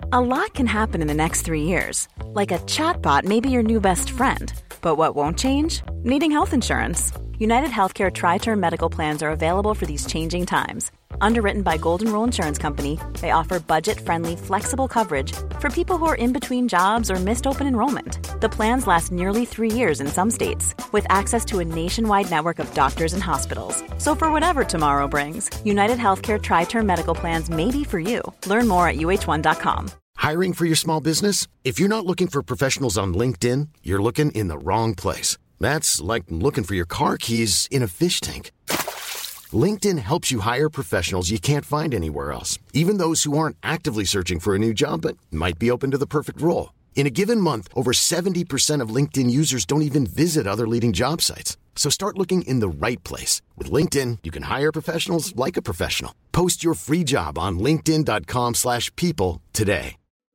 A lot can happen in the next 3 years. Like a chatbot may be your new best friend. But what won't change? Needing health insurance. United Healthcare Tri-Term Medical Plans are available for these changing times. Underwritten by Golden Rule Insurance Company, they offer budget-friendly, flexible coverage for people who are in between jobs or missed open enrollment. The plans last nearly 3 years in some states, with access to a nationwide network of doctors and hospitals. So for whatever tomorrow brings, United Healthcare Tri-Term Medical Plans may be for you. Learn more at uh1.com. Hiring for your small business? If you're not looking for professionals on LinkedIn, you're looking in the wrong place. That's like looking for your car keys in a fish tank. LinkedIn helps you hire professionals you can't find anywhere else, even those who aren't actively searching for a new job but might be open to the perfect role. In a given month, over 70% of LinkedIn users don't even visit other leading job sites. So start looking in the right place. With LinkedIn, you can hire professionals like a professional. Post your free job on linkedin.com/people today.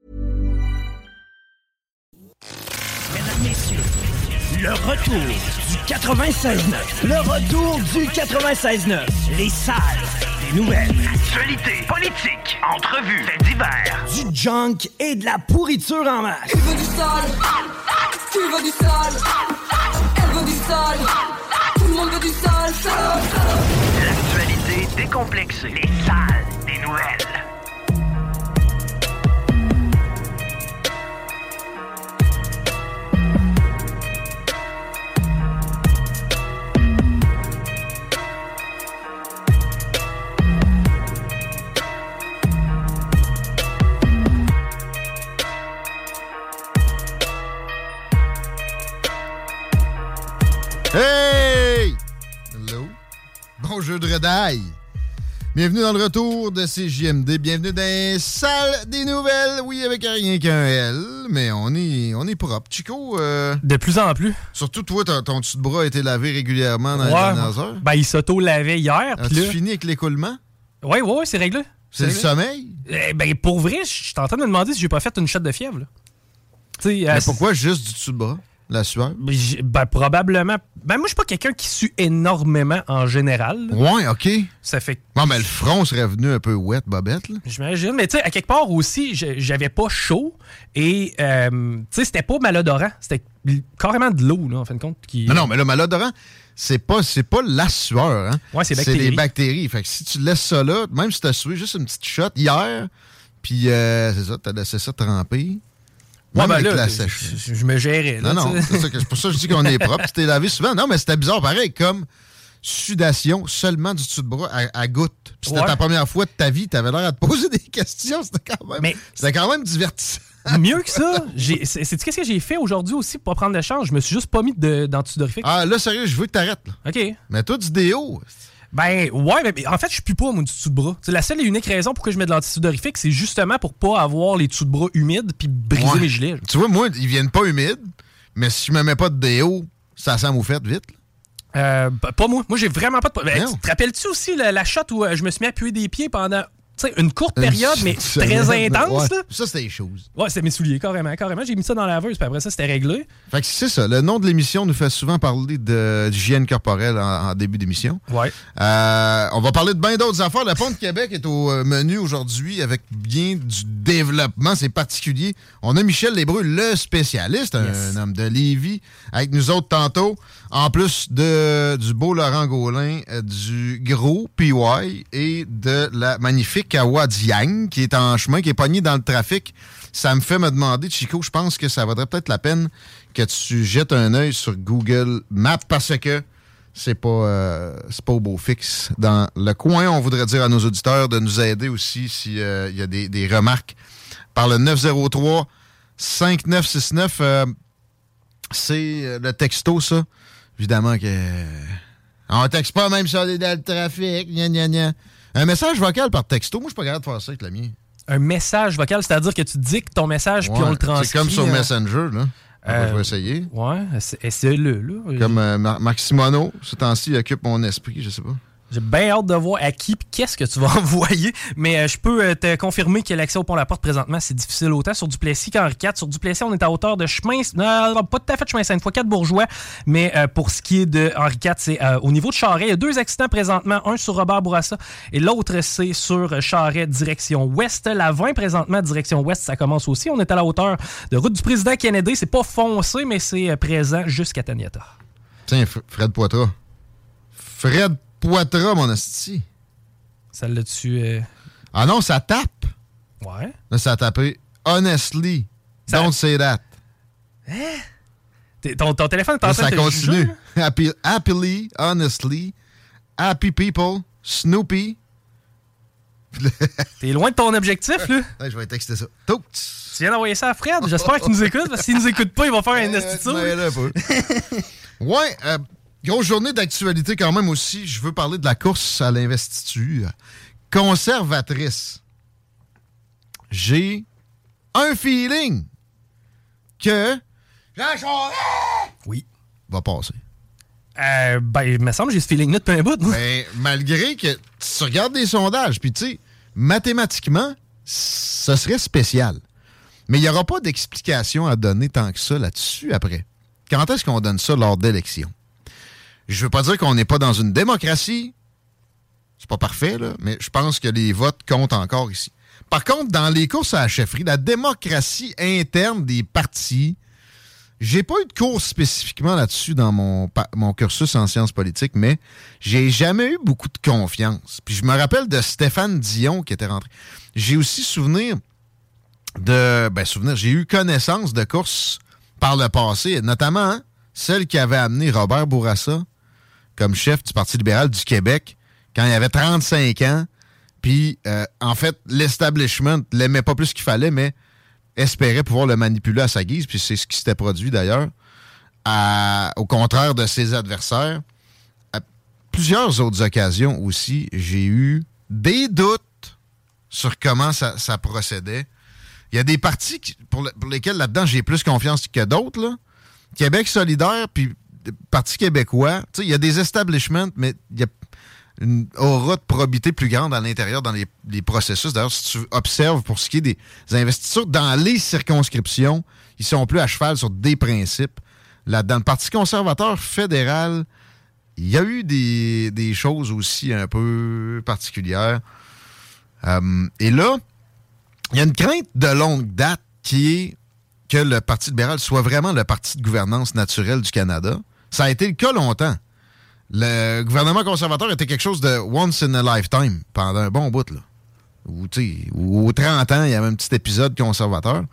Mesdames, messieurs, le retour du 96.9. Le retour du 96.9. Les salles des nouvelles. Actualité, politique, entrevues, faits divers. Du junk et de la pourriture en masse. Tu veux du sale? Tu veux du sale? Elle veut du sale? Tout le monde veut du sale, sale. L'actualité décomplexée. Les salles des nouvelles. Hey! Hello! Bon jeu de redaille! Bienvenue dans le retour de CJMD. Bienvenue dans les salles des nouvelles. Oui, avec rien qu'un L, mais on est propre. Chico? De plus en plus. Surtout toi, ton dessus de bras a été lavé régulièrement dans les dernières heures. Ben, il s'auto-lavait hier. As-tu fini avec l'écoulement? Oui, c'est réglé. C'est le sommeil? Ben, pour vrai, je suis en train de me demander si j'ai pas fait une shot de fièvre. Là. Mais pourquoi juste du dessus de bras? La sueur? Ben, probablement. Ben, moi, je suis pas quelqu'un qui sue énormément en général. Là. Ouais, OK. Ça fait. Bon, mais le front serait venu un peu wet, bobette, là. J'imagine. Mais tu sais, à quelque part aussi, j'avais pas chaud et, tu sais, c'était pas malodorant. C'était carrément de l'eau, là, en fin de compte. Non, mais le malodorant, c'est pas la sueur, hein. Ouais, c'est bactéries. C'est les bactéries. Fait que si tu laisses ça là, même si t'as sué juste une petite shot hier, puis c'est ça, t'as laissé ça tremper. Ouais, ben là, je me gérais. Là, non, c'est pour ça que je dis qu'on est propre. Tu t'es lavé souvent. Non, mais c'était bizarre, pareil, comme sudation seulement du dessus de bras à gouttes. Puis c'était ta première fois de ta vie, t'avais l'air à te poser des questions. C'était quand même divertissant. Mieux que ça, sais-tu qu'est-ce que j'ai fait aujourd'hui aussi pour pas prendre de chance? Je me suis juste pas mis d'antidorifique. Ah, là, sérieux, je veux que t'arrêtes. Là. OK. Mais toi, du déo. Ben, ouais, mais en fait, je pue pas mon dessous de bras. C'est la seule et unique raison pourquoi je mets de l'antisudorifique, c'est justement pour pas avoir les dessous de bras humides puis briser mes gilets. Tu vois, moi, ils viennent pas humides, mais si je me mets pas de déo, ça sent moufette vite. Pas moi. Moi, j'ai vraiment pas de... Ben, te rappelles-tu aussi la shot où je me suis mis à puer des pieds pendant... une courte période, mais très intense. Ouais. Ça, c'était les choses. Ouais, c'était mes souliers, carrément. J'ai mis ça dans la laveuse, puis après ça, c'était réglé. Fait que c'est ça. Le nom de l'émission nous fait souvent parler d'hygiène corporelle en début d'émission. Ouais. On va parler de bien d'autres affaires. Le Pont de Québec est au menu aujourd'hui avec bien du développement. C'est particulier. On a Michel Lébreux, le spécialiste, un homme de Lévis, avec nous autres tantôt. En plus du beau Laurent Gaulin, du gros PY et de la magnifique Kawa Diang qui est en chemin, qui est pogné dans le trafic. Ça me fait me demander, Chico, je pense que ça vaudrait peut-être la peine que tu jettes un œil sur Google Maps parce que c'est pas au beau fixe dans le coin. On voudrait dire à nos auditeurs de nous aider aussi s'il y a des remarques par le 903-5969. C'est le texto, ça. Évidemment que... On texte pas même si on est dans le trafic. Gna, gna, gna. Un message vocal par texto, moi, je suis pas capable de faire ça avec le mien. Un message vocal, c'est-à-dire que tu dictes ton message puis on le transcrit. C'est comme sur Messenger, là. Je vais essayer. Ouais, essaie-le, là. Comme Marc Simoneau, ce temps-ci, il occupe mon esprit, je sais pas. J'ai bien hâte de voir à qui et qu'est-ce que tu vas envoyer. Mais je peux te confirmer que l'accès au Pont-la-Porte, présentement, c'est difficile autant sur Duplessis qu'Henri IV. Sur Duplessis, on est à hauteur de chemin... Non, pas tout à fait chemin Sainte-Foy, 4 Bourgeois. Mais pour ce qui est de Henri IV, c'est au niveau de Charest. Il y a 2 accidents présentement. Un sur Robert Bourassa et l'autre, c'est sur Charest, direction ouest. La 20, présentement, direction ouest, ça commence aussi. On est à la hauteur de route du président Kennedy. C'est pas foncé, mais c'est présent jusqu'à Taniata. Tiens, Fred Poitras. Fred Poitras, mon asti. Ça l'a-tu... Ah non, ça tape. Ouais. Là, ça a tapé. Honestly, don't say that. Hein? Ton téléphone est en train de te continue. juger? Happily, honestly, happy people, Snoopy. T'es loin de ton objectif, là. Ouais, je vais texter ça. Tu viens d'envoyer ça à Fred. J'espère qu'il nous écoute, parce que s'il nous écoute pas, il va faire un institut. Ouais, grosse journée d'actualité quand même aussi. Je veux parler de la course à l'investiture conservatrice. J'ai un feeling que Jean Charest oui. va passer. Il me semble que j'ai ce feeling-là depuis un bout. Mais malgré que tu regardes des sondages, puis tu sais, mathématiquement, ce serait spécial. Mais il n'y aura pas d'explication à donner tant que ça là-dessus après. Quand est-ce qu'on donne ça lors d'élections? Je veux pas dire qu'on n'est pas dans une démocratie. C'est pas parfait, là, mais je pense que les votes comptent encore ici. Par contre, dans les courses à la chefferie, la démocratie interne des partis, j'ai pas eu de cours spécifiquement là-dessus dans mon cursus en sciences politiques, mais j'ai jamais eu beaucoup de confiance. Puis je me rappelle de Stéphane Dion qui était rentré. J'ai aussi souvenir, j'ai eu connaissance de courses par le passé, notamment celle qui avait amené Robert Bourassa comme chef du Parti libéral du Québec quand il avait 35 ans. Puis, en fait, l'establishment l'aimait pas plus qu'il fallait, mais espérait pouvoir le manipuler à sa guise. Puis c'est ce qui s'était produit, d'ailleurs, au contraire de ses adversaires. À plusieurs autres occasions aussi, j'ai eu des doutes sur comment ça procédait. Il y a des partis pour lesquels, là-dedans, j'ai plus confiance que d'autres, là. Québec solidaire, puis Parti québécois. Tu sais, il y a des establishments, mais il y a une aura de probité plus grande à l'intérieur dans les processus. D'ailleurs, si tu observes pour ce qui est des investitures, dans les circonscriptions, ils sont plus à cheval sur des principes. Là-dedans, le Parti conservateur fédéral, il y a eu des choses aussi un peu particulières. Et là, il y a une crainte de longue date qui est que le Parti libéral soit vraiment le parti de gouvernance naturelle du Canada. Ça a été le cas longtemps. Le gouvernement conservateur était quelque chose de once in a lifetime pendant un bon bout, là. Ou aux 30 ans, il y avait un petit épisode conservateur.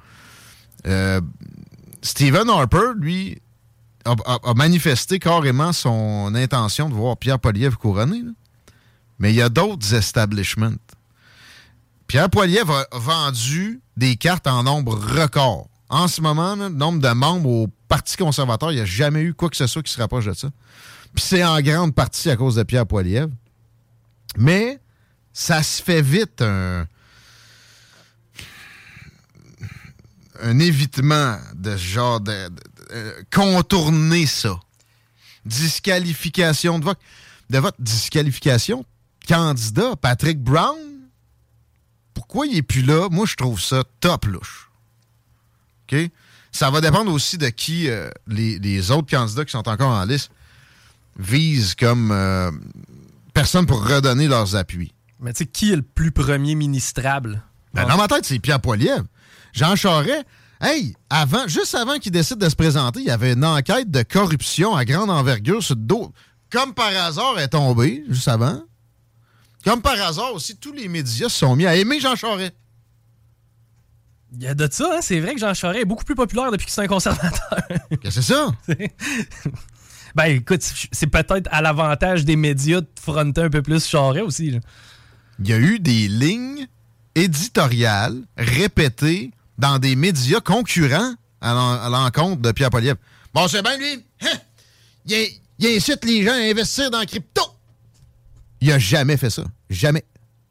Stephen Harper, lui, a manifesté carrément son intention de voir Pierre Poilievre couronné. Là. Mais il y a d'autres establishments. Pierre Poilievre a vendu des cartes en nombre record. En ce moment, là, le nombre de membres au Parti conservateur, il n'y a jamais eu quoi que ce soit qui se rapproche de ça. Puis c'est en grande partie à cause de Pierre Poilievre. Mais ça se fait vite un évitement de ce genre de contourner ça. Disqualification de vote. Disqualification. Candidat, Patrick Brown. Pourquoi il n'est plus là? Moi, je trouve ça top louche. OK? Ça va dépendre aussi de qui les autres candidats qui sont encore en liste visent comme personne pour redonner leurs appuis. Mais tu sais, qui est le plus premier ministrable? Dans ma tête, c'est Pierre Poilievre. Jean Charest, juste avant qu'il décide de se présenter, il y avait une enquête de corruption à grande envergure sur le dos. Comme par hasard, elle est tombée, juste avant. Comme par hasard aussi, tous les médias se sont mis à aimer Jean Charest. Il y a de ça, hein? C'est vrai que Jean Charest est beaucoup plus populaire depuis que c'est un conservateur. Qu'est-ce que c'est ça? Ben écoute, c'est peut-être à l'avantage des médias de fronter un peu plus Charest aussi. Là. Il y a eu des lignes éditoriales répétées dans des médias concurrents à l'encontre de Pierre Poilievre. Bon, c'est bien, lui. Il incite les gens à investir dans la crypto. Il a jamais fait ça. Jamais.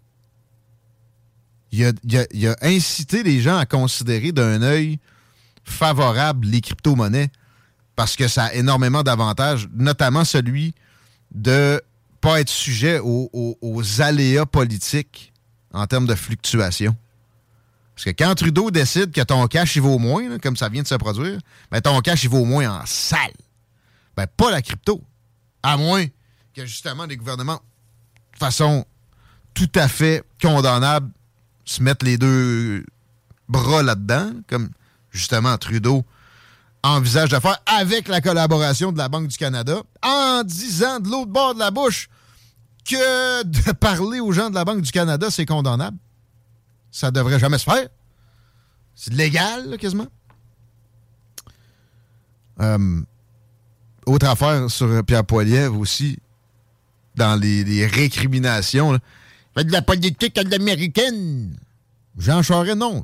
Il a incité les gens à considérer d'un œil favorable les crypto-monnaies parce que ça a énormément d'avantages, notamment celui de pas être sujet aux aléas politiques en termes de fluctuation. Parce que quand Trudeau décide que ton cash, il vaut moins, là, comme ça vient de se produire, ben ton cash, il vaut moins en salle. Ben, pas la crypto. À moins que, justement, des gouvernements, de façon tout à fait condamnable, se mettent les deux bras là-dedans, comme, justement, Trudeau envisage de faire avec la collaboration de la Banque du Canada, en disant de l'autre bord de la bouche que de parler aux gens de la Banque du Canada, c'est condamnable. Ça devrait jamais se faire. C'est légal, là, quasiment. Autre affaire sur Pierre Poilievre aussi, dans les récriminations. Là. Fait de la politique à l'américaine. Jean Charest, non.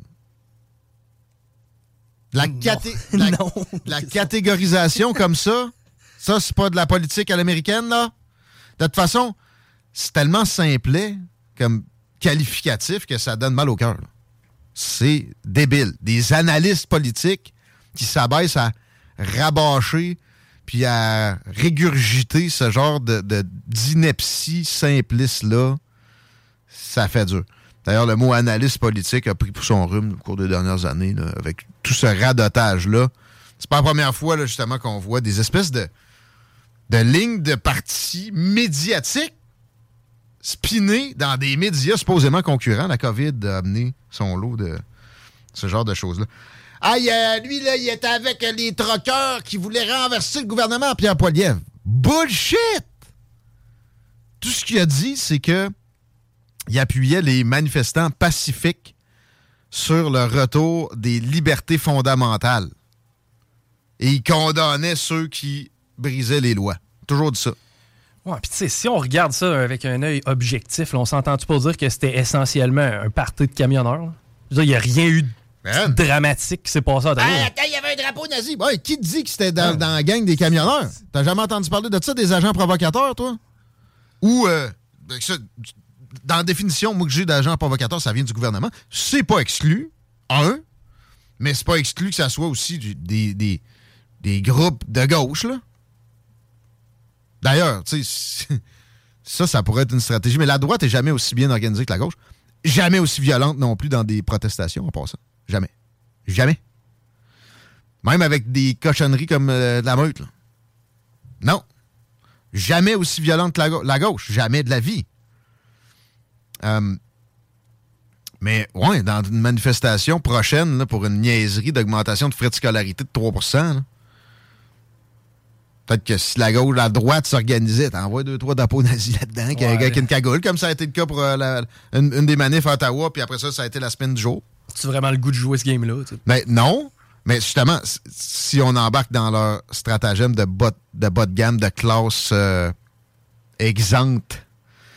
La catégorisation comme ça, c'est pas de la politique à l'américaine, là. De toute façon, c'est tellement simplet comme qualificatif que ça donne mal au cœur. C'est débile. Des analystes politiques qui s'abaissent à rabâcher puis à régurgiter ce genre d'ineptie simpliste-là, ça fait dur. D'ailleurs, le mot analyste politique a pris pour son rhume au cours des dernières années, là, avec tout ce radotage-là. C'est pas la première fois, là, justement, qu'on voit des espèces de lignes de partis médiatiques spinées dans des médias supposément concurrents. La COVID a amené son lot de ce genre de choses-là. Aïe, lui, là, il était avec les troqueurs qui voulaient renverser le gouvernement à Pierre Poilievre. Bullshit! Tout ce qu'il a dit, c'est que il appuyait les manifestants pacifiques sur le retour des libertés fondamentales. Et il condamnait ceux qui brisaient les lois. Toujours dit ça. Ouais, puis tu sais, si on regarde ça avec un œil objectif, là, on s'entend-tu pour dire que c'était essentiellement un party de camionneurs? Là? Je veux dire, il n'y a rien eu de dramatique qui s'est passé à Ottawa. Attends, il y avait un drapeau nazi. Ouais, qui te dit que c'était dans la gang des camionneurs? T'as jamais entendu parler de ça, des agents provocateurs, toi? Ou, dans la définition, moi, que j'ai d'agent provocateur, ça vient du gouvernement. C'est pas exclu, mais c'est pas exclu que ça soit aussi des groupes de gauche, là. D'ailleurs, tu sais, ça pourrait être une stratégie, mais la droite est jamais aussi bien organisée que la gauche. Jamais aussi violente non plus dans des protestations, en passant. Jamais. Jamais. Même avec des cochonneries comme de la meute, là. Non. Jamais aussi violente que la gauche. Jamais de la vie. Mais, ouais, dans une manifestation prochaine, là, pour une niaiserie d'augmentation de frais de scolarité de 3%, là, peut-être que si la droite s'organisait, t'envoies 2-3 drapeaux nazis là-dedans, qu'il y a un gars qui a une cagoule, comme ça a été le cas pour une des manifs à Ottawa, puis après ça a été la semaine du jour. As-tu vraiment le goût de jouer ce game-là? T'sais? Ben, non, mais justement, si on embarque dans leur stratagème de bas de gamme, de classe exempte,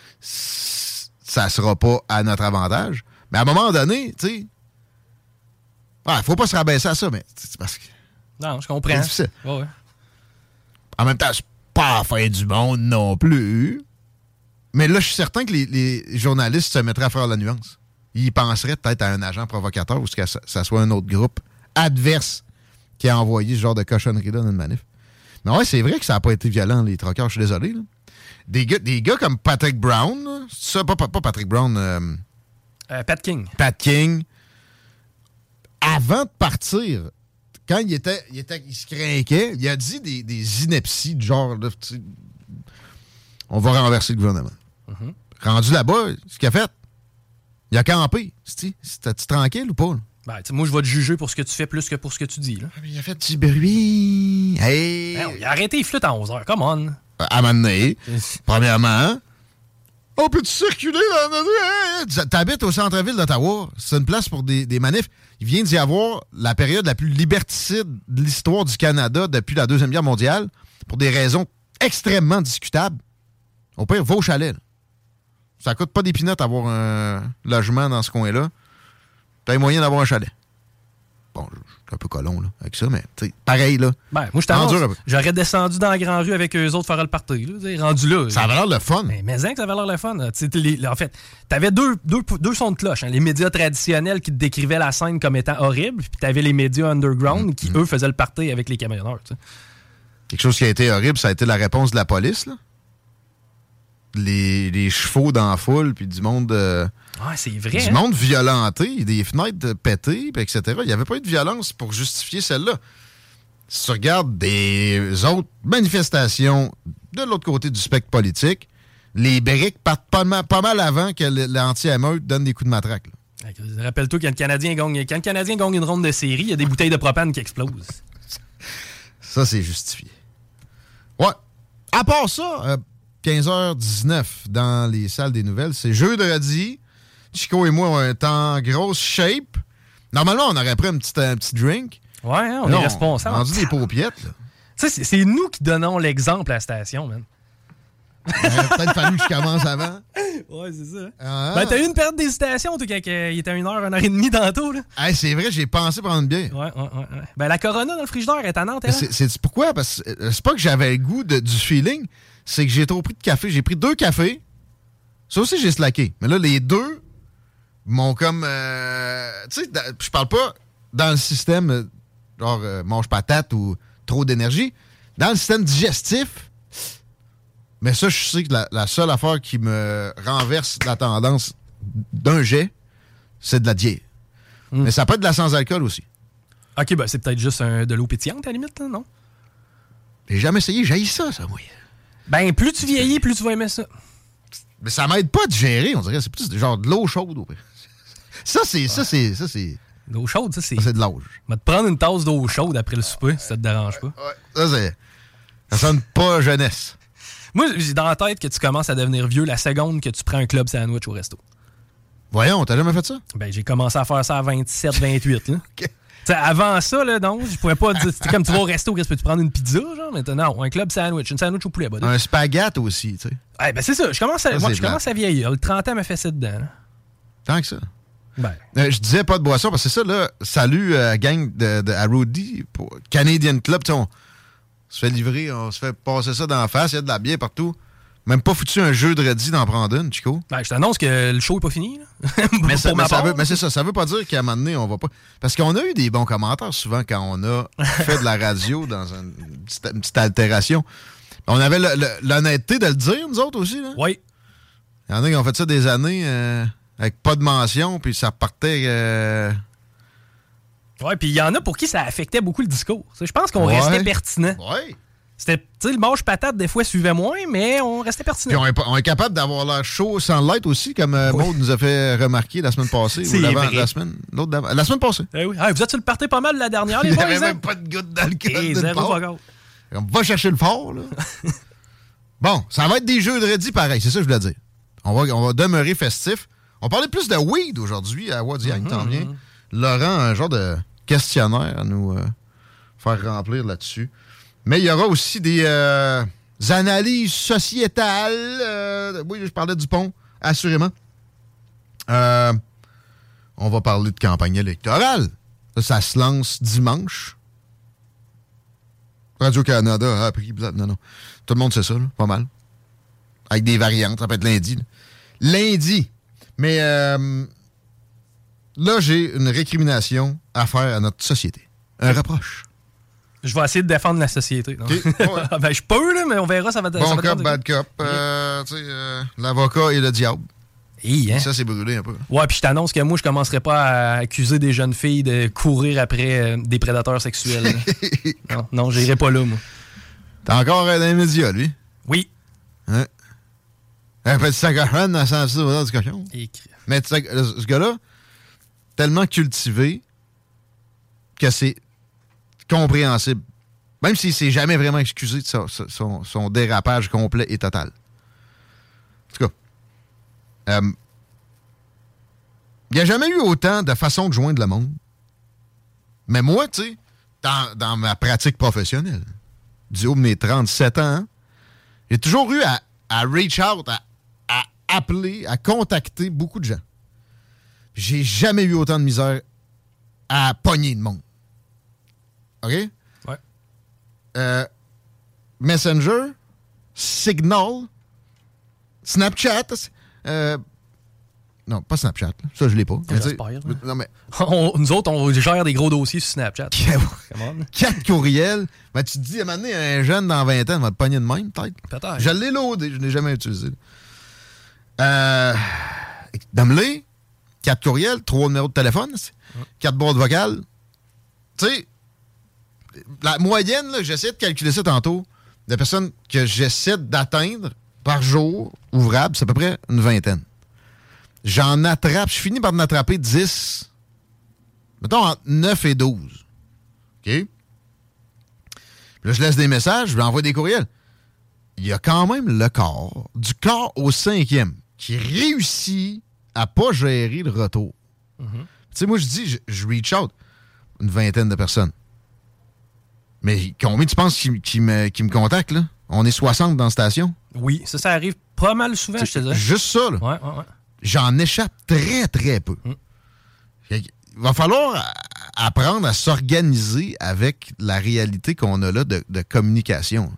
ça sera pas à notre avantage. Mais à un moment donné, tu sais, faut pas se rabaisser à ça, mais c'est parce que... Non, je comprends. C'est difficile. Ouais. En même temps, c'est pas la fin du monde non plus. Mais là, je suis certain que les journalistes se mettraient à faire la nuance. Ils penseraient peut-être à un agent provocateur ou que ça soit un autre groupe adverse qui a envoyé ce genre de cochonnerie-là dans une manif. Mais ouais, c'est vrai que ça n'a pas été violent, les troqueurs, je suis désolé. Là. Des gars comme Patrick Brown, là, c'est ça, pas Patrick Brown... Pat King. Pat King. Avant de partir... Quand il se craquait, il a dit des inepties de genre, là, on va renverser le gouvernement. Mm-hmm. Rendu là-bas, ce qu'il a fait, il a campé. C'était-tu tranquille ou pas? Là? Ben, moi, je vais te juger pour ce que tu fais plus que pour ce que tu dis. Là. Il a fait du bruit. Hey! Ben, il a arrêté les flûtes à 11h. Come on. À un moment donné, premièrement, on peut-tu circuler dans notre... T'habites au centre-ville d'Ottawa. C'est une place pour des manifs. Il vient d'y avoir la période la plus liberticide de l'histoire du Canada depuis la Deuxième Guerre mondiale pour des raisons extrêmement discutables. Au pire, va au chalet. Là. Ça coûte pas des pinottes avoir un logement dans ce coin-là. T'as moyen d'avoir un chalet. Bon, je suis un peu colon là, avec ça, mais pareil, là. Ben, moi, j'aurais descendu dans la grande rue avec eux autres faire le party. Là, rendu là. Ça avait l'air le fun. Mais ça avait l'air le fun. En fait, t'avais deux sons de cloche. Hein, les médias traditionnels qui te décrivaient la scène comme étant horrible, puis t'avais les médias underground qui, eux, faisaient le party avec les camionneurs. T'sais. Quelque chose qui a été horrible, ça a été la réponse de la police, là. les chevaux dans la foule, puis du monde... c'est vrai. Du monde violenté, des fenêtres pétées, puis etc. Il n'y avait pas eu de violence pour justifier celle-là. Si tu regardes des autres manifestations de l'autre côté du spectre politique, les briques partent pas mal avant que l'anti-émeute donne des coups de matraque. Rappelle-toi quand le Canadien gagne une ronde de série, il y a des bouteilles de propane qui explosent. Ça, c'est justifié. Ouais. À part ça, 15h19 dans les salles des nouvelles, c'est jeudi. Chico et moi, on est en grosse shape. Normalement, on aurait pris un petit drink. Ouais, on est responsable. On a rendu des paupiettes, là. C'est nous qui donnons l'exemple à la station, man. Il aurait peut-être fallu que je commence avant. Ouais, c'est ça. T'as eu une période d'hésitation, toi, quand il était à 1h30 tantôt, là. Hey, c'est vrai, j'ai pensé prendre une bière. Ouais. Ben, la Corona dans le frigidaire est tannante, hein? C'est pourquoi? Parce que c'est pas que j'avais le goût du feeling, c'est que j'ai trop pris de café. J'ai pris 2 cafés. Ça aussi, j'ai slacké. Mais là, les 2 m'ont comme... tu sais, je parle pas dans le système, genre mange patate ou trop d'énergie. Dans le système digestif, mais ça, je sais que la seule affaire qui me renverse la tendance d'un jet, c'est de la bière. Mais ça peut être de la sans-alcool aussi. OK, ben c'est peut-être juste de l'eau pétillante, à la limite, là, non? J'ai jamais essayé. J'haïs ça, moi. Ben, plus tu vieillis, plus tu vas aimer ça. Mais ça m'aide pas à digérer, on dirait. C'est plus genre de l'eau chaude. Ça, c'est... L'eau chaude, ça, c'est... Ça, c'est de l'âge. On va te prendre une tasse d'eau chaude après le souper, si ça te dérange pas. Ouais, ça sonne pas jeunesse. Moi, j'ai dans la tête que tu commences à devenir vieux la seconde que tu prends un club sandwich au resto. Voyons, t'as jamais fait ça? Ben, j'ai commencé à faire ça à 27, 28, là. OK. Avant ça, là, non, je pouvais pas dire... C'était comme tu vas au resto, peux-tu prendre une pizza, genre? Mais non, un club sandwich, une sandwich au poulet. Bah, un spaghette aussi, tu sais. Ouais, ben c'est ça, je commence à vieillir. Le 30 ans m'a fait ça dedans, là. Tant que ça. Ben. Je disais pas de boisson, parce que c'est ça, là, salut gang à Rudy, pour Canadian Club, tu sais, on se fait livrer, on se fait passer ça dans la face, il y a de la bière partout. Même pas foutu un jeu de redis d'en prendre une, Chico. Ben, je t'annonce que le show est pas fini, là. mais c'est ça, ça veut pas dire qu'à un moment donné, on va pas... Parce qu'on a eu des bons commentaires souvent quand on a fait de la radio dans une petite altération. On avait l'honnêteté de le dire, nous autres aussi, là. Oui. Il y en a qui ont fait ça des années avec pas de mention, puis ça repartait... Ouais, puis il y en a pour qui ça affectait beaucoup le discours. Je pense qu'on restait pertinent. Ouais. C'était, tu sais, le mâche patate, des fois, suivait moins, mais on restait pertinent. Puis on est capable d'avoir l'air chaud sans l'être aussi, comme Maud nous a fait remarquer la semaine passée. C'est ou vrai. La semaine passée. Eh oui. Ah, vous êtes sur le party pas mal la dernière, les boys? Il n'y avait même pas de goutte d'alcool. Zéro. On va chercher le fort, là. Bon, ça va être des jeux de redis pareil, c'est ça que je voulais dire. On va demeurer festif. On parlait plus de weed aujourd'hui à Wadiang, t'en viens. Laurent, un genre de questionnaire à nous faire remplir là-dessus. Mais il y aura aussi des analyses sociétales. Oui, je parlais du pont, assurément. On va parler de campagne électorale. Ça se lance dimanche. Radio-Canada a appris... Non. Tout le monde sait ça, là, pas mal. Avec des variantes. Ça peut être lundi. Là. Lundi. Mais là, j'ai une récrimination à faire à notre société. Un reproche. Je vais essayer de défendre la société. Okay. Ouais. Ben, je peux, là, mais on verra. Ça va bon cop, bad cop. L'avocat et le diable. Hein? Ça, c'est brûlé un peu. Ouais, puis je t'annonce que moi, je commencerai pas à accuser des jeunes filles de courir après des prédateurs sexuels. non, j'irai pas là, moi. T'es encore dans les médias, lui? Oui. Hein? Un petit sacochon dans le sens du cochon. Mais ce gars-là, tellement cultivé que c'est compréhensible. Même s'il s'est jamais vraiment excusé de son dérapage complet et total. En tout cas, il n'y a jamais eu autant de façons de joindre le monde. Mais moi, tu sais, dans ma pratique professionnelle, du haut de mes 37 ans, hein, j'ai toujours eu à reach out, à appeler, à contacter beaucoup de gens. J'ai jamais eu autant de misère à pogner de monde. OK? Ouais. Messenger, Signal, Snapchat. Non, pas Snapchat. Là. Ça, je l'ai pas. J'espère. Non, mais... nous autres, on gère des gros dossiers sur Snapchat. 4 courriels. Ben, tu te dis, à un moment donné, un jeune dans 20 ans va te pogner de même, peut-être. Peut-être. Je l'ai loadé, je ne l'ai jamais utilisé. Donne-les, 4 courriels, 3 numéros de téléphone, 4 boîtes vocales. Tu sais, la moyenne, là, j'essaie de calculer ça tantôt, de personnes que j'essaie d'atteindre par jour ouvrable, c'est à peu près une vingtaine. J'en attrape, je finis par en attraper 10, mettons entre 9 et 12. OK? Puis là, je laisse des messages, je lui envoie des courriels. Il y a quand même le quart, du quart au 5e, qui réussit à pas gérer le retour. Tu sais, moi, je dis, je reach out une vingtaine de personnes. Mais combien tu penses qui me contactent, là? On est 60 dans la station. Oui, ça arrive pas mal souvent, je te dirais. Juste ça, là. Ouais. J'en échappe très, très peu. Il va falloir apprendre à s'organiser avec la réalité qu'on a là de communication.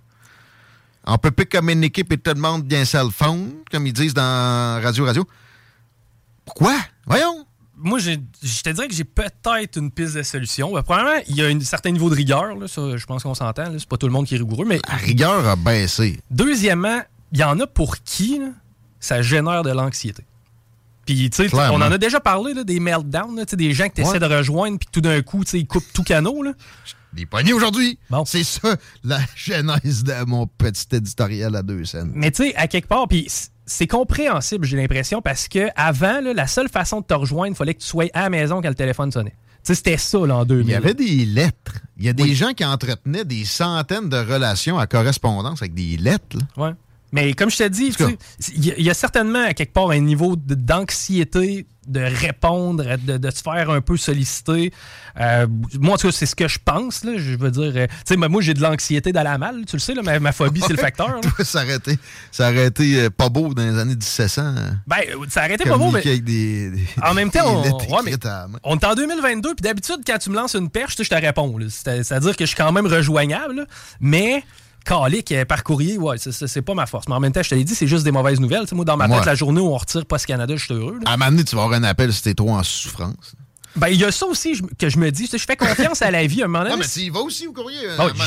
On peut plus communiquer puis tout le monde bien cell phone, comme ils disent dans Radio. Pourquoi? Voyons! Moi, je te dirais que j'ai peut-être une piste de solution. Probablement, il y a un certain niveau de rigueur. Là, ça, je pense qu'on s'entend. Là. C'est pas tout le monde qui est rigoureux. Mais la rigueur a baissé. Deuxièmement, il y en a pour qui là, ça génère de l'anxiété. Puis, tu sais, on en a déjà parlé, là, des meltdowns, là, des gens que tu essaies de rejoindre, puis tout d'un coup, ils coupent tout canot. Là. Des poignées aujourd'hui. Bon. C'est ça, la genèse de mon petit éditorial à 2 cents. Mais tu sais, à quelque part, puis c'est compréhensible, j'ai l'impression, parce que avant, là, la seule façon de te rejoindre, il fallait que tu sois à la maison quand le téléphone sonnait. Tu sais, c'était ça, là, en 2000. Il y avait des lettres. Il y a des gens qui entretenaient des centaines de relations à correspondance avec des lettres. Là. Ouais. Mais comme je t'ai dit, il y a certainement à quelque part un niveau d'anxiété de répondre, de se faire un peu solliciter. Moi, en tout cas, c'est ce que je pense. Là, je veux dire, tu sais, moi, j'ai de l'anxiété d'aller à mal. Tu le sais, là, ma phobie, c'est le facteur. Toi, ça aurait été pas beau dans les années 1700. Ben, ça aurait été pas beau, mais en même temps, on est en 2022, puis d'habitude, quand tu me lances une perche, je te réponds. C'est-à-dire que je suis quand même rejoignable, là, mais... Calique, par courrier, ouais, c'est pas ma force. Mais en même temps, je te l'ai dit, c'est juste des mauvaises nouvelles. T'sais, moi, dans ma tête, la journée où on retire Post Canada, je suis heureux. Là. À un moment donné, tu vas avoir un appel si t'es trop en souffrance. Ben, il y a ça aussi que je me dis. Je fais confiance à la vie à un moment donné. Non, mais tu y vas aussi au courrier.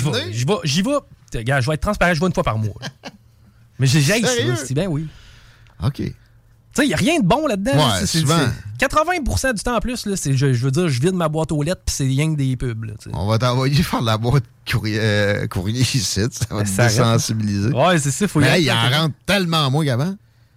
J'y vais. Regarde, je vais être transparent, je vais une fois par mois. Mais j'ai ça. C'est bien, oui. OK. Tu sais, il n'y a rien de bon là-dedans. Ouais, souvent. 80% du temps en plus, là, je veux dire, je vide ma boîte aux lettres puis c'est rien que des pubs. Là, on va t'envoyer faire la boîte courrier ici. Ça va te désensibiliser. Ouais, c'est ça. Mais il en rentre tellement moins qu'avant.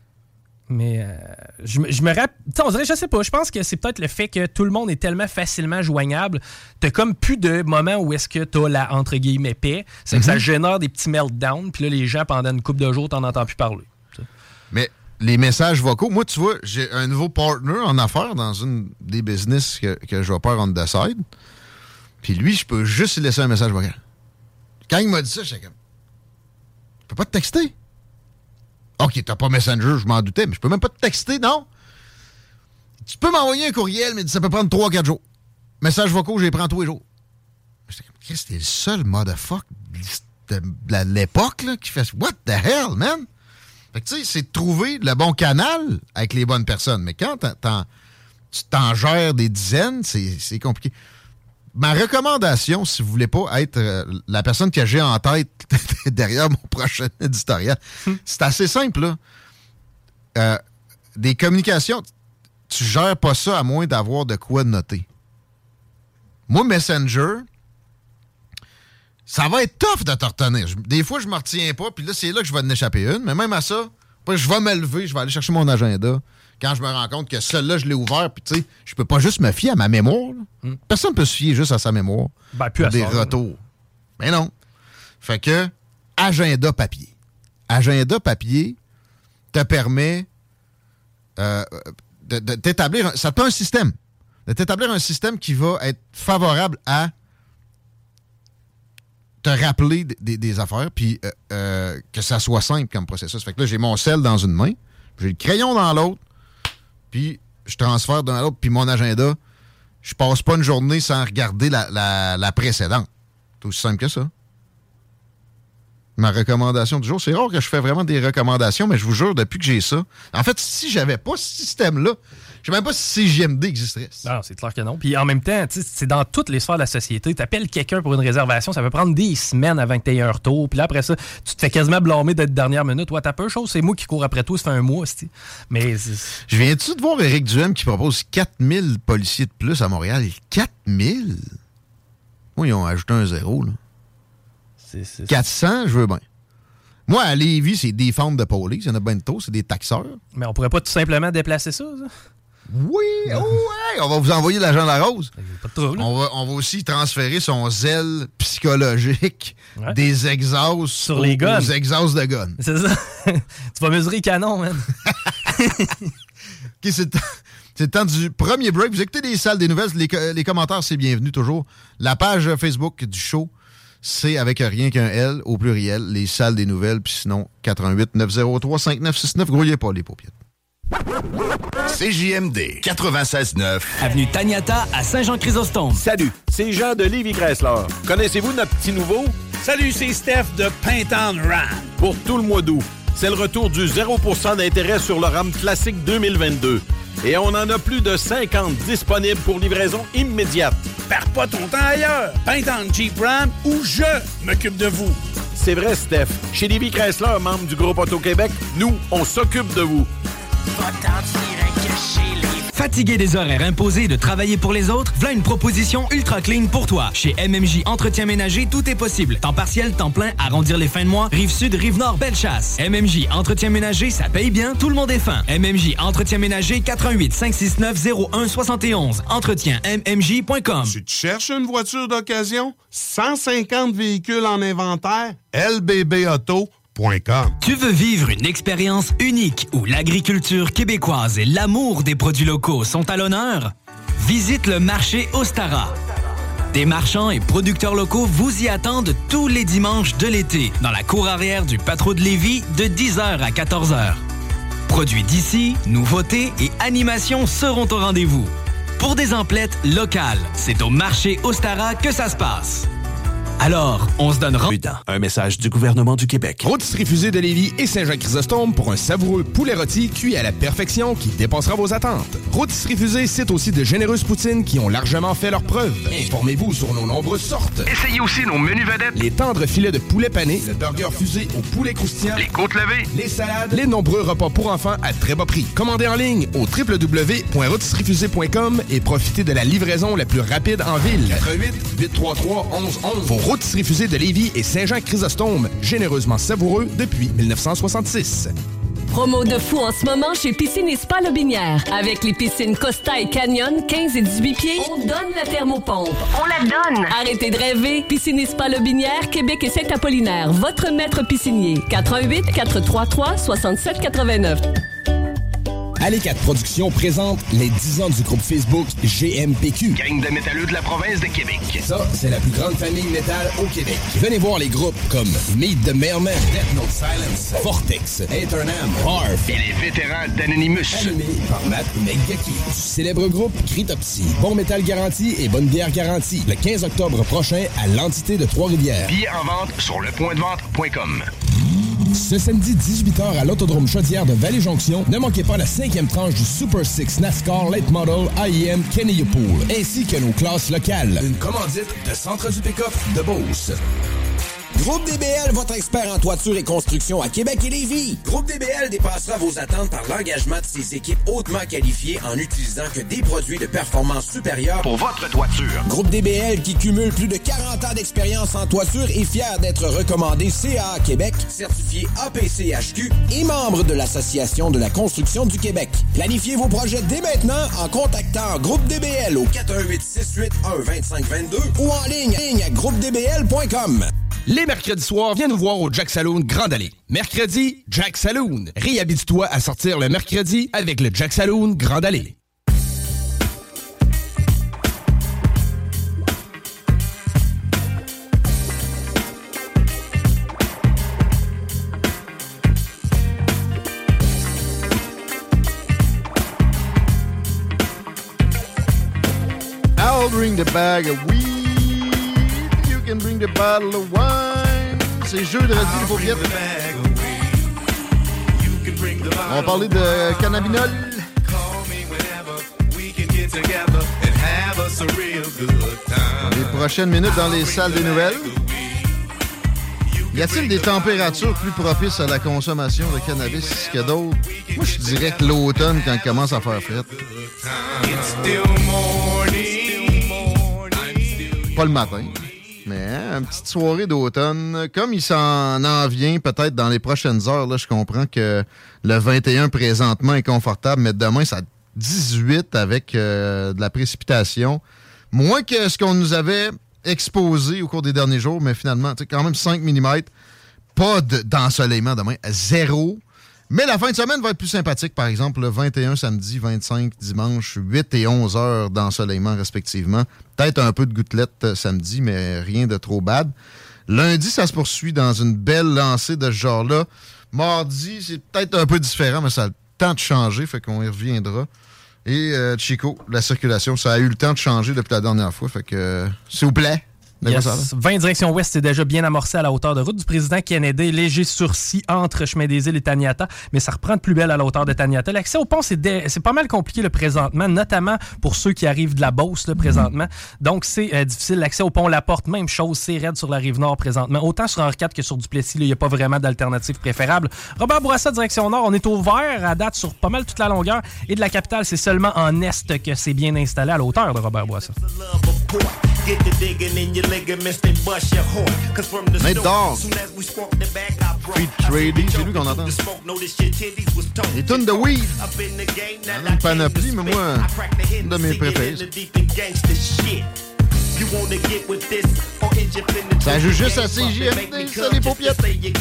Mais je me rappelle... On dirait, je sais pas, je pense que c'est peut-être le fait que tout le monde est tellement facilement joignable. T'as comme plus de moments où est-ce que t'as la, entre guillemets, paix. C'est que ça génère des petits meltdowns. Puis là, les gens, pendant une couple de jours, t'en entends plus parler. T'sais. Mais... les messages vocaux, moi, tu vois, j'ai un nouveau partner en affaires dans une des business que je vais faire on the side. Puis lui, je peux juste lui laisser un message vocal. Quand il m'a dit ça, j'étais comme... Je peux pas te texter. OK, t'as pas Messenger, je m'en doutais, mais je peux même pas te texter, non? Tu peux m'envoyer un courriel, mais ça peut prendre 3-4 jours. Messages vocaux, je les prends tous les jours. J'étais comme, Chris, t'es le seul motherfucker de l'époque là, qui fait... What the hell, man? Fait que tu sais, c'est de trouver le bon canal avec les bonnes personnes. Mais quand tu t'en gères des dizaines, c'est compliqué. Ma recommandation, si vous voulez pas être la personne que j'ai en tête derrière mon prochain éditorial, c'est assez simple, là. Des communications, tu gères pas ça à moins d'avoir de quoi noter. Moi, Messenger... ça va être tough de te retenir. Des fois, je me retiens pas, puis là, c'est là que je vais en échapper une. Mais même à ça, je vais me lever, je vais aller chercher mon agenda. Quand je me rends compte que celle-là, je l'ai ouvert, puis tu sais, je peux pas juste me fier à ma mémoire. Personne ne peut se fier juste à sa mémoire. Ben, plus pour des retours. Mais non. Fait que, agenda papier. Agenda papier te permet de t'établir... ça te fait un système. De t'établir un système qui va être favorable à te rappeler des affaires, puis que ça soit simple comme processus. Fait que là, j'ai mon sel dans une main, j'ai le crayon dans l'autre, puis je transfère d'un à l'autre, puis mon agenda, je passe pas une journée sans regarder la précédente. C'est aussi simple que ça. Ma recommandation du jour, c'est rare que je fais vraiment des recommandations, mais je vous jure, depuis que j'ai ça... En fait, si j'avais pas ce système-là, Je sais même pas si CJMD existerait. Non, c'est clair que non. Puis en même temps, c'est dans toutes les sphères de la société. Tu appelles quelqu'un pour une réservation, ça peut prendre des semaines avant que tu aies un retour. Puis là, après ça, tu te fais quasiment blâmer d'être dernière minute. Ouais, t'as peu de choses, c'est moi qui cours après toi, ça fait un mois. Mais je viens-tu de voir Éric Duhem qui propose 4000 policiers de plus à Montréal? 4000? Oui, ils ont ajouté un zéro, là. 400, je veux bien. Moi, à Lévis, c'est des fentes de police. Il y en a bien de tôt, c'est des taxeurs. Mais on pourrait pas tout simplement déplacer ça? Oui, ouais, on va vous envoyer l'agent Larose. Pas de trouble. On va aussi transférer son zèle psychologique des exhausts sur les guns. Aux exhausts de guns. C'est ça. Tu vas mesurer canon, man. OK, c'est le temps du premier break. Vous écoutez les salles des nouvelles. Les commentaires, c'est bienvenu toujours. La page Facebook du show, c'est avec rien qu'un L au pluriel, les salles des nouvelles. Puis sinon, 88-903-5969. Grouillez pas les paupières. CJMD 96.9 Avenue Taniata à Saint-Jean-Chrysostome. Salut, c'est Jean de Lévis Chrysler. Connaissez-vous notre petit nouveau? Salut, c'est Steph de Pintown Ram. Pour tout le mois d'août, c'est le retour du 0% d'intérêt sur le RAM classique 2022. Et on en a plus de 50 disponibles pour livraison immédiate. Perds pas ton temps ailleurs. Pintown Jeep Ram ou je m'occupe de vous. C'est vrai, Steph. Chez Lévis Chrysler, membre du groupe Auto-Québec, nous, on s'occupe de vous. Fatigué des horaires imposés et de travailler pour les autres? V'là une proposition ultra clean pour toi. Chez MMJ Entretien Ménager, tout est possible. Temps partiel, temps plein, arrondir les fins de mois, Rive-Sud, Rive-Nord, Bellechasse. MMJ Entretien Ménager, ça paye bien, tout le monde est fin. MMJ Entretien Ménager, 88 569 0171. Entretien MMJ.com. Tu te cherches une voiture d'occasion? 150 véhicules en inventaire? LBBauto.com. Tu veux vivre une expérience unique où l'agriculture québécoise et l'amour des produits locaux sont à l'honneur? Visite le marché Ostara. Des marchands et producteurs locaux vous y attendent tous les dimanches de l'été dans la cour arrière du Patro de Lévis de 10h à 14h. Produits d'ici, nouveautés et animations seront au rendez-vous. Pour des emplettes locales, c'est au marché Ostara que ça se passe. Alors, on se donne rendez-vous. Un message du gouvernement du Québec. Rôtisserie Fusée de Lévis et Saint-Jean-Chrysostome pour un savoureux poulet rôti cuit à la perfection qui dépassera vos attentes. Rôtisserie Fusée cite aussi de généreuses poutines qui ont largement fait leurs preuves. Informez-vous sur nos nombreuses sortes. Essayez aussi nos menus vedettes. Les tendres filets de poulet pané, le burger fusé au poulet croustillant, les côtes levées, les salades, les nombreux repas pour enfants à très bas prix. Commandez en ligne au www.rôtisseriefusée.com et profitez de la livraison la plus rapide en ville. 88 833 1111. Vos Rôtisseries Fusées de Lévis et Saint-Jean-Chrysostome, généreusement savoureux depuis 1966. Promo de fou en ce moment chez Piscine et Spa Lobinière. Avec les piscines Costa et Canyon, 15 et 18 pieds, on donne la thermopompe. On la donne! Arrêtez de rêver. Piscine et Spa Lobinière, Québec et Saint-Apollinaire. Votre maître piscinier. 88 433 67 89. Alécat Productions présente les 10 ans du groupe Facebook GMPQ. Gang de métalleux de la province de Québec. Ça, c'est la plus grande famille métal au Québec. Venez voir les groupes comme Meet the Mailman, Death Note Silence, Vortex, Eternam, Harf et les vétérans d'Anonymous. Animé par Matt Megaki. Du célèbre groupe Cryptopsy. Bon métal garanti et bonne bière garantie. Le 15 octobre prochain à l'Entité de Trois-Rivières. Billets en vente sur lepointdevente.com. Ce samedi 18h à l'Autodrome Chaudière de Vallée-Jonction, ne manquez pas la 5e tranche du Super 6 NASCAR Late Model IEM Kenny Pool, ainsi que nos classes locales. Une commandite de Centre du Pick-up de Beauce. Groupe DBL, votre expert en toiture et construction à Québec et Lévis. Groupe DBL dépassera vos attentes par l'engagement de ses équipes hautement qualifiées en utilisant que des produits de performance supérieure pour votre toiture. Groupe DBL qui cumule plus de 40 ans d'expérience en toiture est fier d'être recommandé CA Québec, certifié APCHQ et membre de l'Association de la construction du Québec. Planifiez vos projets dès maintenant en contactant Groupe DBL au 418-681-2522 ou en ligne à groupedbl.com. Les mercredis soirs, viens nous voir au Jack Saloon Grande Allée. Mercredi, Jack Saloon. Réhabite-toi à sortir le mercredi avec le Jack Saloon Grande Allée. I'll bring the bag of weed. Can bring the bottle of wine. C'est Jeux de radio de paupières. On va parler de cannabinol. Dans les prochaines minutes dans les salles des nouvelles, y a-t-il des températures plus propices à la consommation de cannabis que d'autres? Moi, je dirais que l'automne, quand il commence à faire fret. Pas le matin, mais une petite soirée d'automne. Comme il s'en en vient peut-être dans les prochaines heures, là, je comprends que le 21 présentement est confortable, mais demain, ça 18 avec de la précipitation. Moins que ce qu'on nous avait exposé au cours des derniers jours, mais finalement, quand même 5 mm. Pas d'ensoleillement demain, 0. Mais la fin de semaine va être plus sympathique, par exemple, le 21 samedi, 25 dimanche, 8 et 11 heures d'ensoleillement respectivement. Peut-être un peu de gouttelettes samedi, mais rien de trop bad. Lundi, ça se poursuit dans une belle lancée de ce genre-là. Mardi, c'est peut-être un peu différent, mais ça a le temps de changer, fait qu'on y reviendra. Et Chico, la circulation, ça a eu le temps de changer depuis la dernière fois, fait que s'il vous plaît. Yes. 20 direction ouest, c'est déjà bien amorcé à la hauteur de route du président Kennedy. Léger sursis entre Chemin des Îles et Taniata, mais ça reprend de plus belle à la hauteur de Taniata. L'accès au pont, c'est pas mal compliqué là, présentement, notamment pour ceux qui arrivent de la Beauce là, présentement. Donc, c'est difficile. L'accès au pont La Porte, même chose, c'est raide sur la Rive-Nord présentement. Autant sur Henri IV que sur Duplessis, il n'y a pas vraiment d'alternative préférable. Robert Bourassa, direction Nord, on est ouvert à date sur pas mal toute la longueur. Et de la capitale, c'est seulement en Est que c'est bien installé à la hauteur de Robert Bourassa. Nate Dogg, Street Trading, c'est lui qu'on entend. Les tunes de weed. Une panoplie, mais moi, une de mes préférées. Ça joue juste à CJMD, ça les paupiètes.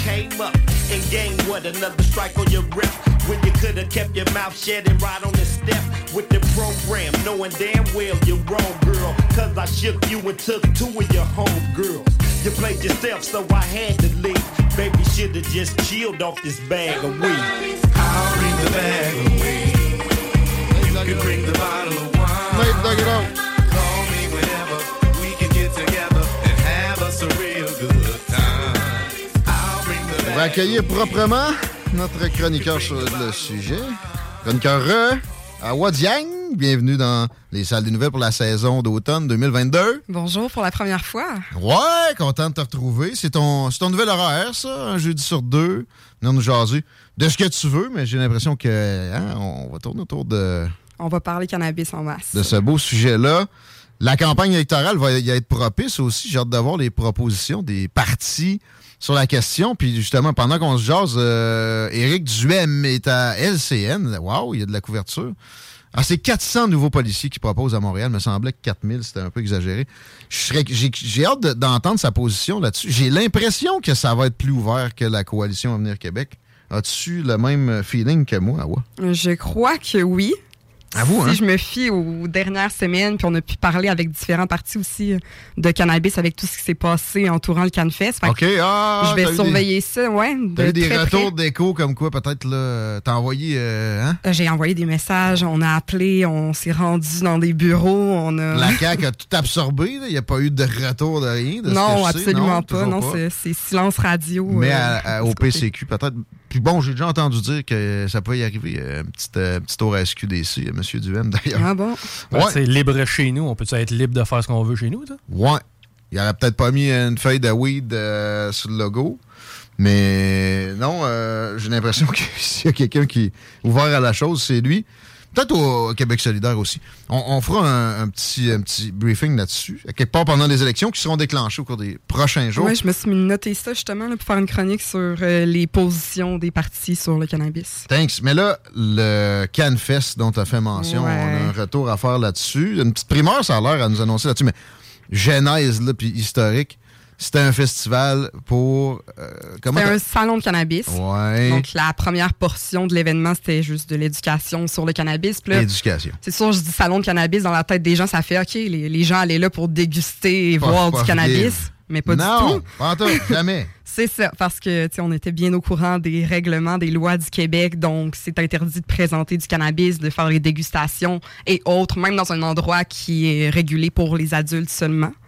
When you could have kept your mouth shut and right on the step with the program, knowing damn well you're wrong, girl. Cause I shook you and took 2 of your homegirls. You played yourself, so I had to leave. Baby, should've just chilled off this bag of weed. I'll bring the bag of weed. You can bring the bottle of wine. Call me whenever we can get together and have us a real good time. I'll bring the bag. On va accueillir proprement notre chroniqueur sur le sujet. Chroniqueur à Wadiang. Bienvenue dans les salles des nouvelles pour la saison d'automne 2022. Bonjour pour la première fois. Ouais, content de te retrouver. C'est ton nouvel horaire, ça, un jeudi sur 2. Venir nous jaser de ce que tu veux, mais j'ai l'impression que on va tourner autour de... On va parler cannabis en masse. De ce beau sujet-là. La campagne électorale va y être propice aussi. J'ai hâte de voir les propositions des partis sur la question. Puis justement, pendant qu'on se jase, Éric Duhem est à LCN. Waouh, il y a de la couverture. Alors, c'est 400 nouveaux policiers qui proposent à Montréal. Il me semblait que 4000, c'était un peu exagéré. J'ai hâte d'entendre sa position là-dessus. J'ai l'impression que ça va être plus ouvert que la coalition Avenir Québec. As-tu le même feeling que moi, Awa? Je crois que oui. À vous, hein? Si je me fie aux dernières semaines, puis on a pu parler avec différents partis aussi de cannabis, avec tout ce qui s'est passé entourant le CanFest. OK, je vais surveiller ça, ouais. T'as eu des retours d'écho comme quoi, peut-être, là, t'as envoyé, hein? J'ai envoyé des messages, on a appelé, on s'est rendu dans des bureaux, on a... La CAQ a tout absorbé, il n'y a pas eu de retour de rien, de non, ce que je absolument sais. Non, c'est silence radio. Mais au PCQ, peut-être... Puis bon, j'ai déjà entendu dire que ça peut y arriver, un petit tour à SQDC, M. Duhem, d'ailleurs. Ah bon? Ouais. C'est libre chez nous. On peut-être être libre de faire ce qu'on veut chez nous, ça? Ouais. Il aurait peut-être pas mis une feuille de weed sur le logo. Mais non, j'ai l'impression que s'il y a quelqu'un qui est ouvert à la chose, c'est lui. Peut-être au Québec solidaire aussi. On fera un petit briefing là-dessus, à quelque part pendant les élections qui seront déclenchées au cours des prochains jours. Oui, je me suis noté ça justement là, pour faire une chronique sur les positions des partis sur le cannabis. Thanks. Mais là, le CanFest dont tu as fait mention, on a un retour à faire là-dessus. Une petite primeur, ça a l'air à nous annoncer là-dessus, mais genèse là, puis historique. C'était un festival pour... c'était un salon de cannabis. Ouais. Donc, la première portion de l'événement, c'était juste de l'éducation sur le cannabis. L'éducation. C'est sûr, je dis salon de cannabis, dans la tête des gens, ça fait, OK, les gens allaient là pour déguster et voir du cannabis. Mais pas du tout. Non, pas tout, jamais. C'est ça, parce que on était bien au courant des règlements, des lois du Québec, donc c'est interdit de présenter du cannabis, de faire les dégustations et autres, même dans un endroit qui est régulé pour les adultes seulement.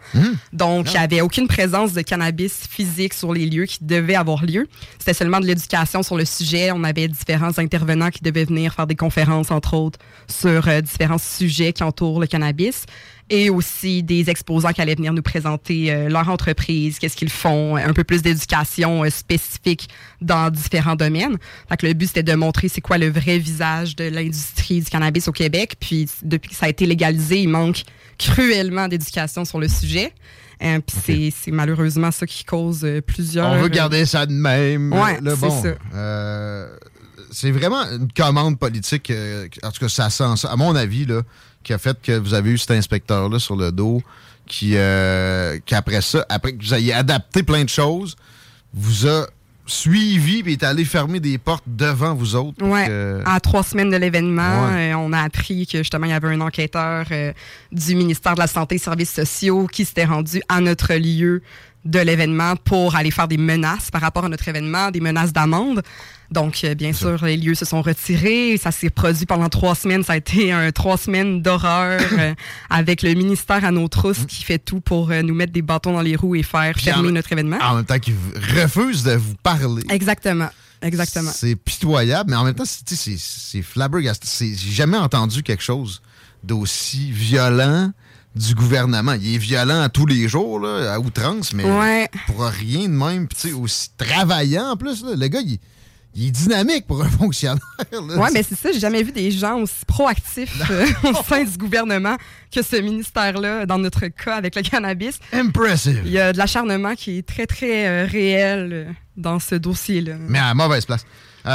Donc, il n'y avait aucune présence de cannabis physique sur les lieux qui devaient avoir lieu. C'était seulement de l'éducation sur le sujet. On avait différents intervenants qui devaient venir faire des conférences, entre autres, sur différents sujets qui entourent le cannabis. Et aussi des exposants qui allaient venir nous présenter leur entreprise, qu'est-ce qu'ils font, un peu plus d'éducation spécifique dans différents domaines. Fait que le but, c'était de montrer c'est quoi le vrai visage de l'industrie du cannabis au Québec. Puis depuis que ça a été légalisé, il manque cruellement d'éducation sur le sujet. Puis c'est malheureusement ça qui cause plusieurs... On veut garder ça de même. Ouais, c'est ça. C'est vraiment une commande politique. En tout cas, ça sent ça. À mon avis, là, qui a fait que vous avez eu cet inspecteur-là sur le dos qui après ça, après que vous ayez adapté plein de choses, vous a suivi et est allé fermer des portes devant vous autres. Oui, à 3 semaines de l'événement, on a appris que justement, il y avait un enquêteur du ministère de la Santé et Services sociaux qui s'était rendu à notre lieu de l'événement pour aller faire des menaces par rapport à notre événement, des menaces d'amende. Donc, bien sûr, les lieux se sont retirés. Ça s'est produit pendant 3 semaines. Ça a été 3 semaines d'horreur avec le ministère à nos trousses qui fait tout pour nous mettre des bâtons dans les roues et faire fermer notre événement. En même temps qu'ils refusent de vous parler. Exactement. C'est pitoyable, mais en même temps, c'est flabbergastant. J'ai jamais entendu quelque chose d'aussi violent du gouvernement. Il est violent à tous les jours, là, à outrance, mais pour rien de même. Puis, aussi travaillant en plus. Là, le gars, il est dynamique pour un fonctionnaire. Oui, mais c'est ça. J'ai jamais vu des gens aussi proactifs au sein du gouvernement que ce ministère-là, dans notre cas, avec le cannabis. Impressive. Il y a de l'acharnement qui est très, très réel dans ce dossier-là. Mais à mauvaise place.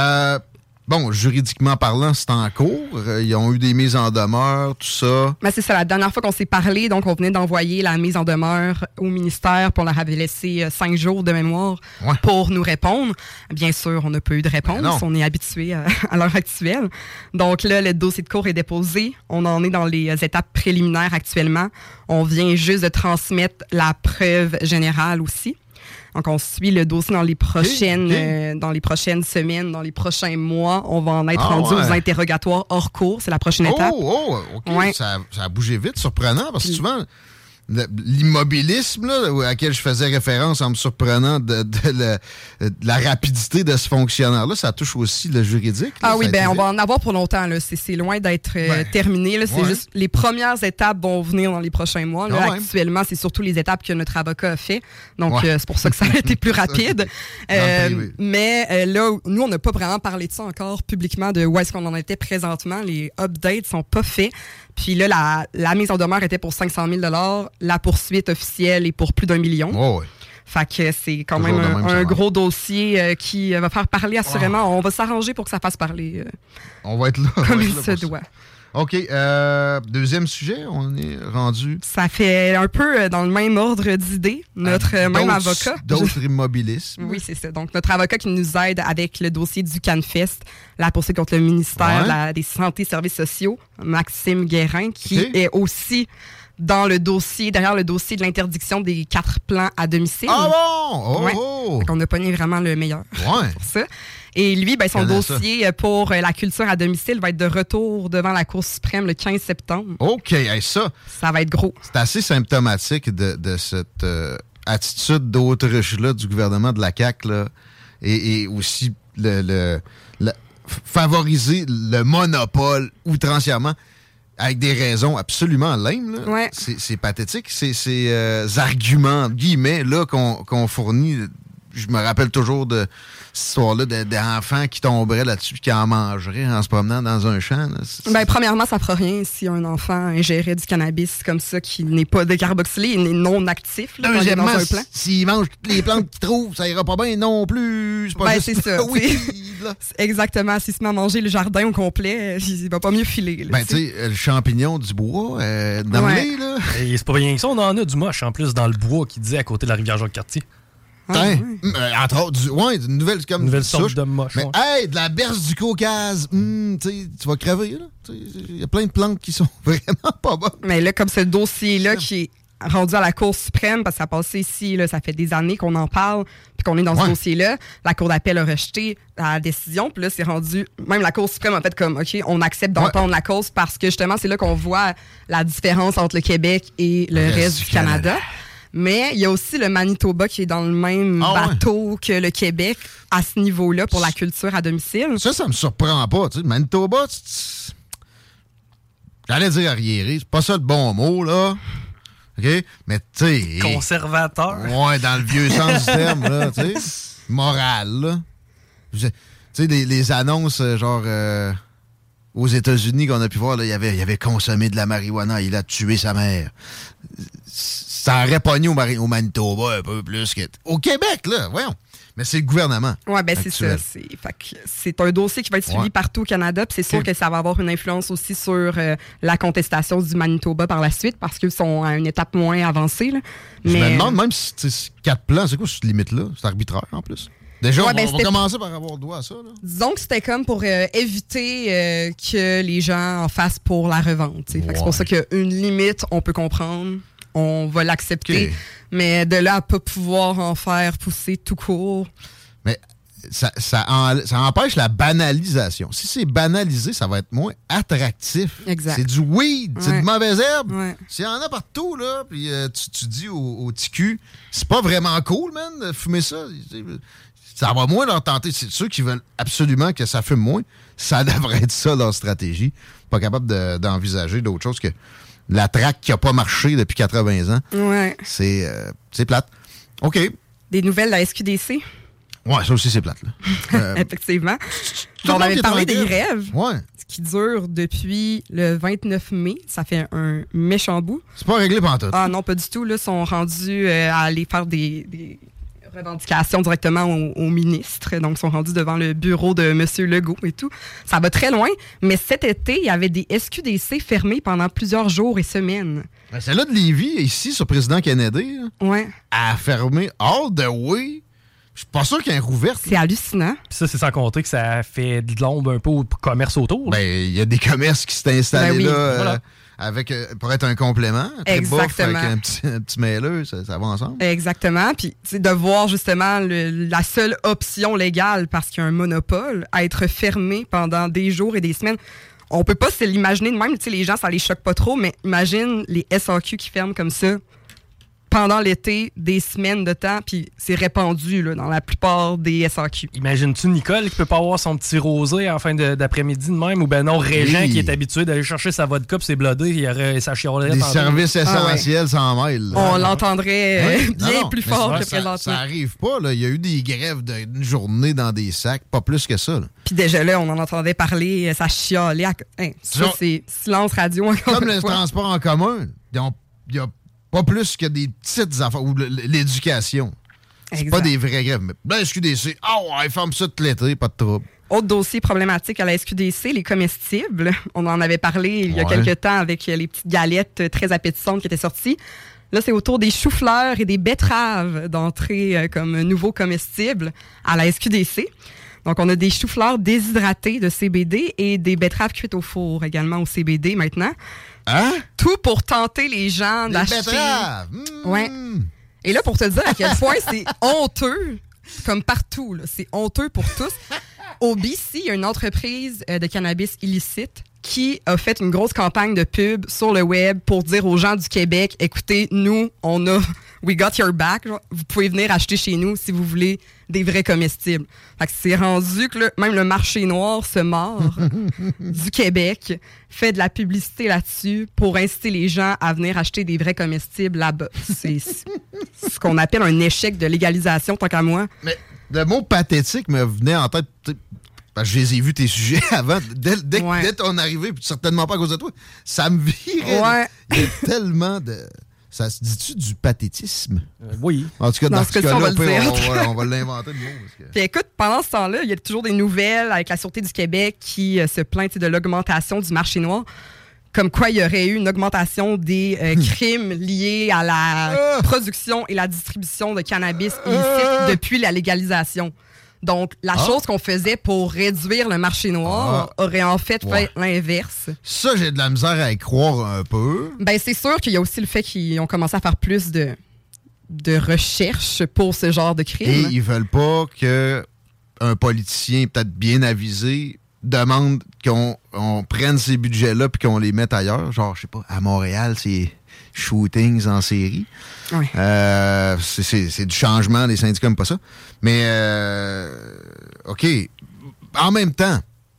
Bon, juridiquement parlant, c'est en cours. Ils ont eu des mises en demeure, tout ça. Mais c'est ça. La dernière fois qu'on s'est parlé, donc on venait d'envoyer la mise en demeure au ministère pour leur avait laissé 5 jours de mémoire pour nous répondre. Bien sûr, on n'a pas eu de réponse. On est habitué à l'heure actuelle. Donc là, le dossier de cour est déposé. On en est dans les étapes préliminaires actuellement. On vient juste de transmettre la preuve générale aussi. Donc, on suit le dossier dans les prochaines, dans les prochaines semaines, dans les prochains mois. On va en être rendu aux interrogatoires hors cours. C'est la prochaine étape. OK. Ouais. Ça a bougé vite, surprenant, parce que souvent, l'immobilisme là, à quel je faisais référence en me surprenant de la rapidité de ce fonctionnaire-là, ça touche aussi le juridique. Là, oui, on va en avoir pour longtemps. Là. C'est loin d'être terminé. Là. C'est juste les premières étapes vont venir dans les prochains mois. Là. Actuellement, c'est surtout les étapes que notre avocat a fait. Donc, c'est pour ça que ça a été plus rapide. Mais là, nous, on n'a pas vraiment parlé de ça encore publiquement, de où est-ce qu'on en était présentement. Les updates sont pas faits. Puis là, la mise en demeure était pour 500 000 $. La poursuite officielle est pour plus d'1 million. Fait que c'est quand même un gros dossier qui va faire parler assurément. On va s'arranger pour que ça fasse parler. On va être là. Comme il se doit. OK. Deuxième sujet, on est rendu. Ça fait un peu dans le même ordre d'idées. Notre même avocat. D'autres immobilismes. Oui, c'est ça. Donc, notre avocat qui nous aide avec le dossier du CanFest, la poursuite contre le ministère des Santé et Services sociaux, Maxime Guérin, qui est aussi dans le dossier, derrière le dossier de l'interdiction des 4 plans à domicile. Ah bon? Donc, on a pogné vraiment le meilleur pour ça. Et lui, son dossier pour la culture à domicile va être de retour devant la Cour suprême le 15 septembre. OK, ça va être gros. C'est assez symptomatique de cette attitude d'autruche-là du gouvernement de la CAQ, là, et aussi favoriser le monopole outrancièrement avec des raisons absolument lâmes. Là. C'est pathétique. Ces arguments, guillemets, là, qu'on fournit. Je me rappelle toujours de cette histoire-là d'enfants qui tomberaient là-dessus et qui en mangeraient en se promenant dans un champ. Là. Premièrement, ça fera rien si un enfant ingérait du cannabis comme ça qui n'est pas décarboxylé et n'est non actif. Là, deuxièmement, dans un plant. S'il mange toutes les plantes qu'il trouve, ça ira pas bien non plus. C'est pas juste... c'est ça. Exactement. S'il se met à manger le jardin au complet, il va pas mieux filer. Là, tu sais, le champignon du bois, d'emblée, là. Et c'est pas rien que ça, on en a du moche en plus dans le bois qui disait à côté de la rivière Jacques-Cartier. Entre autres, une nouvelle sorte souche. De moche. Mais de la berce du Caucase, tu vas crever. Il y a plein de plantes qui sont vraiment pas bonnes. Mais là, comme ce dossier-là qui est rendu à la Cour suprême, parce que ça a passé ici, là, ça fait des années qu'on en parle, puis qu'on est dans ce dossier-là, la Cour d'appel a rejeté la décision, puis là, c'est rendu, même la Cour suprême a fait comme, OK, on accepte d'entendre la cause, parce que justement, c'est là qu'on voit la différence entre le Québec et le reste du Canada. Mais il y a aussi le Manitoba qui est dans le même bateau que le Québec à ce niveau-là pour la culture à domicile. Ça me surprend pas. Tu sais, Manitoba, j'allais dire arriéré, c'est pas ça le bon mot, là. OK? Mais tu sais... Conservateur. Ouais, dans le vieux sens du terme, là, tu sais. Moral, là. Tu sais, les annonces, genre... aux États-Unis, qu'on a pu voir, là, il avait consommé de la marijuana, il a tué sa mère. Ça aurait pogné au Manitoba un peu plus qu'au Québec, là, voyons. Mais c'est le gouvernement. Oui, ben c'est ça. C'est un dossier qui va être suivi partout au Canada, puis c'est sûr que ça va avoir une influence aussi sur la contestation du Manitoba par la suite, parce qu'ils sont à une étape moins avancée. Là. Je me demande même si 4 plans, c'est quoi cette limite-là? C'est arbitraire, en plus. Déjà, on va commencer par avoir droit à ça. Là. Disons que c'était comme pour éviter que les gens en fassent pour la revente. Fait que c'est pour ça qu'il y a une limite, on peut comprendre, on va l'accepter. Okay. Mais de là à pas pouvoir en faire pousser tout court. Mais ça empêche la banalisation. Si c'est banalisé, ça va être moins attractif. Exact. C'est du weed, c'est de mauvaises herbes. Ouais. S'il y en a partout, là, puis tu dis au TQ, c'est pas vraiment cool, man, de fumer ça. Ça va moins leur tenter. C'est ceux qui veulent absolument que ça fume moins. Ça devrait être ça, leur stratégie. Pas capable d'envisager d'autre chose que la traque qui n'a pas marché depuis 80 ans. Ouais. C'est plate. OK. Des nouvelles de la SQDC? Ouais, ça aussi, c'est plate. Là. Effectivement. On avait parlé des grèves ouais. qui durent depuis le 29 mai. Ça fait un méchant bout. C'est pas réglé pantoute. Ah non, pas du tout. Ils sont rendus à aller faire des revendications directement au ministre. Donc, ils sont rendus devant le bureau de M. Legault et tout. Ça va très loin. Mais cet été, il y avait des SQDC fermés pendant plusieurs jours et semaines. Ben, celle-là de Lévis, ici, sur Président Kennedy, ouais. a fermé all the way. Je suis pas sûr qu'elle est rouverte. C'est hallucinant. Puis ça, c'est sans compter que ça fait de l'ombre un peu au commerce autour. Ben, il y a des commerces qui s'étaient installés oui. là. Voilà. Avec, pour être un complément, exactement. Avec un petit mêleux, ça va ensemble. Exactement. Puis, de voir justement la seule option légale, parce qu'il y a un monopole, à être fermé pendant des jours et des semaines. On peut pas se l'imaginer de même. Les gens, ça les choque pas trop, mais imagine les SAQ qui ferment comme ça pendant l'été, des semaines de temps, puis c'est répandu là, dans la plupart des SAQ. Imagines-tu Nicole qui peut pas avoir son petit rosé en fin d'après-midi de même, ou ben non, Régent qui est habitué d'aller chercher sa vodka pis ses blodés, il y aurait sa chiolette. Des services essentiels s'en mêlent. On l'entendrait bien plus fort que présentement. Ça arrive pas, là. Il y a eu des grèves d'une journée dans des sacs, pas plus que ça. Puis déjà là, on en entendait parler, ça chialait. Ça, c'est silence radio encore comme une le fois. transport en commun, il y a pas plus que des petites affaires, ou l'éducation. C'est pas des vraies grèves. Mais la SQDC, ils ferment ça tout l'été, pas de trouble. Autre dossier problématique à la SQDC, les comestibles. On en avait parlé il y a quelques temps avec les petites galettes très appétissantes qui étaient sorties. Là, c'est autour des choux-fleurs et des betteraves d'entrée comme nouveaux comestibles à la SQDC. Donc, on a des choux-fleurs déshydratés de CBD et des betteraves cuites au four également au CBD maintenant. Hein? Tout pour tenter les gens d'acheter. Betteraves! Ouais. Et là, pour te dire à quel point c'est honteux, comme partout, là, c'est honteux pour tous. Au BC, il y a une entreprise de cannabis illicite qui a fait une grosse campagne de pub sur le web pour dire aux gens du Québec, écoutez, nous, we got your back. Vous pouvez venir acheter chez nous si vous voulez des vrais comestibles. Fait que c'est rendu que même le marché noir se mord du Québec, fait de la publicité là-dessus pour inciter les gens à venir acheter des vrais comestibles là-bas. C'est ce qu'on appelle un échec de légalisation, tant qu'à moi. Mais le mot pathétique me venait en tête... Parce que je les ai vus, tes sujets, avant. Dès ton arrivée, puis certainement pas à cause de toi, ça me virait. Ouais. Il y a tellement de... Ça se dit-tu du pathétisme? Oui. En tout cas, dans ce cas-là, on va l'inventer de mots. Puis écoute, pendant ce temps-là, il y a toujours des nouvelles avec la Sûreté du Québec qui se plaint de l'augmentation du marché noir. Comme quoi, il y aurait eu une augmentation des crimes liés à la production et la distribution de cannabis illicite depuis la légalisation. Donc, la chose qu'on faisait pour réduire le marché noir aurait en fait l'inverse. Ça, j'ai de la misère à y croire un peu. Ben, c'est sûr qu'il y a aussi le fait qu'ils ont commencé à faire plus de recherche pour ce genre de crime. Et ils veulent pas qu'un politicien peut-être bien avisé demande qu'on prenne ces budgets-là puis qu'on les mette ailleurs. Genre, je sais pas, à Montréal, c'est shootings en série. Ouais. C'est du changement, les syndicats n'aiment pas ça. Mais, OK, en même temps,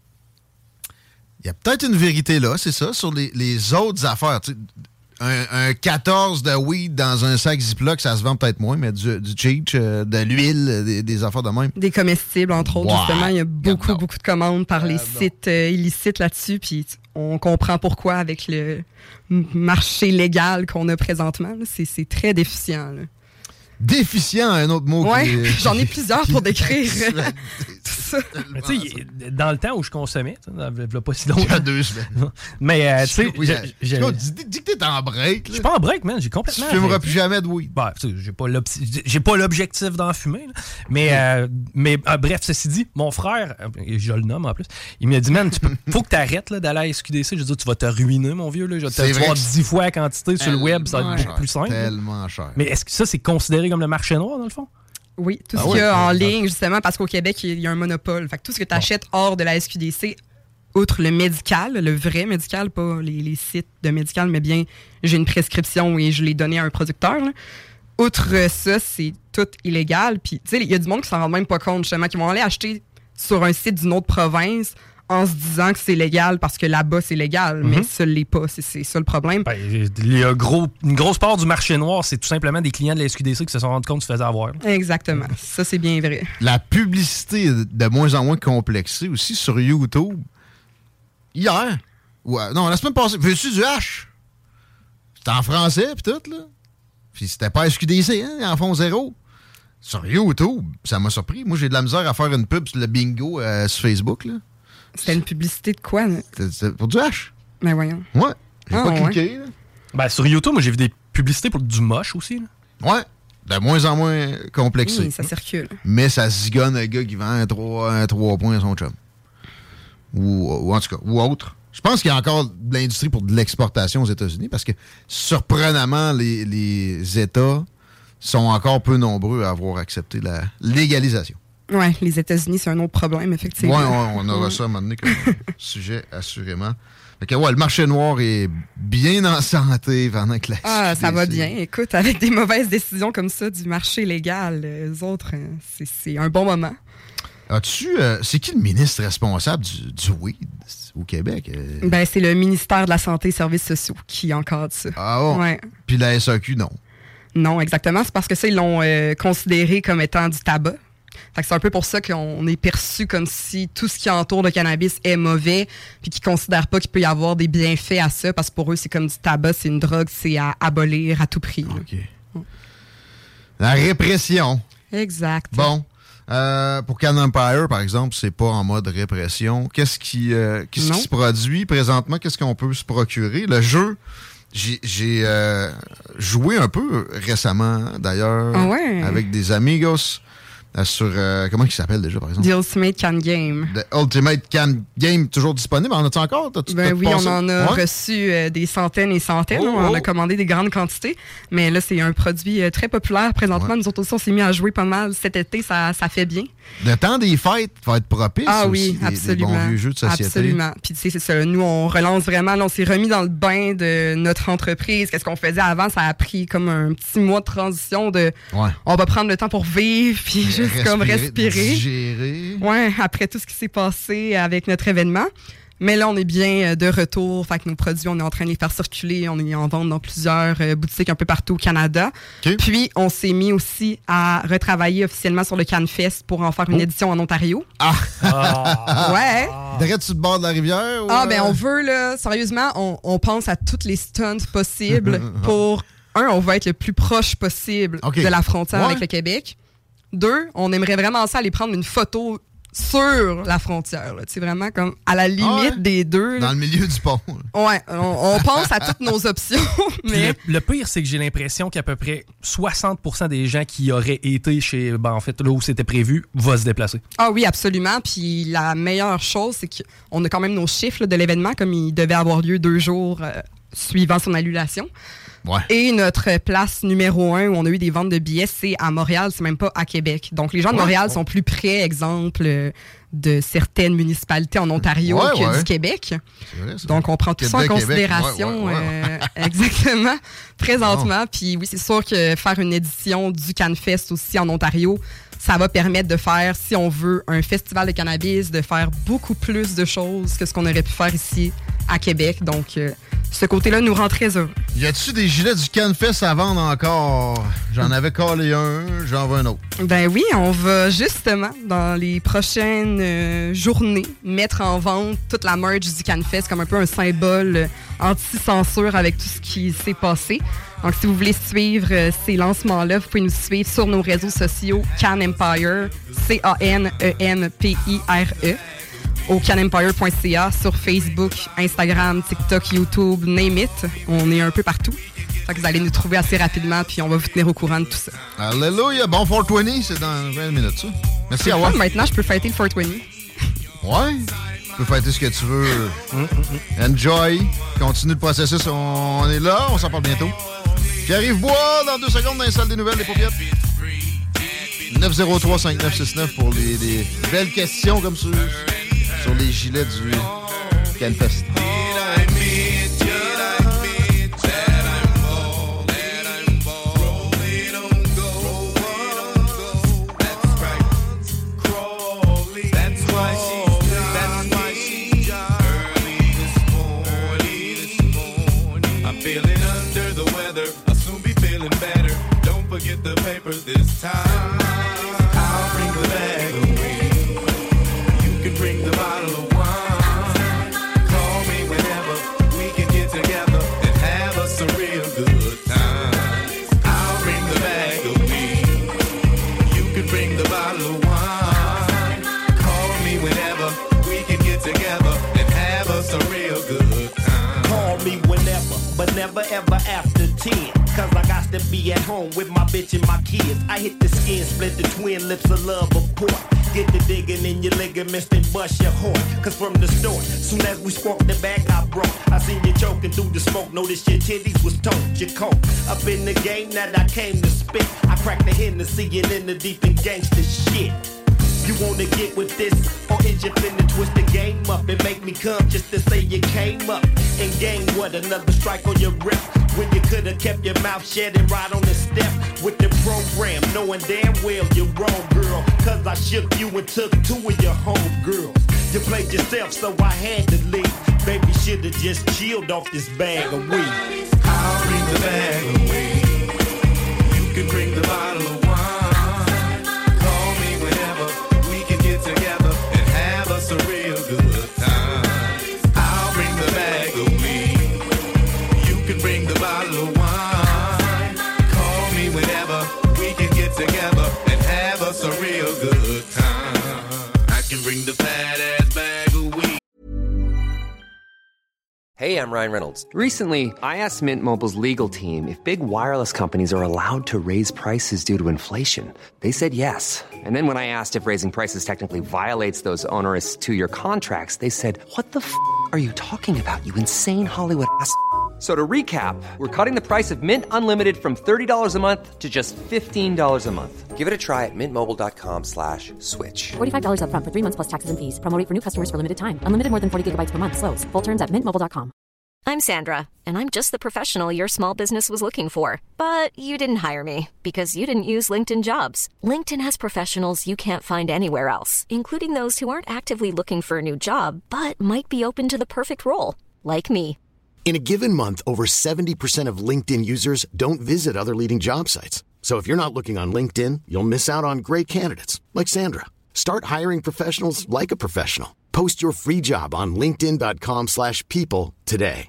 il y a peut-être une vérité là, c'est ça, sur les autres affaires. Tu sais, un 14 de weed dans un sac Ziploc, ça se vend peut-être moins, mais du cheech, de l'huile, des affaires de même. Des comestibles, entre autres, justement. Il y a beaucoup de commandes par les sites illicites là-dessus, puis on comprend pourquoi avec le marché légal qu'on a présentement. C'est très déficient. Là. Déficient, un autre mot. Oui, j'en ai plusieurs pour décrire tout ça. Mais tu sais, dans le temps où je consommais, il n'y a pas si longtemps. Il y a 2 semaines. Mais tu sais, dis que t'es en break. Je suis pas en break, man. J'ai complètement. Tu fumeras plus jamais de weed. Ben, j'ai pas l'objectif d'en fumer. Là. Mais bref, ceci dit, mon frère, et je le nomme en plus, il m'a dit, man, faut que tu arrêtes d'aller à la SQDC. Je veux dire, tu vas te ruiner, mon vieux. Là. Je vais te voir 10 fois la quantité sur le web, ça va être beaucoup plus simple. Tellement cher. Mais est-ce que ça, c'est considéré comme le marché noir, dans le fond? Oui, tout ce qu'il y a en ligne, justement, parce qu'au Québec, il y a un monopole. Fait que tout ce que tu achètes hors de la SQDC, outre le médical, le vrai médical, pas les sites de médical, mais bien, j'ai une prescription et je l'ai donnée à un producteur. Là. Outre ça, c'est tout illégal. Puis, tu sais, il y a du monde qui s'en rend même pas compte, justement, qui vont aller acheter sur un site d'une autre province en se disant que c'est légal parce que là-bas, c'est légal, mais ça ne l'est pas. C'est ça le problème. Ben, il y a une grosse part du marché noir, c'est tout simplement des clients de la SQDC qui se sont rendus compte qu'ils se faisaient avoir. Exactement. Ça, c'est bien vrai. La publicité est de moins en moins complexée aussi sur YouTube. Hier, non, la semaine passée, veux-tu du hash? C'était en français, puis tout, là. Puis c'était pas SQDC, hein? Ils en font 0. Sur YouTube, ça m'a surpris. Moi, j'ai de la misère à faire une pub sur le bingo sur Facebook, là. C'était une publicité de quoi, là? C'était pour du hash. Ben voyons. Ouais. J'ai pas cliqué, là. Ben, sur YouTube, moi, j'ai vu des publicités pour du moche aussi, là. Ouais. De moins en moins complexé. Oui, ça circule. Mais ça zigonne un gars qui vend un 3 points à son chum. Ou en tout cas, ou autre. Je pense qu'il y a encore de l'industrie pour de l'exportation aux États-Unis parce que, surprenamment, les États sont encore peu nombreux à avoir accepté la légalisation. Oui, les États-Unis, c'est un autre problème, effectivement. Oui, on aura ça à un moment donné comme sujet, assurément. Fait que, le marché noir est bien en santé pendant que la ça va bien. Écoute, avec des mauvaises décisions comme ça du marché légal, les autres, c'est un bon moment. C'est qui le ministre responsable du weed au Québec? Ben, c'est le ministère de la Santé et Services sociaux qui encadre ça. Ah bon? Ouais. Puis la SAQ, non? Non, exactement. C'est parce que ça, ils l'ont considéré comme étant du tabac. Fait que c'est un peu pour ça qu'on est perçu comme si tout ce qui entoure le cannabis est mauvais, puis qu'ils considèrent pas qu'il peut y avoir des bienfaits à ça, parce que pour eux, c'est comme du tabac, c'est une drogue, c'est à abolir à tout prix. OK. La répression. Exact. Bon. Pour Can Empire, par exemple, c'est pas en mode répression. Qu'est-ce qui se produit présentement? Qu'est-ce qu'on peut se procurer? Le jeu, j'ai joué un peu récemment, d'ailleurs, avec des amigos. Sur, comment il s'appelle déjà, par exemple? The Ultimate Can Game. The Ultimate Can Game, toujours disponible. En as-tu encore? Oui, on en a reçu des centaines et centaines. On a commandé des grandes quantités. Mais là, c'est un produit très populaire présentement. Nous autres aussi, on s'est mis à jouer pas mal cet été. Ça fait bien. Le temps des fêtes va être propice. Ah aussi, oui, absolument. Des bons vieux jeux de société. Absolument. Puis tu sais, c'est ça. Nous, on relance vraiment. Là, on s'est remis dans le bain de notre entreprise. Qu'est-ce qu'on faisait avant? Ça a pris comme un petit mois de transition de... On va prendre le temps pour vivre, puis juste comme respirer. Digérer. Ouais, après tout ce qui s'est passé avec notre événement. Mais là, on est bien de retour. Fait que nos produits, on est en train de les faire circuler. On est en vente dans plusieurs boutiques un peu partout au Canada. Okay. Puis, on s'est mis aussi à retravailler officiellement sur le CanFest pour en faire une édition en Ontario. Ouais. Direct-tu de bord de la rivière? Ou ben on veut, là, sérieusement, on pense à toutes les stunts possibles pour... on veut être le plus proche possible de la frontière avec le Québec. 2, on aimerait vraiment ça aller prendre une photo sur la frontière. C'est vraiment comme à la limite des deux. Dans le milieu du pont. Ouais, on pense à toutes nos options. Mais... Le pire, c'est que j'ai l'impression qu'à peu près 60% des gens qui auraient été chez, en fait, là où c'était prévu, vont se déplacer. Ah oui, absolument. Puis la meilleure chose, c'est qu'on a quand même nos chiffres là, de l'événement, comme il devait avoir lieu 2 jours suivant son annulation. Ouais. Et notre place numéro 1 où on a eu des ventes de billets, c'est à Montréal, c'est même pas à Québec. Donc, les gens de Montréal sont plus près, exemple, de certaines municipalités en Ontario que du Québec. Vrai, donc, on prend tout ça en considération exactement présentement. Puis oui, c'est sûr que faire une édition du CanFest aussi en Ontario, ça va permettre de faire, si on veut, un festival de cannabis, de faire beaucoup plus de choses que ce qu'on aurait pu faire ici à Québec. Donc, ce côté-là nous rend très heureux. Y a-tu des gilets du CanFest à vendre encore? J'en avais collé un, j'en veux un autre. Ben oui, on va justement, dans les prochaines journées, mettre en vente toute la merch du CanFest comme un peu un symbole anti-censure avec tout ce qui s'est passé. Donc, si vous voulez suivre ces lancements-là, vous pouvez nous suivre sur nos réseaux sociaux Can Empire, CANEMPIRE, au canempire.ca, sur Facebook, Instagram, TikTok, YouTube, name it. On est un peu partout. Fait que vous allez nous trouver assez rapidement, puis on va vous tenir au courant de tout ça. Alléluia! Bon 420, c'est dans 20 minutes, ça. Merci à vous. Maintenant, je peux fêter le 420. Ouais. Tu peux fêter ce que tu veux. Enjoy. Continue le processus. On est là. On s'en parle bientôt. Pierre-Yves Bois, dans 2 secondes, dans les salles des nouvelles, les paupiètes. 903-5969 pour les belles questions comme sur les gilets du CanFest. Forget the paper this time. I'll bring the bag of weed. You can bring the bottle of wine. Call me whenever we can get together and have us a real good time. I'll bring the bag of weed. You can bring the bottle of wine. Call me whenever we can get together and have us a real good time. Call me whenever, but never ever after 10. Cause I got to be at home with my bitch and my kids. I hit the skin, split the twin lips of love apart. Get the digging in your ligaments, then bust your heart. Cause from the start, soon as we sparked the bag I brought, I seen you choking through the smoke. Noticed your titties was told, you coke. Up in the game that I came to spit. I cracked the Hennessy and in the deep and gangsta shit. You wanna get with this, or is you finna twist the game up and make me come just to say you came up and gained what? Another strike on your wrist when you could've kept your mouth shut and ride on the step with the program, knowing damn well you're wrong, girl. Cause I shook you and took 2 of your homegirls. You played yourself, so I had to leave. Baby should've just chilled off this bag of weed. I'll bring the bag of weed. You can bring the bottle of together and have us a real good time. I'll bring the bag of weed. You can bring the bottle of wine. Call me whenever we can get together and have us a real good time. I can bring the fat ass bag of weed. Hey, I'm Ryan Reynolds. Recently, I asked Mint Mobile's legal team if big wireless companies are allowed to raise prices due to inflation. They said yes. And then when I asked if raising prices technically violates those onerous 2-year contracts, they said, "What the f*** are you talking about, you insane Hollywood ass?" So to recap, we're cutting the price of Mint Unlimited from $30 a month to just $15 a month. Give it a try at mintmobile.com/switch. $45 up front for 3 months plus taxes and fees. Promo rate for new customers for limited time. Unlimited more than 40 gigabytes per month. Slows full terms at mintmobile.com. I'm Sandra, and I'm just the professional your small business was looking for. But you didn't hire me because you didn't use LinkedIn Jobs. LinkedIn has professionals you can't find anywhere else, including those who aren't actively looking for a new job, but might be open to the perfect role, like me. In a given month, over 70% of LinkedIn users don't visit other leading job sites. So if you're not looking on LinkedIn, you'll miss out on great candidates like Sandra. Start hiring professionals like a professional. Post your free job on linkedin.com/people today.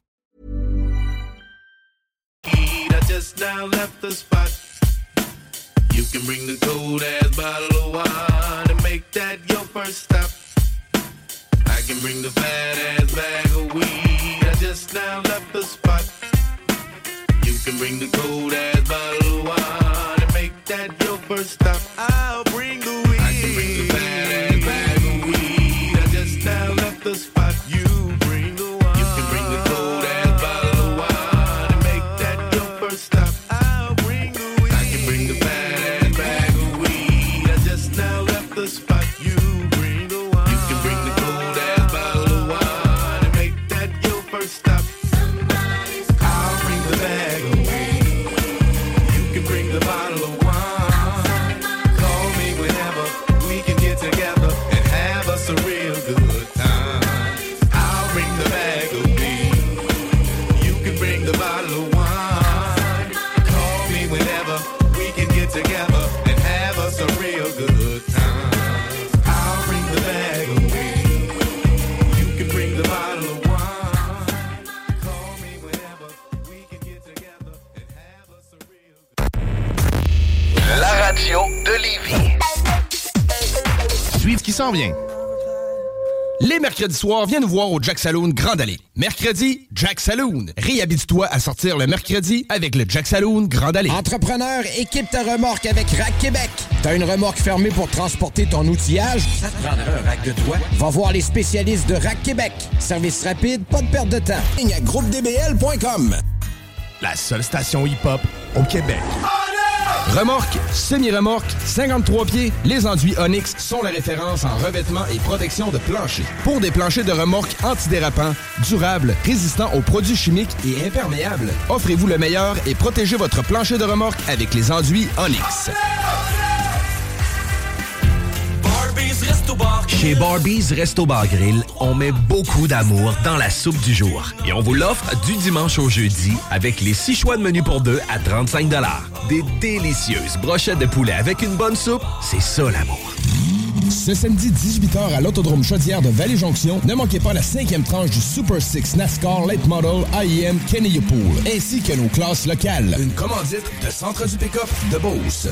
I just now left the spot. You can bring the cold ass bottle of wine and make that your first stop. I can bring the fat ass bag of weed. I just now left the spot. You can bring the cold ass bottle of wine and make that your first stop. I'll bring the weed. I can bring the fat ass bag of weed. I just now left the spot. You bring the wine. You can bring the cold ass bottle of wine and make that your first together and have us a real good time. I'll bring the bag of weed. You can bring the bottle of wine. Call me whenever we can get together and have us a real good time. La radio de Lévis. Suivez ce qui s'en vient. Les mercredis soirs, viens nous voir au Jack Saloon Grande Allée. Mercredi, Jack Saloon. Réhabite-toi à sortir le mercredi avec le Jack Saloon Grande Allée. Entrepreneur, équipe ta remorque avec Rack Québec. T'as une remorque fermée pour transporter ton outillage? Ça te prendra un rack de toi? Va voir les spécialistes de Rack Québec. Service rapide, pas de perte de temps. Ligne à groupedbl.com. La seule station hip-hop au Québec. Remorque, semi-remorque, 53 pieds, les enduits Onyx sont la référence en revêtement et protection de plancher. Pour des planchers de remorque antidérapants, durables, résistants aux produits chimiques et imperméables, offrez-vous le meilleur et protégez votre plancher de remorque avec les enduits Onyx. Chez Barbies Resto Bar Grill, on met beaucoup d'amour dans la soupe du jour. Et on vous l'offre du dimanche au jeudi avec les 6 choix de menu pour 2 à 35 $. Des délicieuses brochettes de poulet avec une bonne soupe, c'est ça l'amour. Ce samedi 18h à l'Autodrome Chaudière de Vallée-Jonction, ne manquez pas la 5e tranche du Super 6 NASCAR Late Model IEM Kenny Pool, ainsi que nos classes locales. Une commandite de Centre du Pick-up de Beauce.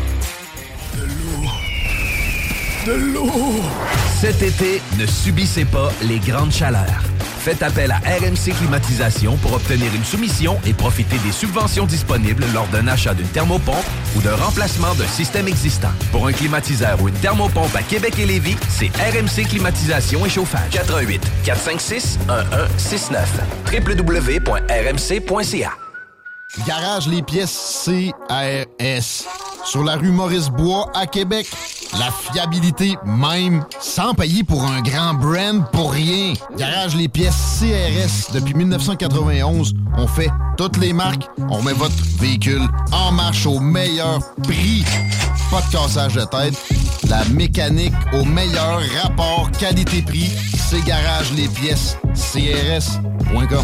De l'eau! Cet été, ne subissez pas les grandes chaleurs. Faites appel à RMC Climatisation pour obtenir une soumission et profiter des subventions disponibles lors d'un achat d'une thermopompe ou d'un remplacement d'un système existant. Pour un climatiseur ou une thermopompe à Québec et Lévis, c'est RMC Climatisation et Chauffage. 88 456 1169 www.rmc.ca. Garage les pièces CRS. Sur la rue Maurice-Bois à Québec. La fiabilité même, sans payer pour un grand brand pour rien. Garage les pièces CRS. Depuis 1991, on fait toutes les marques. On met votre véhicule en marche au meilleur prix. Pas de cassage de tête. La mécanique au meilleur rapport qualité-prix. C'est Garage les pièces CRS.com.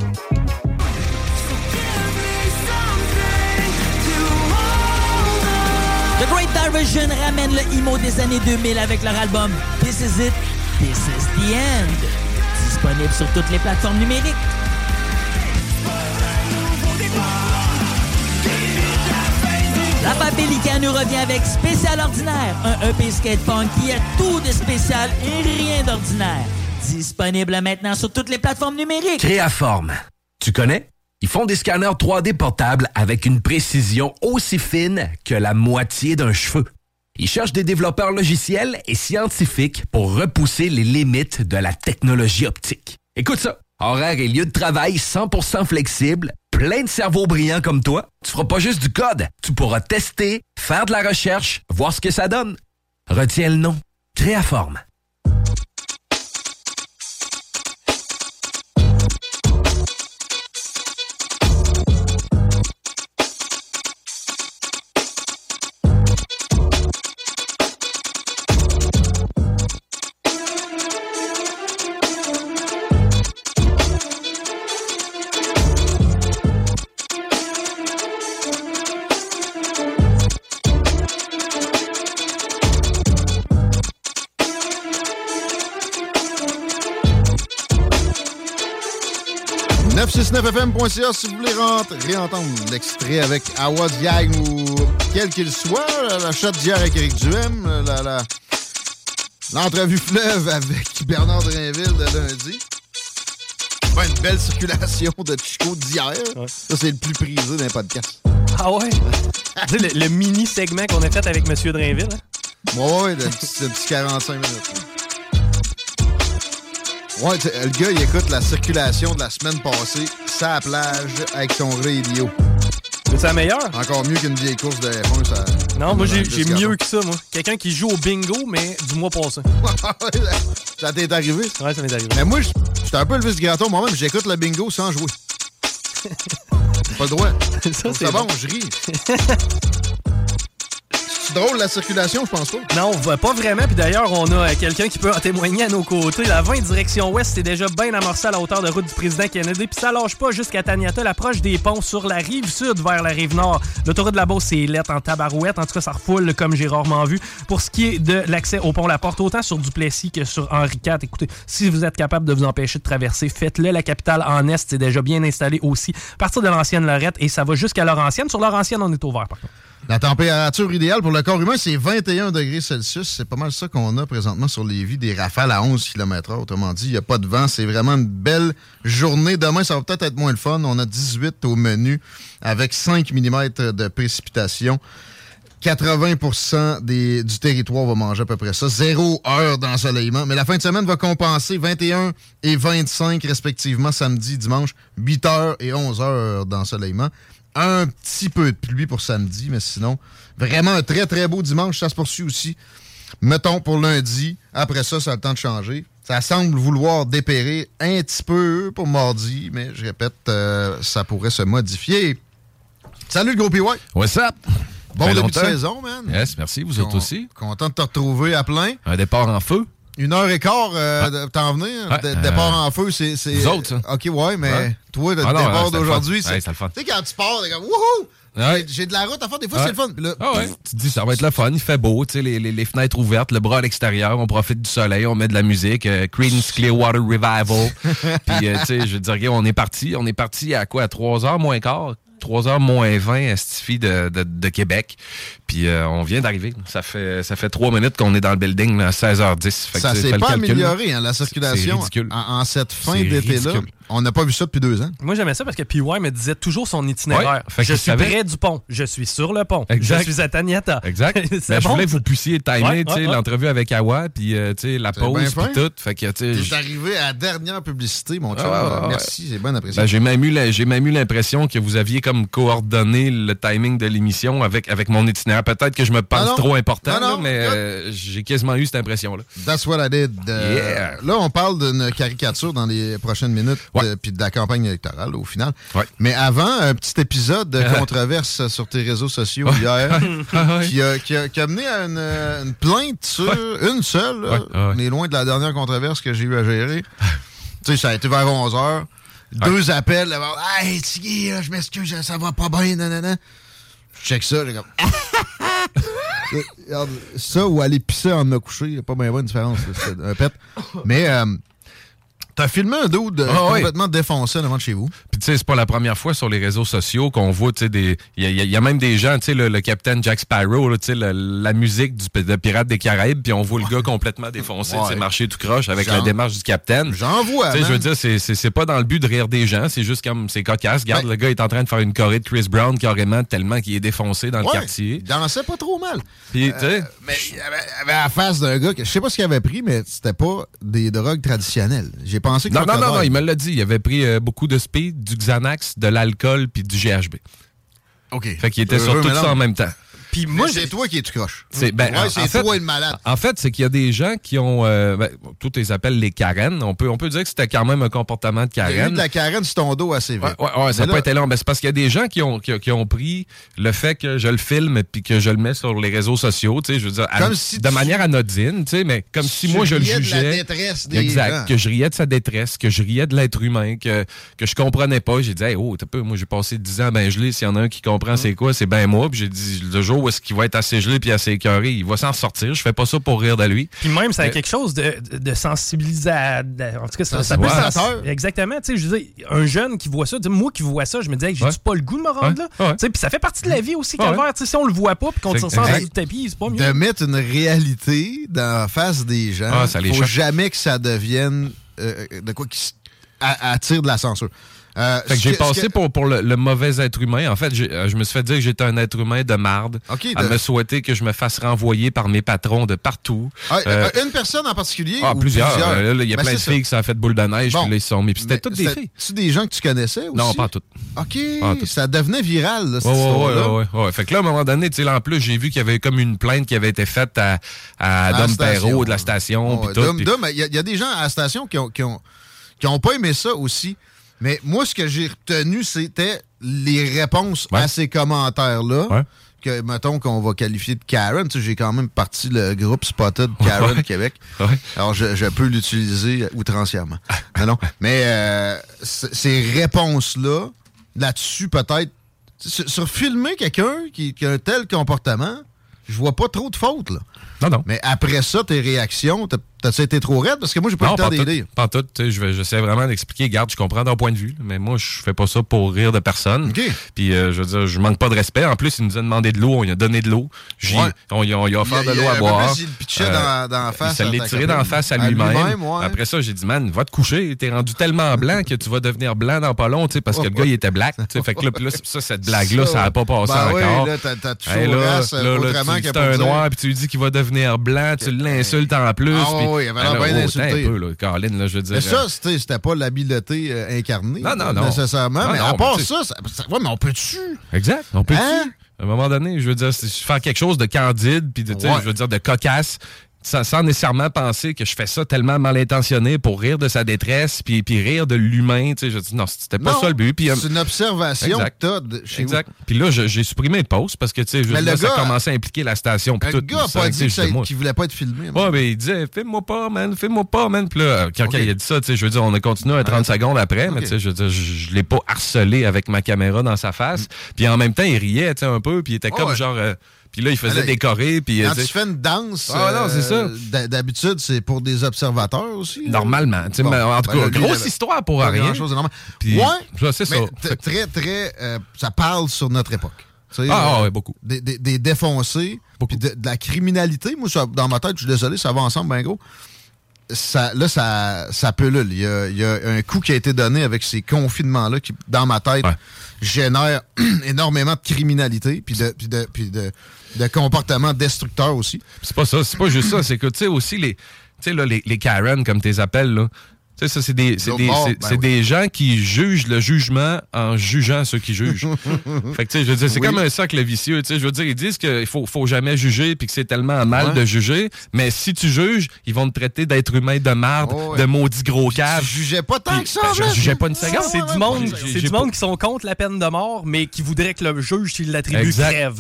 The Great Diversion ramène le emo des années 2000 avec leur album This Is It, This Is The End. Disponible sur toutes les plateformes numériques. La Papélica nous revient avec Spécial Ordinaire, un EP skatepunk qui a tout de spécial et rien d'ordinaire. Disponible maintenant sur toutes les plateformes numériques. Créaforme. Tu connais? Ils font des scanners 3D portables avec une précision aussi fine que la moitié d'un cheveu. Ils cherchent des développeurs logiciels et scientifiques pour repousser les limites de la technologie optique. Écoute ça, horaire et lieu de travail 100% flexible, plein de cerveaux brillants comme toi. Tu feras pas juste du code, tu pourras tester, faire de la recherche, voir ce que ça donne. Retiens le nom, Créaforme. .ca si vous voulez réentendre l'extrait avec Awa Diag ou quel qu'il soit, la shot d'hier avec Éric Duhem, l'entrevue fleuve avec Bernard Drainville de lundi. Ouais, une belle circulation de Chico d'hier. Ouais. Ça, c'est le plus prisé d'un podcast. Ah ouais? Tu sais, le mini-segment qu'on a fait avec M. Drainville. Hein? Ouais, de petit 45 minutes. Ouais, le gars, il écoute la circulation de la semaine passée, sa plage, avec son radio. C'est la meilleure? Encore mieux qu'une vieille course de F1, ça... Non, moi, j'ai mieux que ça, moi. Quelqu'un qui joue au bingo, mais du mois passé. Ça t'est arrivé? Ouais, ça m'est arrivé. Mais moi, j'étais un peu le vice gratton moi-même, j'écoute le bingo sans jouer. J'ai pas le droit. Ça, c'est bon, je ris. drôle, la circulation? Je pense pas. Non, pas vraiment. Puis d'ailleurs, on a quelqu'un qui peut en témoigner à nos côtés. La 20 direction ouest, c'est déjà bien amorcé à la hauteur de route du président Kennedy. Puis ça lâche pas jusqu'à Taniata, l'approche des ponts sur la rive sud vers la rive nord. L'autoroute de la Beauce, c'est lettre en tabarouette. En tout cas, ça refoule comme j'ai rarement vu. Pour ce qui est de l'accès au pont La Porte, autant sur Duplessis que sur Henri IV, écoutez, si vous êtes capable de vous empêcher de traverser, faites-le. La capitale en est, c'est déjà bien installé aussi. À partir de l'ancienne Lorette, et ça va jusqu'à Laurentienne. Sur Laurentienne, on est au vert, par contre. La température idéale pour le corps humain, c'est 21 degrés Celsius. C'est pas mal ça qu'on a présentement sur Lévis, des rafales à 11 km/h. Autrement dit, il n'y a pas de vent. C'est vraiment une belle journée. Demain, ça va peut-être être moins le fun. On a 18 au menu avec 5 mm de précipitation. 80% du territoire va manger à peu près ça. 0 heure d'ensoleillement. Mais la fin de semaine va compenser 21 et 25 respectivement, samedi, dimanche. 8 heures et 11 heures d'ensoleillement. Un petit peu de pluie pour samedi, mais sinon, vraiment un très, très beau dimanche. Ça se poursuit aussi. Mettons pour lundi. Après ça, ça a le temps de changer. Ça semble vouloir dépérir un petit peu pour mardi, mais je répète, ça pourrait se modifier. Salut le gros PY. What's up? Bon début de saison, man. Yes, merci. Vous autres aussi. Content de te retrouver à plein. Un départ en feu. 1h15 de t'en venir. Ouais, départ en feu, c'est... Vous autres, ça. OK, ouais, mais toi, le départ d'aujourd'hui, c'est... le fun. Tu sais, quand tu pars, t'es comme, wouhou! Ouais. J'ai de la route à faire. Des fois, c'est le fun. Puis là, tu te dis, ça va être le fun. Il fait beau. Tu sais, les fenêtres ouvertes, le bras à l'extérieur. On profite du soleil. On met de la musique. Creedence Clearwater Revival. Puis, tu sais, je veux dire, on est parti. On est parti à quoi? À 3h moins quart? 3h moins 20 à Stifie de Québec. Puis on vient d'arriver. Ça fait 3 minutes qu'on est dans le building là, à 16h10. Fait ça que, s'est pas amélioré, hein, la circulation. C'est ridicule. En cette fin d'été-là. On n'a pas vu ça depuis 2 ans. Moi, j'aimais ça parce que PY me disait toujours son itinéraire. Ouais, je suis près du pont. Je suis sur le pont. Exact. Je suis à Taniata. Exact. Mais je voulais que vous puissiez timer l'entrevue avec Awa, puis la pause, puis tout. Fait que, t'es arrivé à la dernière publicité, mon chum. Merci, c'est bien apprécié. Ben, j'ai même eu l'impression que vous aviez comme coordonné le timing de l'émission avec mon itinéraire. Peut-être que je me pense trop important, là, mais j'ai quasiment eu cette impression-là. That's what I did. Yeah. Là, on parle d'une caricature dans les prochaines minutes, puis de la campagne électorale, au final. Ouais. Mais avant, un petit épisode de controverse sur tes réseaux sociaux hier qui a mené à une plainte sur une seule. On est loin de la dernière controverse que j'ai eu à gérer. Tu sais, ça a été vers 11h. 2 appels. Hey, Tiggy, je m'excuse, ça va pas bien, nanana. Je check ça, j'ai comme... Regarde, ça ou aller pisser en me coucher, il n'y a pas bien bonne différence. C'est un pet. Mais... t'as filmé un dude complètement défoncé devant de chez vous. Puis tu sais, c'est pas la première fois sur les réseaux sociaux qu'on voit, tu sais, il y a même des gens, tu sais, le capitaine Jack Sparrow, tu sais, la musique de Pirates des Caraïbes, puis on voit le gars complètement défoncé, tu sais, marcher tout croche avec la démarche du capitaine. J'en vois, tu sais, je veux dire, c'est pas dans le but de rire des gens, c'est juste comme, c'est cocasse. Regarde, le gars est en train de faire une choré de Chris Brown carrément, tellement qu'il est défoncé dans le quartier. Il dansait pas trop mal. Puis, tu sais... Mais il avait la face d'un gars que je sais pas ce qu'il avait pris, mais c'était pas des drogues traditionnelles. J'ai pensé que non, il me l'a dit. Il avait pris beaucoup de speed, du Xanax, de l'alcool puis du GHB. OK. Fait qu'il était sur tout ça en même temps. Puis moi, c'est toi qui es tout croche. C'est toi le malade. En fait, c'est qu'il y a des gens qui ont... tous les appellent les Karen. On peut dire que c'était quand même un comportement de Karen. Il y a eu de la Karen sur ton dos assez vite. Ouais, ça n'a pas été long. Mais c'est parce qu'il y a des gens qui ont pris le fait que je le filme puis que je le mets sur les réseaux sociaux, tu sais, je veux dire, de manière anodine, tu sais, mais comme si moi je le jugeais. De la détresse des gens. gens. Que je riais de sa détresse, que je riais de l'être humain, que je comprenais pas. J'ai dit, hey, moi j'ai passé 10 ans ben gelé. S'il y en a un qui comprend c'est quoi, c'est ben moi. Puis j'ai dit, le jour où est-ce qu'il va être assez gelé puis assez écœuré, il va s'en sortir. Je fais pas ça pour rire de lui. Puis même, ça a quelque chose de sensibilisateur. En tout cas, ça peut exactement. Tu sais, je veux dire, un jeune qui voit ça, moi qui vois ça, je me dis, hey, j'ai-tu pas le goût de me rendre là? Tu sais, puis ça fait partie de la vie aussi, Calvaire. Tu sais, si on le voit pas puis qu'on tire ça en du tapis, c'est pas mieux. De mettre une réalité dans la face des gens, faut jamais que ça devienne de quoi qui attire de la censure. Fait que j'ai passé pour le mauvais être humain. En fait, je me suis fait dire que j'étais un être humain de marde. À me souhaiter que je me fasse renvoyer par mes patrons de partout. Une personne en particulier? Ou plusieurs. Il y a plein de filles qui s'en fait boule de neige, puis là, ils sont mis. Puis c'était toutes des filles. C'est des gens que tu connaissais aussi? Non, pas toutes. OK, ça devenait viral, là, cette histoire-là. Ouais. Fait que là, à un moment donné, tu sais, en plus, j'ai vu qu'il y avait comme une plainte qui avait été faite à Dom Perrault de la station. Il y a des gens à la station qui ont pas aimé ça aussi. Mais moi, ce que j'ai retenu, c'était les réponses à ces commentaires-là que, mettons, qu'on va qualifier de Karen. Tu sais, j'ai quand même parti le groupe Spotted Karen Québec. Ouais. Alors, je peux l'utiliser outrancièrement. Non. Mais ces réponses-là, là-dessus, peut-être, sur filmer quelqu'un qui a un tel comportement, je vois pas trop de fautes, là. Non. Mais après ça, tes réactions, t'as-tu été trop raide? Parce que moi, j'ai pas eu le temps d'aider. Pas tout. J'essaie vraiment d'expliquer. Garde, je comprends ton point de vue, mais moi, je fais pas ça pour rire de personne. Okay. Puis, je veux dire, je manque pas de respect. En plus, il nous a demandé de l'eau. On lui a donné de l'eau. On lui a offert de l'eau à boire. Il le pitchait dans la face. Il s'est tiré dans la face à lui-même. Après ça, j'ai dit, man, va te coucher. T'es rendu tellement blanc que tu vas devenir blanc dans pas long, parce que le gars, il était black. Fait que là, cette blague-là, ça a pas passé encore. Là, t'as toujours autrement que un noir, puis tu lui dis qu'il va devenir blanc. Tu l'insultes en plus. Il avait l'air bien insulté. Un peu, là, Caroline, là, je veux dire. Mais ça, c'était pas l'habileté incarnée. Non. Nécessairement. Mais à part ça, mais on peut-tu? Exact. On peut-tu? À un moment donné, je veux dire, faire quelque chose de candide, puis je veux dire, de cocasse, sans nécessairement penser que je fais ça tellement mal intentionné pour rire de sa détresse, puis rire de l'humain. Je dis, non, c'était pas ça le but. C'est une observation que t'as chez vous. Puis là, j'ai supprimé le post parce que ça commençait à impliquer la station. Le gars a pas dit qu'il voulait pas être filmé. Ouais, mais il disait, filme-moi pas, man. Puis là, quand il a dit ça, je veux dire, on a continué 30 secondes après, mais je veux dire, je l'ai pas harcelé avec ma caméra dans sa face. Puis en même temps, il riait un peu, puis il était comme genre... Puis là, il faisait décorer. Puis, quand tu fais une danse, non, c'est ça. D'habitude, c'est pour des observateurs aussi. Normalement. En tout cas, grosse histoire pour rien. Puis, c'est ça. Très, très... ça parle sur notre époque. Oui, beaucoup. Des défoncés, puis de la criminalité. Moi, dans ma tête, je suis désolé, ça va ensemble, ben gros. Ça pullule. Il y a un coup qui a été donné avec ces confinements-là qui, dans ma tête, génère énormément de criminalité puis de comportements destructeurs aussi. C'est pas ça, c'est pas juste ça, c'est que tu sais aussi les Karen comme tu les appelles là. Tu sais, ça, c'est des gens qui jugent le jugement en jugeant ceux qui jugent. Fait que, tu sais, je veux dire, c'est comme un cercle vicieux. Tu sais, je veux dire, ils disent qu'il faut jamais juger puis que c'est tellement mal de juger. Mais si tu juges, ils vont te traiter d'être humain de marde, de maudit gros cave. Je jugeais pas tant que ça, je jugeais pas une seconde. C'est du monde qui sont contre la peine de mort, mais qui voudrait que le juge, s'il l'attribue, crève.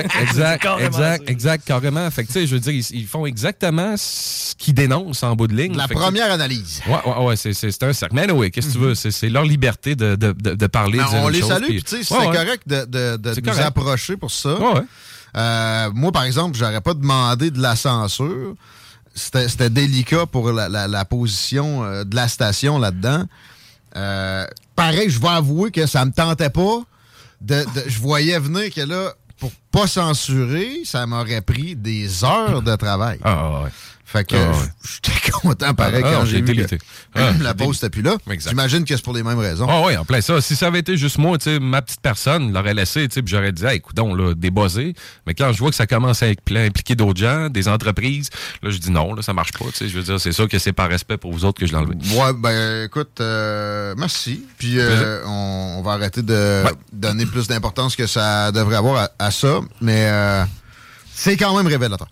Exact, carrément. Fait que, tu sais, je veux dire, ils font exactement ce qu'ils dénoncent en bout de ligne. La première analyse. Ouais, c'est un cercle. Mais oui, qu'est-ce que tu veux? C'est leur liberté de parler. On les salue, puis tu sais, c'est correct de nous approcher pour ça. Moi, par exemple, j'aurais pas demandé de la censure. C'était délicat pour la position de la station là-dedans. Pareil, je vais avouer que ça me tentait pas. Je voyais venir que là, pour pas censurer, ça m'aurait pris des heures de travail. Fait que j'étais content pareil quand j'ai vu que la pause n'était plus là. J'imagine que c'est pour les mêmes raisons. Oui, en plein ça. Si ça avait été juste moi, ma petite personne, l'aurait laissé, puis j'aurais dit, hey, écoute, là, débossé. Mais quand je vois que ça commence à impliquer d'autres gens, des entreprises, là, je dis non, là, ça marche pas. Je veux dire, c'est sûr que c'est par respect pour vous autres que je l'ai enlevé. Ouais, ben, écoute, merci. Puis on va arrêter de donner plus d'importance que ça devrait avoir à ça. Mais c'est quand même révélateur.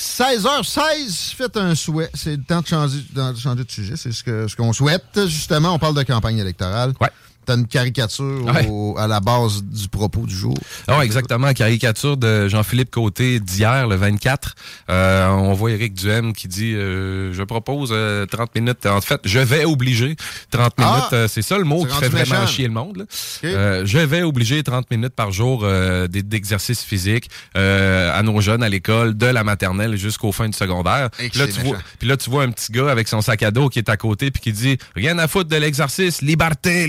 16h16, faites un souhait. C'est le temps de changer de sujet. C'est ce qu'on souhaite. Justement, on parle de campagne électorale. T'as une caricature à la base du propos du jour. Exactement. Caricature de Jean-Philippe Côté d'hier, le 24. On voit Éric Duhem qui dit je propose 30 minutes. En fait, je vais obliger 30 minutes. C'est ça le mot qui fait vraiment chier le monde. Là. Okay. Je vais obliger 30 minutes par jour d'exercice physique à nos jeunes à l'école, de la maternelle jusqu'au fin du secondaire. Puis là, tu vois un petit gars avec son sac à dos qui est à côté puis qui dit rien à foutre de l'exercice, liberté.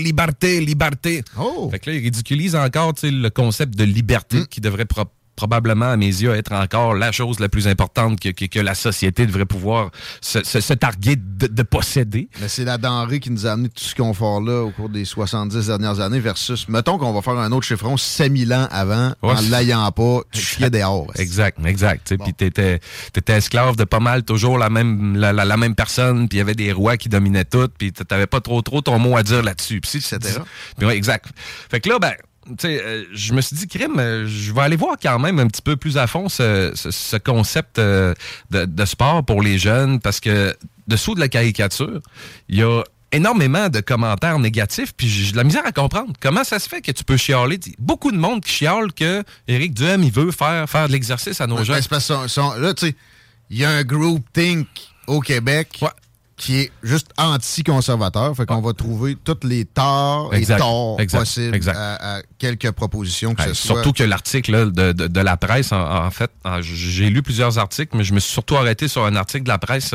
Fait que là, il ridiculise encore le concept de liberté qui devrait probablement, à mes yeux, être encore la chose la plus importante que la société devrait pouvoir se targuer de posséder. Mais c'est la denrée qui nous a amené tout ce confort-là au cours des 70 dernières années versus, mettons qu'on va faire un autre chiffron 5000 ans avant, en l'ayant pas, tu chiais dehors. Exact. Puis t'étais esclave de pas mal, toujours la même personne, puis il y avait des rois qui dominaient tout, puis t'avais pas trop ton mot à dire là-dessus. Puis exact. Fait que là, je me suis dit, crime, je vais aller voir quand même un petit peu plus à fond ce concept de sport pour les jeunes, parce que dessous de la caricature, il y a énormément de commentaires négatifs, puis j'ai de la misère à comprendre. Comment ça se fait que tu peux chialer? Beaucoup de monde qui chiale que Éric Duhem, il veut faire de l'exercice à nos jeunes. C'est parce que là, tu sais, il y a un groupthink au Québec qui est juste anti-conservateur. Fait qu'on va trouver tous les torts et torts possibles à quelques propositions que ce soit. Surtout que l'article là, de la presse, en fait, j'ai lu plusieurs articles, mais je me suis surtout arrêté sur un article de la presse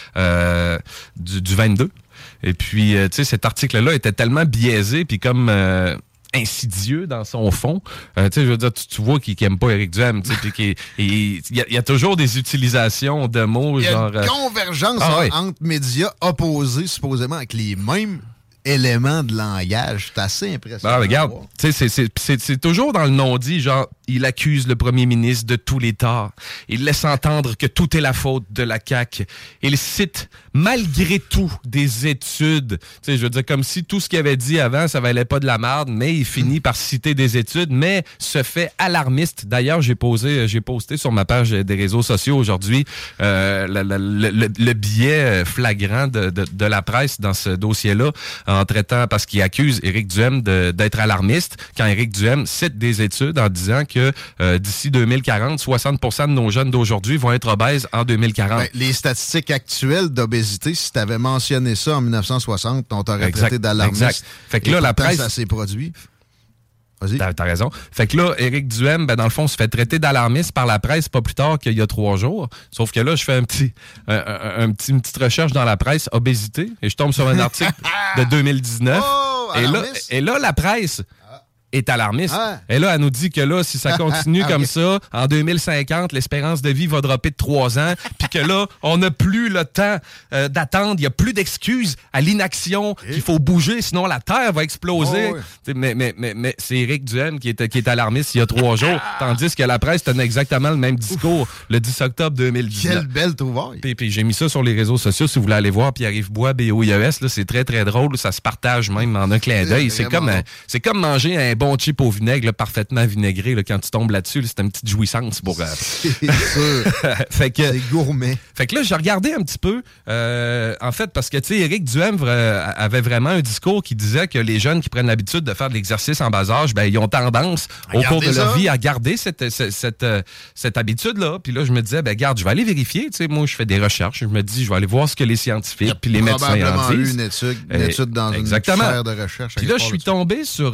du 22. Et puis, tu sais, cet article-là était tellement biaisé, puis comme insidieux dans son fond. Tu sais, je veux dire, tu vois qu'il n'aime pas Éric Duhem, tu sais, puis il y a toujours des utilisations de mots genre... Il y a une convergence entre médias opposés, supposément, avec les mêmes éléments de langage. C'est assez impressionnant. Regarde, tu sais, c'est toujours dans le non-dit, genre, il accuse le premier ministre de tous les torts. Il laisse entendre que tout est la faute de la CAQ. Il cite, malgré tout, des études. Tu sais, je veux dire, comme si tout ce qu'il avait dit avant, ça valait pas de la merde, mais il finit par citer des études, mais se fait alarmiste. D'ailleurs, j'ai posté sur ma page des réseaux sociaux aujourd'hui le biais flagrant de la presse dans ce dossier-là, en traitant, parce qu'il accuse Éric Duhem d'être alarmiste, quand Éric Duhem cite des études en disant que d'ici 2040, 60% de nos jeunes d'aujourd'hui vont être obèses en 2040. Ben, les statistiques actuelles d'obésité, si tu avais mentionné ça en 1960, on t'aurait traité d'alarmiste. Exact. Fait que là, la presse... ça s'est produit. Vas-y. T'as raison. Fait que là, Éric Duhem, ben, dans le fond, se fait traiter d'alarmiste par la presse pas plus tard qu'il y a 3 jours. Sauf que là, je fais une petite recherche dans la presse, obésité, et je tombe sur un article de 2019. Et là, la presse est alarmiste. Et là, elle nous dit que là, si ça continue comme ça, en 2050, l'espérance de vie va dropper de 3 ans, puis que là, on n'a plus le temps d'attendre, il n'y a plus d'excuses à l'inaction, qu'il faut bouger, sinon la Terre va exploser. Mais c'est Éric Duhem qui est alarmiste il y a 3 jours, tandis que la presse tenait exactement le même discours le 10 octobre 2019. Quelle belle trouvaille! Puis j'ai mis ça sur les réseaux sociaux, si vous voulez aller voir Pierre-Yves Bois, BOIES, là, c'est très, très drôle, ça se partage même en un clin d'œil. C'est comme manger un bon chip au vinaigre, là, parfaitement vinaigré, là, quand tu tombes là-dessus, là, c'est une petite jouissance pour... C'est sûr. C'est gourmet. Fait que là, j'ai regardé un petit peu, en fait, parce que, tu sais, Éric Duhem avait vraiment un discours qui disait que les jeunes qui prennent l'habitude de faire de l'exercice en bas âge, ben, ils ont tendance, au cours de leur vie, à garder cette habitude-là. Puis là, je me disais, ben, garde, je vais aller vérifier, tu sais, moi, je fais des recherches, je me dis, je vais aller voir ce que les scientifiques puis les médecins en disent. Une étude dans une chaire de recherche. Puis là, je suis tombé sur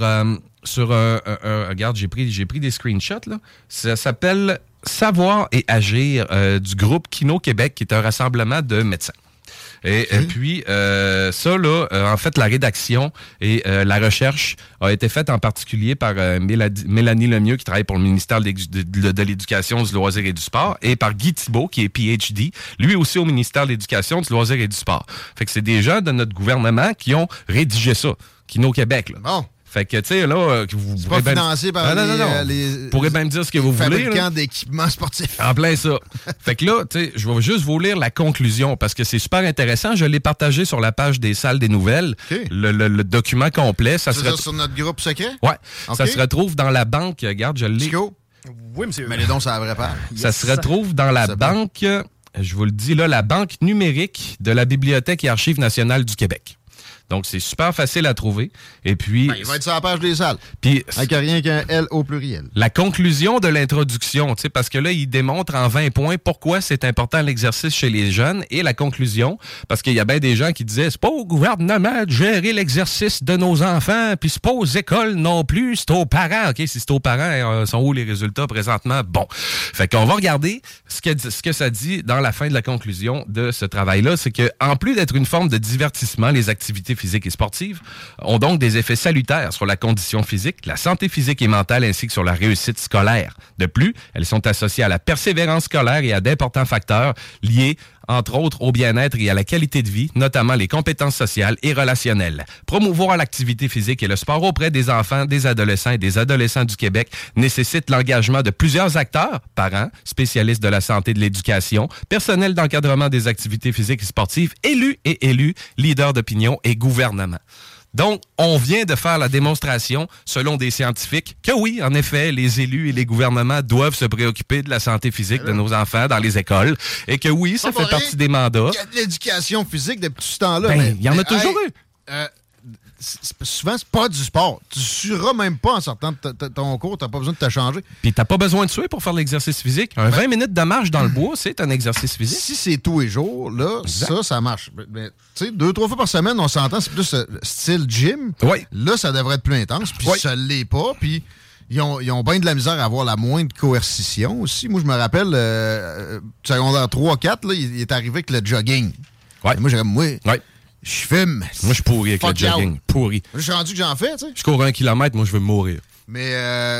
regarde, j'ai pris des screenshots, là. Ça s'appelle Savoir et agir du groupe Kino Québec, qui est un rassemblement de médecins. Et puis, ça, là, en fait, la rédaction et la recherche a été faite en particulier par Mélanie Lemieux, qui travaille pour le ministère de l'Éducation, du loisir et du sport, et par Guy Thibault, qui est PhD, lui aussi au ministère de l'Éducation, du loisir et du sport. Fait que c'est des gens de notre gouvernement qui ont rédigé ça, Kino Québec, là. Bon. Fait que, tu sais, là... C'est pas financé par les... Vous pourrez bien me dire ce que vous voulez. Fabricants d'équipements sportifs. En plein ça. Fait que là, tu sais, je vais juste vous lire la conclusion parce que c'est super intéressant. Je l'ai partagé sur la page des salles des nouvelles. Okay. Le document complet. Ça c'est sur notre groupe secret? Ouais. Okay. Ça se retrouve dans la banque. Regarde, je l'ai. Chico? Oui, monsieur. Mais les dons, c'est la vraie page. Ça se retrouve dans la banque, je vous le dis là, la banque numérique de la Bibliothèque et Archives nationales du Québec. Donc, c'est super facile à trouver. Et puis... il va être sur la page des salles. Puis, avec rien qu'un L au pluriel. La conclusion de l'introduction, tu sais, parce que là, il démontre en 20 points pourquoi c'est important l'exercice chez les jeunes. Et la conclusion, parce qu'il y a bien des gens qui disaient, c'est pas au gouvernement de gérer l'exercice de nos enfants, puis c'est pas aux écoles non plus, c'est aux parents. OK, si c'est aux parents, sont où les résultats présentement? Bon. Fait qu'on va regarder ce que ça dit dans la fin de la conclusion de ce travail-là. C'est que, en plus d'être une forme de divertissement, les activités physiques et sportives ont donc des effets salutaires sur la condition physique, la santé physique et mentale ainsi que sur la réussite scolaire. De plus, elles sont associées à la persévérance scolaire et à d'importants facteurs liés entre autres au bien-être et à la qualité de vie, notamment les compétences sociales et relationnelles. Promouvoir l'activité physique et le sport auprès des enfants, des adolescents et des adolescents du Québec nécessite l'engagement de plusieurs acteurs, parents, spécialistes de la santé et de l'éducation, personnel d'encadrement des activités physiques et sportives, élus, leaders d'opinion et gouvernement. Donc, on vient de faire la démonstration, selon des scientifiques, que oui, en effet, les élus et les gouvernements doivent se préoccuper de la santé physique de nos enfants dans les écoles et que oui, ça fait partie des mandats. Il y a de l'éducation physique depuis tout ce temps-là. Ben, il y en a toujours eu. souvent, c'est pas du sport. Tu sueras même pas en sortant de ton cours. T'as pas besoin de te changer. Puis t'as pas besoin de suer pour faire de l'exercice physique. 20 minutes de marche dans le bois, c'est un exercice physique. Si c'est tous les jours, là, ça marche. Mais, tu sais, 2-3 fois par semaine, on s'entend, c'est plus style gym. Oui. Là, ça devrait être plus intense. Puis ça l'est pas. Puis ils ont bien de la misère à avoir la moindre coercition aussi. Moi, je me rappelle, secondaire 3-4, là, il est arrivé avec le jogging. Ouais. Et moi, je fume. Moi, je suis pourri avec le jogging. Pourri. Je suis rendu que j'en fais, tu sais. Je cours 1 kilomètre, moi, je veux mourir. Mais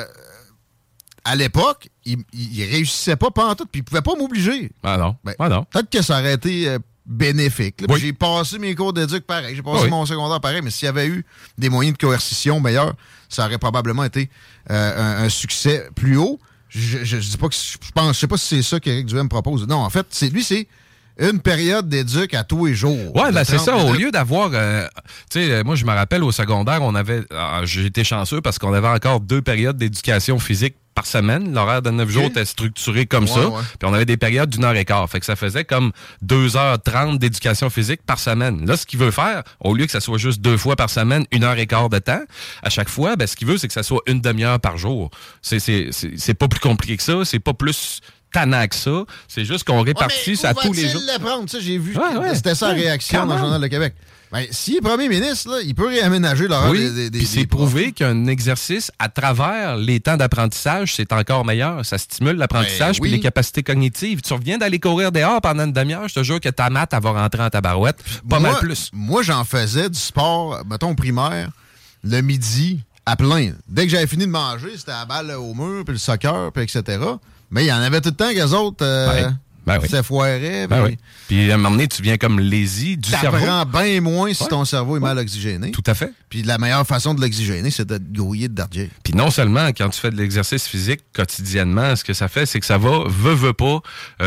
à l'époque, il réussissait pas pantoute, puis il pouvait pas m'obliger. Ah non. Non. Peut-être que ça aurait été bénéfique. Là. Oui. J'ai passé mes cours d'éduc pareil. J'ai passé mon secondaire pareil, mais s'il y avait eu des moyens de coercition meilleurs, ça aurait probablement été un succès plus haut. Je dis pas que je sais pas si c'est ça qu'Éric Duhem propose. Non, en fait, c'est une période d'éduc à tous les jours. Ouais, ben c'est ça. Au lieu d'avoir... tu sais, moi, je me rappelle, au secondaire, j'ai été chanceux parce qu'on avait encore 2 périodes d'éducation physique par semaine. L'horaire de 9 jours était structuré comme ça. Ouais. Puis on avait des périodes d'1h15. Fait que ça faisait comme 2h30 d'éducation physique par semaine. Là, ce qu'il veut faire, au lieu que ça soit juste 2 fois par semaine, 1h15 de temps, à chaque fois, ben, ce qu'il veut, c'est que ça soit une demi-heure par jour. C'est pas plus compliqué que ça. C'est pas plus tannant que ça. C'est juste qu'on répartit ça tous les jours. L'apprendre? Ça, j'ai vu que c'était ça la réaction dans le Journal de Québec. Ben, s'il est premier ministre, là, il peut réaménager l'horaire des puis c'est prouvé qu'un exercice à travers les temps d'apprentissage, c'est encore meilleur. Ça stimule l'apprentissage puis les capacités cognitives. Tu reviens d'aller courir dehors pendant une demi-heure, je te jure que ta maths, elle va rentrer en tabarouette. Pas mal plus. Moi, j'en faisais du sport, mettons, primaire, le midi, à plein. Dès que j'avais fini de manger, c'était la balle au mur, puis le soccer, puis etc. Mais il y en avait tout le temps qu'eux autres se foiraient. Puis à un moment donné, tu viens comme lazy du cerveau. T'apprends bien moins si ton cerveau est mal oxygéné. Tout à fait. Puis la meilleure façon de l'oxygéner, c'est de te grouiller de dardier. Puis non seulement, quand tu fais de l'exercice physique quotidiennement, ce que ça fait, c'est que ça va, veut pas,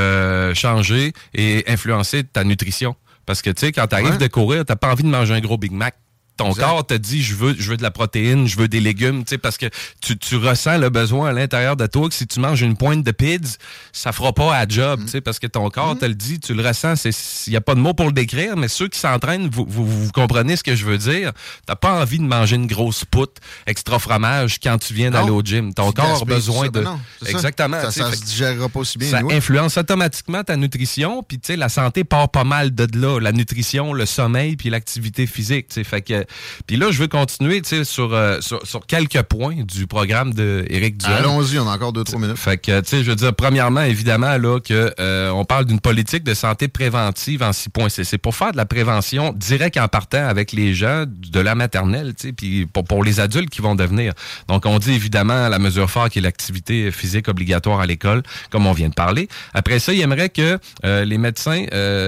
changer et influencer ta nutrition. Parce que, tu sais, quand t'arrives de courir, t'as pas envie de manger un gros Big Mac. Ton corps te dit, je veux de la protéine, je veux des légumes, tu sais, parce que tu ressens le besoin à l'intérieur de toi que si tu manges une pointe de pids, ça fera pas à job, tu sais, parce que ton corps te le dit, tu le ressens. Il n'y a pas de mots pour le décrire, mais ceux qui s'entraînent, vous comprenez ce que je veux dire. T'as pas envie de manger une grosse poutre extra fromage quand tu viens d'aller au gym. Ton corps a besoin de... Non, exactement. Ça se digérera pas aussi bien. Ça influence automatiquement ta nutrition, puis tu sais, la santé part pas mal de là. La nutrition, le sommeil, puis l'activité physique, tu sais, fait que... Puis là, je veux continuer sur quelques points du programme d'Éric Duhem. Allons-y, on a encore 2-3 minutes. Fait que, tu sais, je veux dire, premièrement, évidemment, là, que on parle d'une politique de santé préventive en 6 points. C'est pour faire de la prévention direct en partant avec les gens de la maternelle, tu sais, puis pour les adultes qui vont devenir. Donc, on dit évidemment la mesure phare qui est l'activité physique obligatoire à l'école, comme on vient de parler. Après ça, il aimerait que les médecins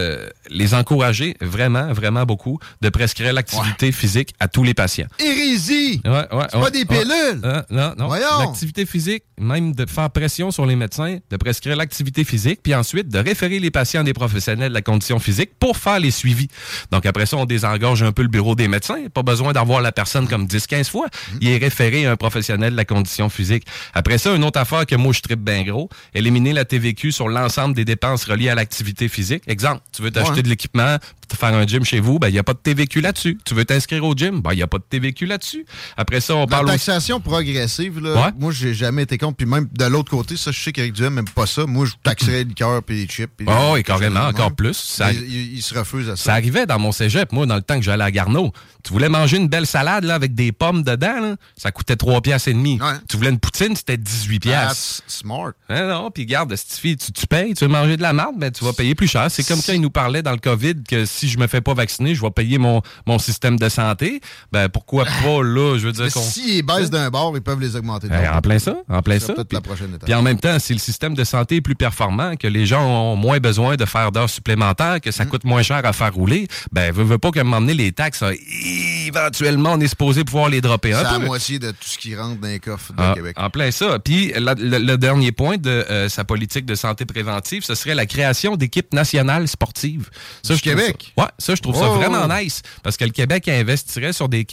les encourager vraiment, vraiment beaucoup de prescrire l'activité physique à tous les patients. Hérésie! C'est pas des pilules! Non. Voyons! L'activité physique, même de faire pression sur les médecins, de prescrire l'activité physique, puis ensuite de référer les patients des professionnels de la condition physique pour faire les suivis. Donc après ça, on désengorge un peu le bureau des médecins. Pas besoin d'avoir la personne comme 10-15 fois. Il est référé à un professionnel de la condition physique. Après ça, une autre affaire que moi je trippe bien gros, éliminer la TVQ sur l'ensemble des dépenses reliées à l'activité physique. Exemple, tu veux t'acheter de l'équipement, te faire un gym chez vous, ben il n'y a pas de TVQ là-dessus. Tu veux t'inscrire au gym, ben il n'y a pas de TVQ là-dessus. Après ça, on parle... La taxation progressive, là, moi, j'ai jamais été contre. Puis même de l'autre côté, ça, je sais qu'Éric Duhem n'aime pas ça. Moi, je taxerais les liqueurs puis les chips. Oh, et carrément, encore plus. Il se refuse à ça. Ça arrivait dans mon cégep, moi, dans le temps que j'allais à Garneau. Tu voulais manger une belle salade là, avec des pommes dedans, là, ça coûtait 3,5 $. Ouais. Tu voulais une poutine, c'était 18 $. That's smart. Non, puis garde, tu payes, tu veux manger de la marde, ben, tu vas payer plus cher. C'est comme quand il nous parlait dans le COVID que si je me fais pas vacciner, je vais payer mon système de santé. Ben, pourquoi pas, là, je veux dire qu'on... S'ils baissent d'un bord, ils peuvent les augmenter. En plein ça. Peut-être la prochaine étape. Puis en même temps, si le système de santé est plus performant, que les gens ont moins besoin de faire d'heures supplémentaires, que ça coûte moins cher à faire rouler, ben, veux pas qu'à un moment donné, les taxes, éventuellement, on est supposé pouvoir les dropper. C'est la moitié de tout ce qui rentre dans les coffres de Québec. En plein ça. Puis le dernier point de sa politique de santé préventive, ce serait la création d'équipes nationales sportives. Ça, du Québec? Ça, je trouve ça vraiment nice. Parce que le Québec investirait sur des équipes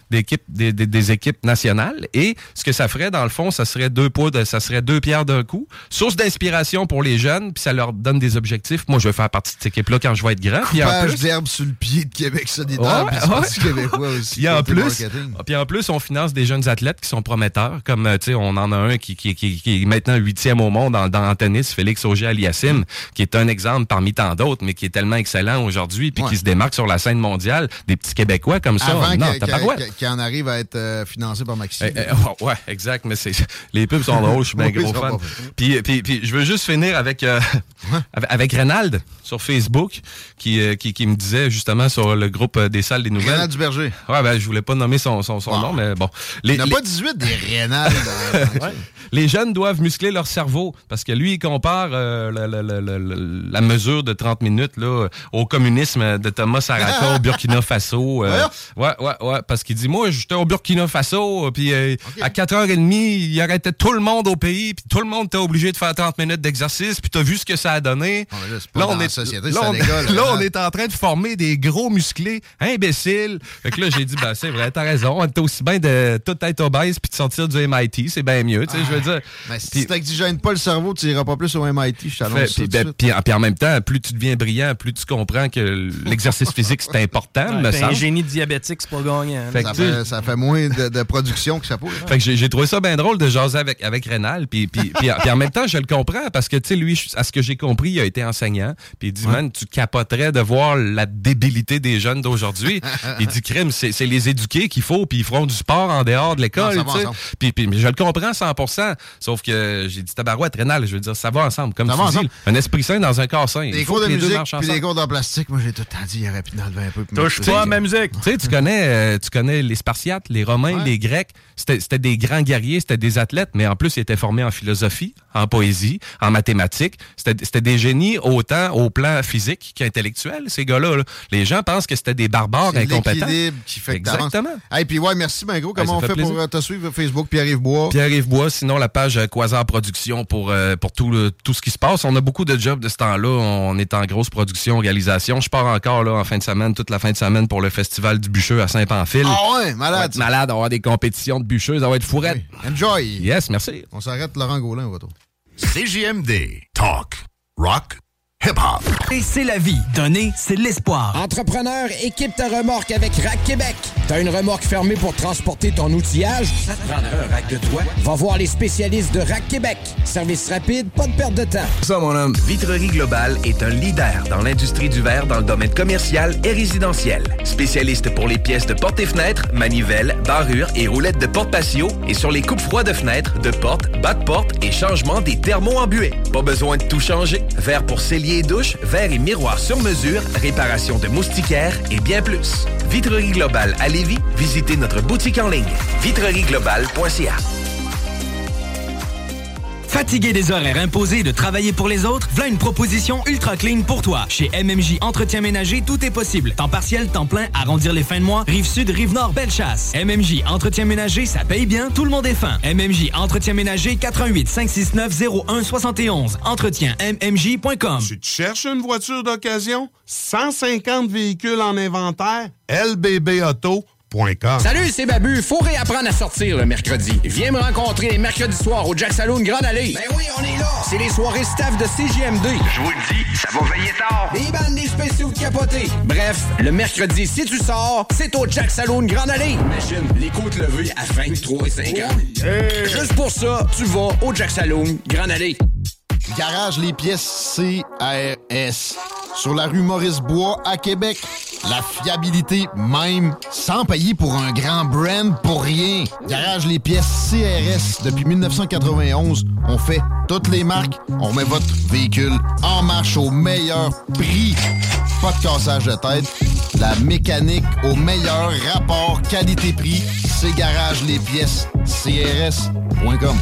des équipes nationales. Et ce que ça ferait, dans le fond, ça serait deux pierres d'un coup. Source d'inspiration pour les jeunes, puis ça leur donne des objectifs. Moi, je vais faire partie de cette équipe-là quand je vais être grand. Coupage d'herbe sur le pied de Québec solidaire, puis c'est parti québécois aussi. Puis en plus, on finance des jeunes athlètes qui sont prometteurs, comme, tu sais, on en a un qui est maintenant 8e au monde dans le tennis, Félix Auger-Aliassime, qui est un exemple parmi tant d'autres, mais qui est tellement excellent aujourd'hui, puis qui se démarque sur la scène mondiale, des petits Québécois comme ça. Avant qu'il en arrive à être financé par Maxime. Ouais, exact, mais les pubs sont drôles, je suis bien gros fan. Puis je veux juste finir avec Reynald sur Facebook, qui me disait justement sur le groupe des salles des nouvelles. Reynald Duberger. Ouais, ben je voulais pas nommer son nom, mais bon. Il n'y en a pas 18 des Reynald. Les jeunes doivent muscler leur cerveau, parce que lui, il compare la mesure de 30 minutes là, au communisme de Thomas Sankara au Burkina Faso. Ouais, parce qu'il dit, moi, j'étais au Burkina Faso, puis à 4h30, il arrêtait tout le monde au pays, puis tout le monde était obligé de faire 30 minutes d'exercice, puis t'as vu ce que ça a donné. Là, on est en train de former des gros musclés imbéciles. Fait que là, j'ai dit, ben c'est vrai, t'as raison, on était aussi bien de tout être obèse puis de sortir du MIT, c'est bien mieux, tu sais, je veux dire. Mais si tu t'oxygènes pas le cerveau, tu iras pas plus au MIT, je t'annonce ça. Puis en même temps, plus tu deviens brillant, plus tu comprends que l'exercice physique, c'est important. Un génie diabétique, c'est pas gagnant. Ça fait moins de production que ça peut. Fait que j'ai trouvé ça bien drôle de jaser avec Reynald. Puis en même temps, je le comprends parce que, tu sais, lui, à ce que j'ai compris, il a été enseignant. Puis il dit, man, tu capoterais de voir la débilité des jeunes d'aujourd'hui. Il dit, crime, c'est les éduquer qu'il faut, puis ils feront du sport en dehors de l'école. Puis je le comprends 100%. Sauf que j'ai dit, tabarouette, Reynald, je veux dire, ça va ensemble. Comme tu dis, un esprit sain dans un corps sain. Des cours de musique, puis des cours d'art plastique, moi j'ai tout le temps dit, il aurait pu enlever un peu. Touche pas à ma musique. Tu sais, tu connais les Spartiates, les Romains, les Grecs. C'était des grands guerriers, c'était des athlètes, mais en plus, ils étaient formés en philosophie, en poésie, en mathématiques. C'était des génies autant au plan physique qu'intellectuel, ces gars-là. Là. Les gens pensent que c'était des barbares incompétents. C'est l'équilibre qui fait que exactement. Hey, puis ouais, merci, ben gros. Comment on fait pour te suivre Facebook, Pierre-Yves Bois? Pierre-Yves Bois, sinon la page Quasar Production pour tout ce qui se passe. On a beaucoup de jobs de ce temps-là. On est en grosse production, réalisation. Je pars encore là en fin de semaine, toute la fin de semaine pour le Festival du Bûcheux à Saint-Pamphile. Ah ouais, malade. On va être malade, on va avoir des compétitions de bûcheux, ça va être fourrette. Oui. Enjoy. Yes, merci. On s'arrête, Laurent Gaulin au retour. CJMD. Talk. Rock. Hip-hop. Et c'est la vie. Donner, c'est l'espoir. Entrepreneur, équipe ta remorque avec Rack Québec. T'as une remorque fermée pour transporter ton outillage? Ça te prendra un rack de toi? Va voir les spécialistes de Rack Québec. Service rapide, pas de perte de temps. Ça, mon homme. Vitrerie Globale est un leader dans l'industrie du verre dans le domaine commercial et résidentiel. Spécialiste pour les pièces de portes et fenêtres, manivelles, barrures et roulettes de porte-patio et sur les coupes froides de fenêtres, de portes, bas de porte et changement des thermos embués. Pas besoin de tout changer. Verre pour cellier et douche, verre et miroir sur mesure, réparation de moustiquaires et bien plus. Vitrerie Globale à Lévis, visitez notre boutique en ligne. vitrerieglobale.ca. Fatigué des horaires imposés de travailler pour les autres? V'là une proposition ultra clean pour toi. Chez MMJ Entretien Ménager, tout est possible. Temps partiel, temps plein, arrondir les fins de mois, Rive-Sud, Rive-Nord, Bellechasse. MMJ Entretien Ménager, ça paye bien, tout le monde est fin. MMJ Entretien Ménager, 88 569 01 71. Entretien MMJ.com. Tu te cherches une voiture d'occasion? 150 véhicules en inventaire? LBBauto.com. Salut, c'est Babu. Faut réapprendre à sortir le mercredi. Viens me rencontrer les mercredis soirs au Jack Saloon Grande Allée. Ben oui, on est là. C'est les soirées staff de CJMD. Je vous le dis, ça va veiller tard. Des bandes, des spéciaux de capotés. Bref, le mercredi, si tu sors, c'est au Jack Saloon Grande Allée. Imagine, les côtes levées à 23,50. Juste pour ça, tu vas au Jack Saloon Grande Allée. Garage les pièces CRS. Sur la rue Maurice-Bois à Québec. La fiabilité même, sans payer pour un grand brand pour rien. Garage les pièces CRS. Depuis 1991, on fait toutes les marques. On met votre véhicule en marche au meilleur prix. Pas de cassage de tête. La mécanique au meilleur rapport qualité-prix. C'est Garage les pièces CRS.com.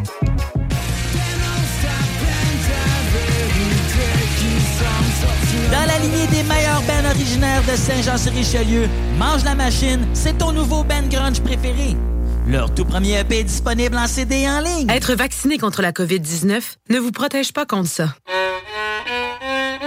Dans la lignée des meilleurs bands originaires de Saint-Jean-sur-Richelieu, Mange la Machine, c'est ton nouveau band grunge préféré. Leur tout premier EP est disponible en CD et en ligne. Être vacciné contre la COVID-19 ne vous protège pas contre ça.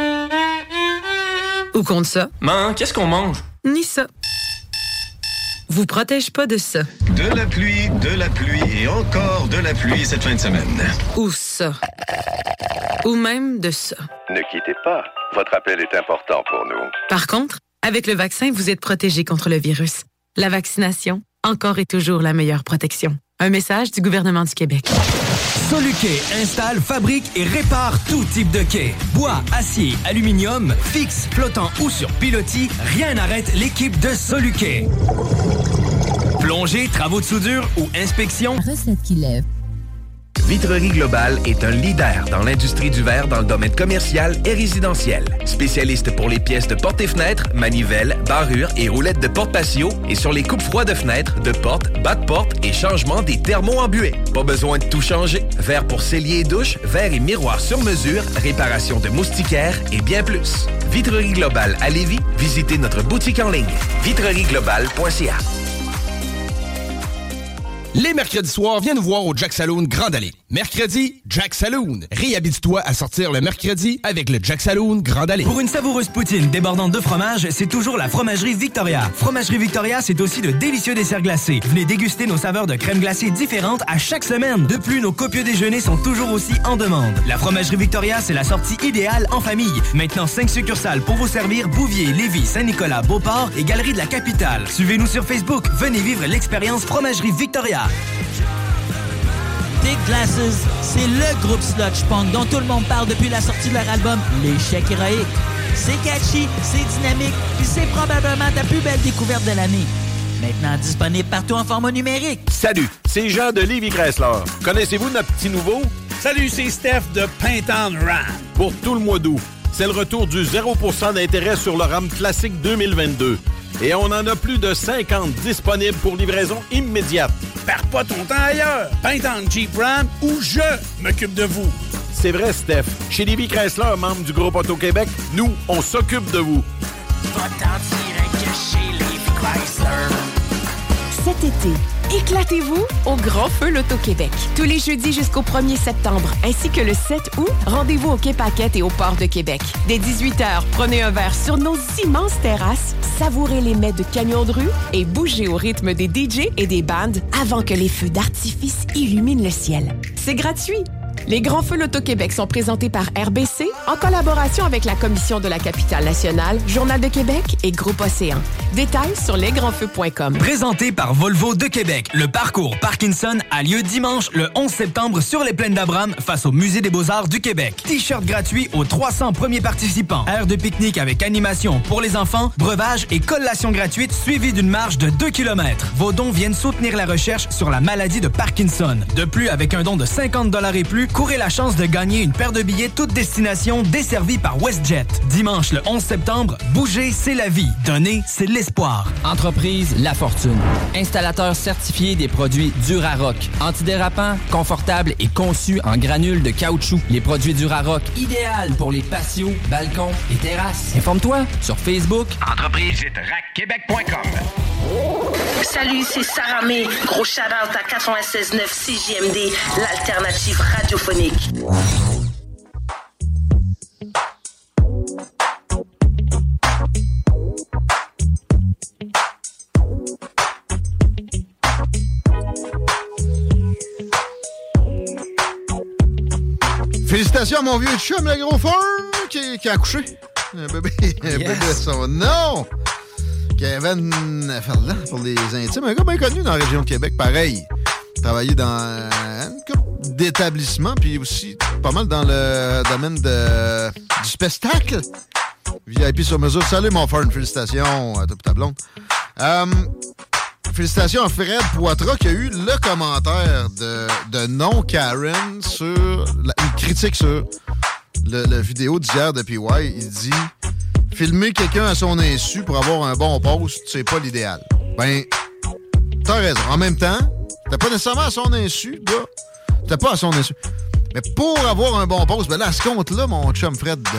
Ou contre ça. Maman, qu'est-ce qu'on mange? Ni ça. vous protège pas de ça. De la pluie et encore de la pluie cette fin de semaine. Ou ça. Ou même de ça. Ne quittez pas. Votre appel est important pour nous. Par contre, avec le vaccin, vous êtes protégé contre le virus. La vaccination, encore et toujours la meilleure protection. Un message du gouvernement du Québec. Soluquet installe, fabrique et répare tout type de quai. Bois, acier, aluminium, fixe, flottant ou sur pilotis, rien n'arrête l'équipe de Soluquet. Plongée, travaux de soudure ou inspection. Recette qui lève. Vitrerie Globale est un leader dans l'industrie du verre dans le domaine commercial et résidentiel. Spécialiste pour les pièces de portes et fenêtres, manivelles, barrures et roulettes de porte-patio et sur les coupes-froids de fenêtres, de portes, bas de porte et changement des thermos embués. Pas besoin de tout changer. Verre pour cellier et douche, verre et miroir sur mesure, réparation de moustiquaires et bien plus. Vitrerie Globale à Lévis, visitez notre boutique en ligne. vitrerieglobale.ca. Les mercredis soirs, viens nous voir au Jack Saloon Grande Allée. Mercredi, Jack Saloon. Réhabite-toi à sortir le mercredi avec le Jack Saloon Grande Allée. Pour une savoureuse poutine débordante de fromage, c'est toujours la Fromagerie Victoria. Fromagerie Victoria, c'est aussi de délicieux desserts glacés. Venez déguster nos saveurs de crème glacée différentes à chaque semaine. De plus, nos copieux déjeuners sont toujours aussi en demande. La Fromagerie Victoria, c'est la sortie idéale en famille. Maintenant, 5 succursales pour vous servir: Bouvier, Lévis, Saint-Nicolas, Beauport et Galerie de la Capitale. Suivez-nous sur Facebook. Venez vivre l'expérience Fromagerie Victoria. Big Glasses, c'est le groupe sludge punk dont tout le monde parle depuis la sortie de leur album L'échec héroïque. C'est catchy, c'est dynamique, puis c'est probablement ta plus belle découverte de l'année. Maintenant disponible partout en format numérique. Salut, c'est Jean de Lévis Chrysler. Connaissez-vous notre petit nouveau? Salut, c'est Steph de Pintown Ram. Pour tout le mois d'août, c'est le retour du 0% d'intérêt sur le RAM classique 2022. Et on en a plus de 50 disponibles pour livraison immédiate. Perds pas ton temps ailleurs. Pintown Jeep Ram ou je m'occupe de vous. C'est vrai, Steph. Chez Lévis Chrysler, membre du groupe Auto-Québec, nous, on s'occupe de vous. Va t'en tirer que chez Lévis Chrysler. Cet été, éclatez-vous au Grand Feu L'Auto-Québec. Tous les jeudis jusqu'au 1er septembre, ainsi que le 7 août, rendez-vous au Quai Paquette et au Port de Québec. Dès 18h, prenez un verre sur nos immenses terrasses, savourez les mets de camions de rue et bougez au rythme des DJ et des bandes avant que les feux d'artifice illuminent le ciel. C'est gratuit! Les Grands Feux L'Auto-Québec sont présentés par RBC en collaboration avec la Commission de la Capitale nationale, Journal de Québec et Groupe Océan. Détails sur lesgrandsfeux.com. Présenté par Volvo de Québec, le parcours Parkinson a lieu dimanche le 11 septembre sur les plaines d'Abraham face au Musée des Beaux-Arts du Québec. T-shirt gratuit aux 300 premiers participants. Aire de pique-nique avec animation pour les enfants, breuvage et collation gratuite suivie d'une marche de 2 km. Vos dons viennent soutenir la recherche sur la maladie de Parkinson. De plus, avec un don de 50$ et plus, courez la chance de gagner une paire de billets toute destination desservie par WestJet. Dimanche le 11 septembre, bouger, c'est la vie. Donner, c'est l'espoir. Entreprise La Fortune. Installateur certifié des produits Durarock. Antidérapant, confortable et conçu en granules de caoutchouc. Les produits Durarock, idéal pour les patios, balcons et terrasses. Informe-toi sur Facebook. Entreprise-québec.com. Salut, c'est Sarah May. Gros shout-out à 96.9 CJMD, l'alternative radiophonique. Félicitations à mon vieux chum, le gros Fern, qui a accouché. Un bébé de son nom. Kevin Ferland, pour les intimes. Un gars bien connu dans la région de Québec, pareil. Travaillé dans une couple d'établissements, puis aussi pas mal dans le domaine du spectacle. VIP sur mesure. Salut, mon Fern. Félicitations à toi et ta blonde. Félicitations à Fred Poitras qui a eu le commentaire de non Karen sur une critique sur la vidéo d'hier de PY. Il dit « Filmer quelqu'un à son insu pour avoir un bon post, c'est pas l'idéal. » Ben, t'as raison. En même temps, t'es pas nécessairement à son insu, gars. T'es pas à son insu. Mais pour avoir un bon post, ben là, à ce compte-là, mon chum Fred, il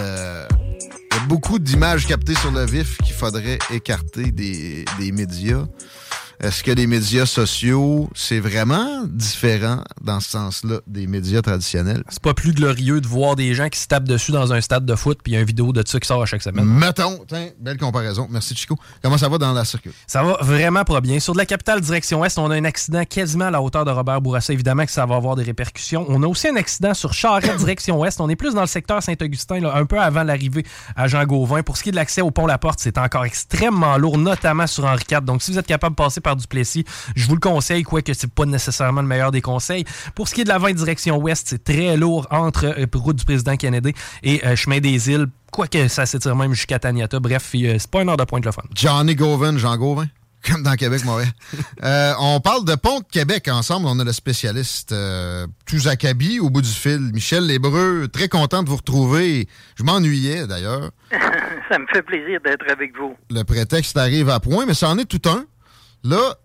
y a beaucoup d'images captées sur le vif qu'il faudrait écarter des médias. Est-ce que les médias sociaux, c'est vraiment différent dans ce sens-là des médias traditionnels? C'est pas plus glorieux de voir des gens qui se tapent dessus dans un stade de foot puis il y a une vidéo de ça qui sort à chaque semaine. Mettons, tiens, belle comparaison. Merci Chico. Comment ça va dans la circuit? Ça va vraiment pas bien. Sur de la capitale direction ouest, on a un accident quasiment à la hauteur de Robert Bourassa. Évidemment que ça va avoir des répercussions. On a aussi un accident sur Charest direction ouest. On est plus dans le secteur Saint-Augustin, là, un peu avant l'arrivée à Jean-Gauvin. Pour ce qui est de l'accès au pont La Porte, c'est encore extrêmement lourd, notamment sur Henri IV. Donc si vous êtes capable de passer par Duplessis, je vous le conseille, quoique c'est pas nécessairement le meilleur des conseils. Pour ce qui est de la 20 direction ouest, c'est très lourd entre route du président Kennedy et chemin des Îles, quoique ça s'étire même jusqu'à Taniata. Bref, c'est pas une heure de pointe le fun. Johnny Gauvin, Jean Gauvin, comme dans Québec, Montréal. On parle de Pont de Québec ensemble. On a le spécialiste Touzakabi au bout du fil. Michel Lébreux, très content de vous retrouver. Je m'ennuyais d'ailleurs. Ça me fait plaisir d'être avec vous. Le prétexte arrive à point, mais ça en est tout un. Là,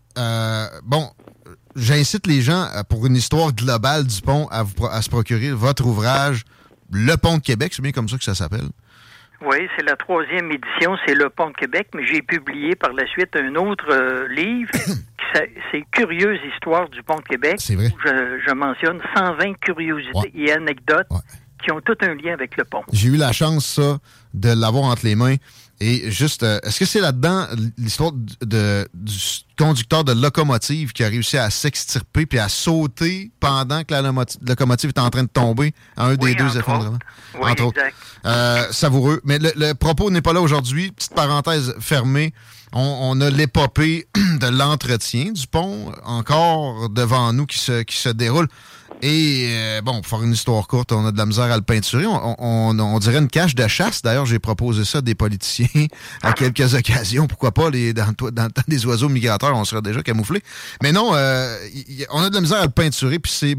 j'incite les gens, pour une histoire globale du pont, à se procurer votre ouvrage, Le Pont de Québec. C'est bien comme ça que ça s'appelle. Oui, c'est la 3e édition, c'est Le Pont de Québec, mais j'ai publié par la suite un autre livre, c'est Curieuse histoire du Pont de Québec. C'est vrai. Où je mentionne 120 curiosités et anecdotes qui ont tout un lien avec le pont. J'ai eu la chance, ça, de l'avoir entre les mains. Et juste, est-ce que c'est là-dedans l'histoire du conducteur de locomotive qui a réussi à s'extirper puis à sauter pendant que la locomotive était en train de tomber à un des deux effondrements? Oui, entre exact. autres. Savoureux. Mais le propos n'est pas là aujourd'hui. Petite parenthèse fermée. On a l'épopée de l'entretien du pont encore devant nous qui se déroule. Et pour faire une histoire courte, on a de la misère à le peinturer. On dirait une cache de chasse. D'ailleurs, j'ai proposé ça à des politiciens à quelques occasions. Pourquoi pas, dans le temps des oiseaux migrateurs, on serait déjà camouflés. Mais non, on a de la misère à le peinturer. Puis c'est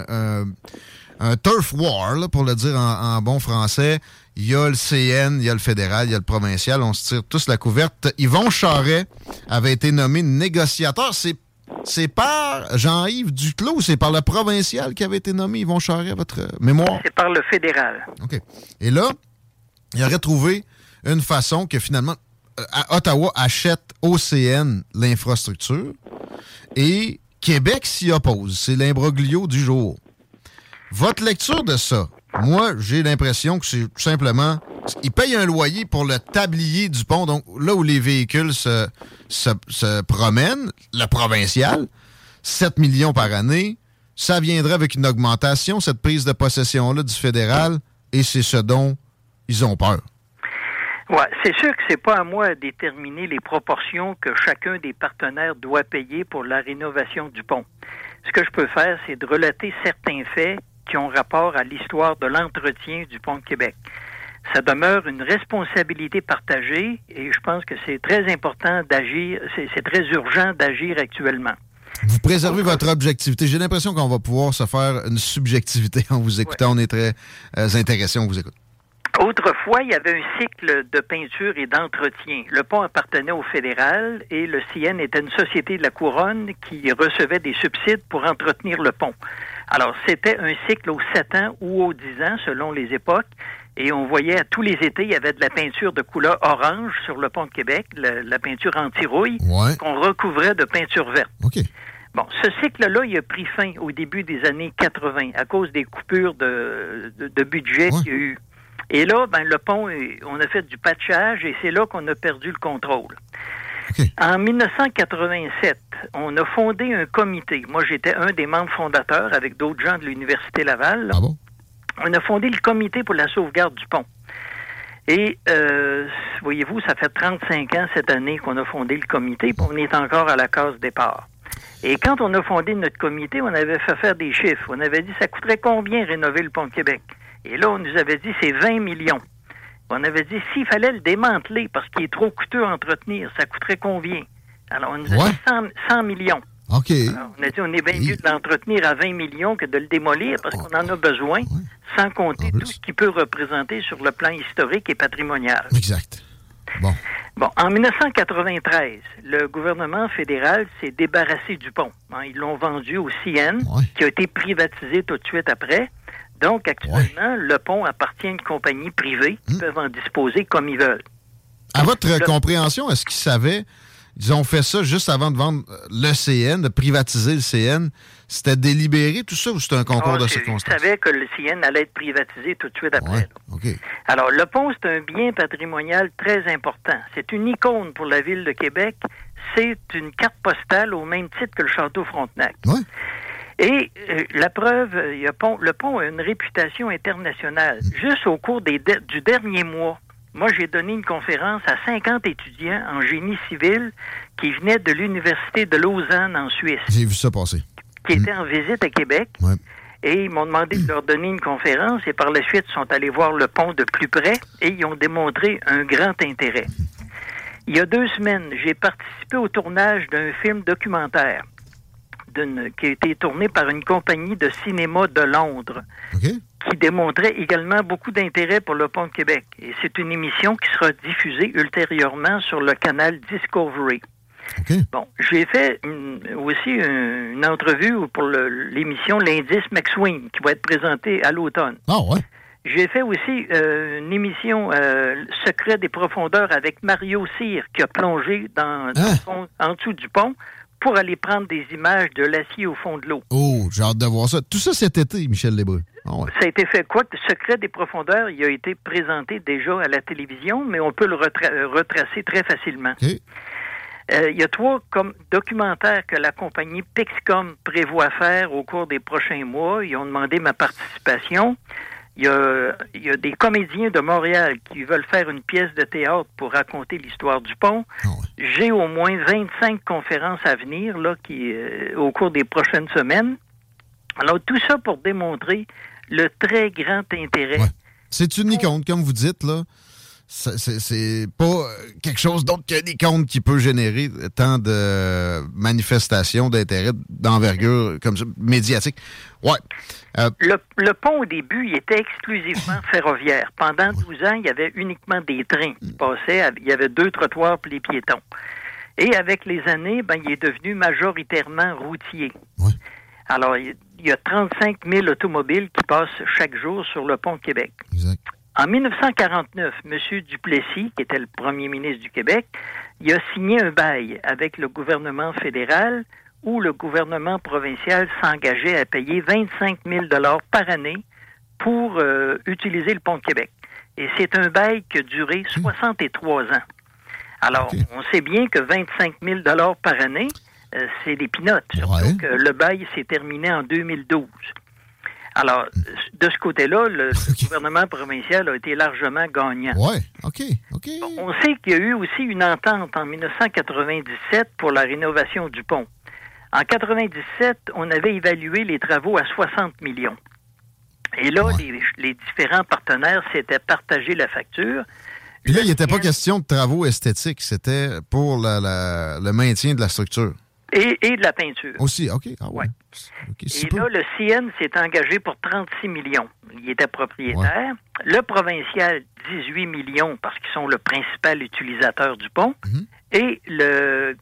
un turf war, là, pour le dire en bon français. Il y a le CN, il y a le fédéral, il y a le provincial. On se tire tous la couverte. Yvon Charest avait été nommé négociateur. C'est par Jean-Yves Duclos ou c'est par le provincial qui avait été nommé Yvon Charest, à votre mémoire? C'est par le fédéral. OK. Et là, il aurait trouvé une façon que finalement, Ottawa achète au CN l'infrastructure et Québec s'y oppose. C'est l'imbroglio du jour. Votre lecture de ça, moi, j'ai l'impression que c'est tout simplement... Ils payent un loyer pour le tablier du pont, donc là où les véhicules se promènent, le provincial, 7 millions par année, ça viendrait avec une augmentation, cette prise de possession-là du fédéral, et c'est ce dont ils ont peur. Oui, c'est sûr que c'est pas à moi à déterminer les proportions que chacun des partenaires doit payer pour la rénovation du pont. Ce que je peux faire, c'est de relater certains faits qui ont rapport à l'histoire de l'entretien du pont de Québec. Ça demeure une responsabilité partagée et je pense que c'est très important d'agir, c'est très urgent d'agir actuellement. Vous préservez votre objectivité. J'ai l'impression qu'on va pouvoir se faire une subjectivité en vous écoutant. Ouais. On est très intéressés, on vous écoute. Autrefois, il y avait un cycle de peinture et d'entretien. Le pont appartenait au fédéral et le CN était une société de la couronne qui recevait des subsides pour entretenir le pont. Alors, c'était un cycle aux 7 ans ou aux 10 ans, selon les époques. Et on voyait à tous les étés, il y avait de la peinture de couleur orange sur le pont de Québec, la peinture anti-rouille, qu'on recouvrait de peinture verte. Okay. Bon, ce cycle-là, il a pris fin au début des années 80 à cause des coupures de budget qu'il y a eu. Et là, le pont, on a fait du patchage et c'est là qu'on a perdu le contrôle. Okay. En 1987, on a fondé un comité. Moi, j'étais un des membres fondateurs avec d'autres gens de l'Université Laval. Ah bon? On a fondé le comité pour la sauvegarde du pont. Et, voyez-vous, ça fait 35 ans cette année qu'on a fondé le comité, puis on est encore à la case départ. Et quand on a fondé notre comité, on avait fait faire des chiffres. On avait dit, ça coûterait combien rénover le pont de Québec? Et là, on nous avait dit, c'est 20 millions. On avait dit, s'il fallait le démanteler parce qu'il est trop coûteux à entretenir, ça coûterait combien? Alors, on nous a dit 100 millions. OK. Alors, on a dit, on est bien mieux de l'entretenir à 20 millions que de le démolir parce qu'on en a besoin, sans compter tout ce qu'il peut représenter sur le plan historique et patrimonial. Exact. Bon, en 1993, le gouvernement fédéral s'est débarrassé du pont. Ils l'ont vendu au CN, qui a été privatisé tout de suite après. Donc, actuellement, le pont appartient à une compagnie privée qui peuvent en disposer comme ils veulent. À votre compréhension, est-ce qu'ils savaient... Ils ont fait ça juste avant de vendre le CN, de privatiser le CN. C'était délibéré, tout ça, ou c'était un concours de circonstances? Je savais que le CN allait être privatisé tout de suite après. Ouais, OK. Alors, le pont, c'est un bien patrimonial très important. C'est une icône pour la Ville de Québec. C'est une carte postale au même titre que le Château Frontenac. Ouais. Et la preuve, le pont a une réputation internationale. Juste au cours du dernier mois, moi, j'ai donné une conférence à 50 étudiants en génie civil qui venaient de l'Université de Lausanne en Suisse. J'ai vu ça passer. Qui étaient en visite à Québec. Ouais. Et ils m'ont demandé de leur donner une conférence et par la suite, ils sont allés voir le pont de plus près et ils ont démontré un grand intérêt. Il y a 2 semaines, j'ai participé au tournage d'un film documentaire qui a été tourné par une compagnie de cinéma de Londres. Okay. Qui démontrait également beaucoup d'intérêt pour le pont de Québec. Et c'est une émission qui sera diffusée ultérieurement sur le canal Discovery. Okay. Bon, j'ai fait aussi une entrevue pour l'émission L'Indice McSween, qui va être présentée à l'automne. Ah ouais? J'ai fait aussi une émission Secret des profondeurs avec Mario Cyr, qui a plongé dans le fond, en dessous du pont, pour aller prendre des images de l'acier au fond de l'eau. Oh, j'ai hâte de voir ça. Tout ça cet été, Michel Lébreux. Oh ouais. Ça a été fait quoi? Le Secret des profondeurs, il a été présenté déjà à la télévision, mais on peut le retracer très facilement. Okay. Il y a 3 documentaires que la compagnie Pixcom prévoit faire au cours des prochains mois. Ils ont demandé ma participation. Il y a des comédiens de Montréal qui veulent faire une pièce de théâtre pour raconter l'histoire du pont. Oh ouais. J'ai au moins 25 conférences à venir là, au cours des prochaines semaines. Alors, tout ça pour démontrer le très grand intérêt. Ouais. C'est une icône, comme vous dites, là. C'est pas quelque chose d'autre qu'une icône qui peut générer tant de manifestations d'intérêt, d'envergure comme ça, médiatique. Ouais. Le pont, au début, il était exclusivement ferroviaire. Pendant 12 ans, il y avait uniquement des trains qui passaient. Il y avait 2 trottoirs pour les piétons. Et avec les années, il est devenu majoritairement routier. Ouais. Alors, il y a 35 000 automobiles qui passent chaque jour sur le pont de Québec. Exact. En 1949, M. Duplessis, qui était le premier ministre du Québec, il a signé un bail avec le gouvernement fédéral où le gouvernement provincial s'engageait à payer 25 000 $ par année pour utiliser le pont de Québec. Et c'est un bail qui a duré 63 ans. Alors, on sait bien que 25 000 $ par année, c'est des pinottes. Surtout que le bail s'est terminé en 2012. Alors, de ce côté-là, le gouvernement provincial a été largement gagnant. Oui, OK. On sait qu'il y a eu aussi une entente en 1997 pour la rénovation du pont. En 1997, on avait évalué les travaux à 60 millions. Et là, les différents partenaires s'étaient partagés la facture. Puis là, il n'était pas question de travaux esthétiques, c'était pour le maintien de la structure. Et de la peinture. Aussi, OK. Ah ouais. Et là, le CN s'est engagé pour 36 millions. Il était propriétaire. Ouais. Le provincial, 18 millions, parce qu'ils sont le principal utilisateur du pont. Mm-hmm. Et le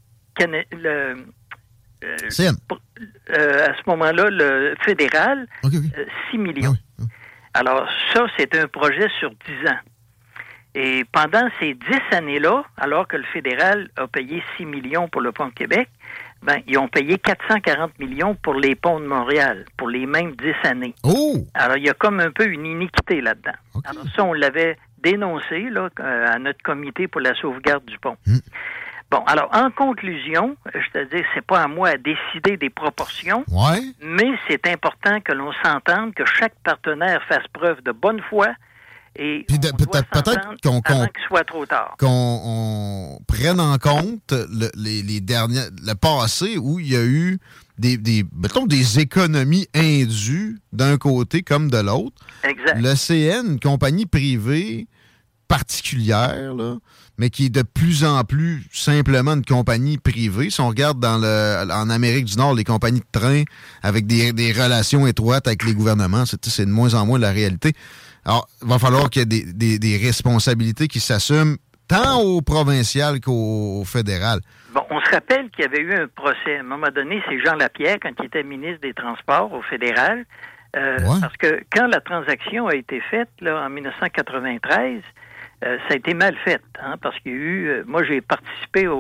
CN. À ce moment-là, le fédéral, 6 millions. Okay. Alors, ça, c'est un projet sur 10 ans. Et pendant ces 10 années-là, alors que le fédéral a payé 6 millions pour le pont de Québec, ils ont payé 440 millions pour les ponts de Montréal, pour les mêmes 10 années. Oh! Alors, il y a comme un peu une iniquité là-dedans. Okay. Alors, ça, on l'avait dénoncé là, à notre comité pour la sauvegarde du pont. Bon, alors, en conclusion, je te dis, c'est pas à moi à décider des proportions, mais c'est important que l'on s'entende, que chaque partenaire fasse preuve de bonne foi. Et peut-être avant qu'il soit trop tard. Qu'on prenne en compte le passé où il y a eu des économies indues d'un côté comme de l'autre. Exact. Le CN, une compagnie privée particulière, là, mais qui est de plus en plus simplement une compagnie privée. Si on regarde en Amérique du Nord, les compagnies de train avec des relations étroites avec les gouvernements, c'est de moins en moins la réalité. Alors, il va falloir qu'il y ait des responsabilités qui s'assument tant au provincial qu'au fédéral. Bon, on se rappelle qu'il y avait eu un procès. À un moment donné, c'est Jean Lapierre, quand il était ministre des Transports au fédéral, parce que quand la transaction a été faite là, en 1993, ça a été mal fait, parce qu'il y a eu... moi, j'ai participé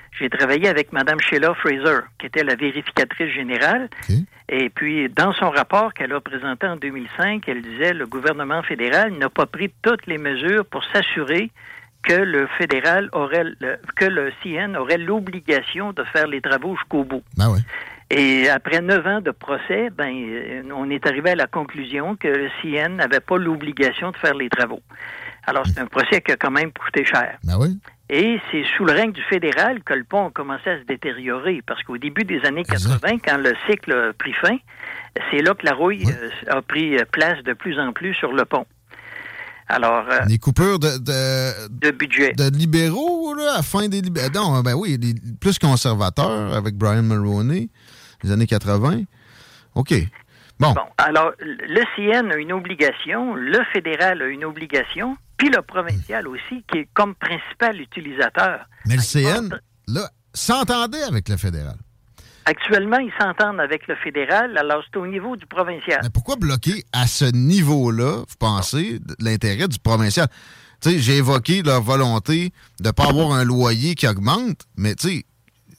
J'ai travaillé avec Mme Sheila Fraser, qui était la vérificatrice générale. Et puis, dans son rapport qu'elle a présenté en 2005, elle disait le gouvernement fédéral n'a pas pris toutes les mesures pour s'assurer que le fédéral que le CN aurait l'obligation de faire les travaux jusqu'au bout. Ben oui. Et après 9 ans de procès, on est arrivé à la conclusion que le CN n'avait pas l'obligation de faire les travaux. Alors, c'est un procès qui a quand même coûté cher. Ben oui. Et c'est sous le règne du fédéral que le pont a commencé à se détériorer. Parce qu'au début des années 80, quand le cycle a pris fin, c'est là que la rouille a pris place de plus en plus sur le pont. Alors, les coupures de budget. De libéraux, là, à la fin des libéraux. Non, ben oui, plus conservateurs avec Brian Mulroney, les années 80. OK. Bon, alors, le CN a une obligation, le fédéral a une obligation, puis le provincial aussi, qui est comme principal utilisateur. Mais le CN, là, s'entendait avec le fédéral. Actuellement, ils s'entendent avec le fédéral, alors c'est au niveau du provincial. Mais pourquoi bloquer à ce niveau-là, vous pensez, l'intérêt du provincial? Tu sais, j'ai évoqué leur volonté de ne pas avoir un loyer qui augmente, mais tu sais,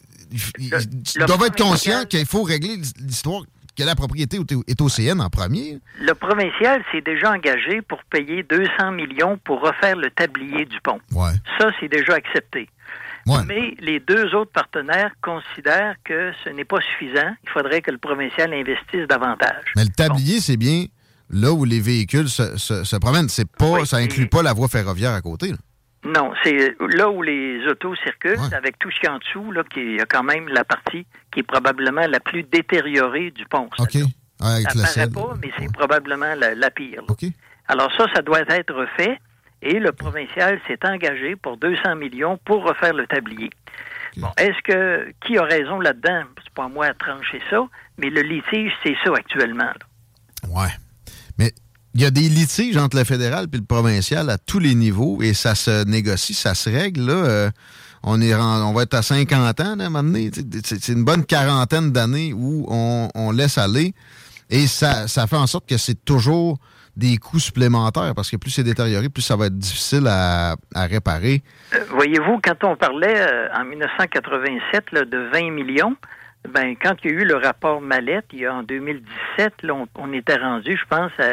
ils doivent être conscients qu'il faut régler l'histoire que la propriété est au CN en premier. Le provincial s'est déjà engagé pour payer 200 millions pour refaire le tablier du pont. Ouais. Ça, c'est déjà accepté. Ouais. Mais les deux autres partenaires considèrent que ce n'est pas suffisant. Il faudrait que le provincial investisse davantage. Mais le tablier, c'est bien là où les véhicules se promènent. C'est pas, ça inclut pas la voie ferroviaire à côté, là. Non, c'est là où les autos circulent, avec tout ce qu'il y a en dessous, là, il y a quand même la partie qui est probablement la plus détériorée du pont. OK. Avec ça paraît pas, mais c'est probablement la pire. OK. Alors ça doit être refait. Et le provincial s'est engagé pour 200 millions pour refaire le tablier. Okay. Bon, qui a raison là-dedans? C'est pas à moi à trancher ça, mais le litige, c'est ça actuellement. Là. Ouais. Mais il y a des litiges entre le fédéral et le provincial à tous les niveaux et ça se négocie, ça se règle. Là, on va être à 50 ans, là, à un moment donné. C'est une bonne quarantaine d'années où on laisse aller et ça fait en sorte que c'est toujours des coûts supplémentaires, parce que plus c'est détérioré, plus ça va être difficile à réparer. Voyez-vous, quand on parlait en 1987 là, de 20 millions, quand il y a eu le rapport Mallette, en 2017, là, on était rendu, je pense, à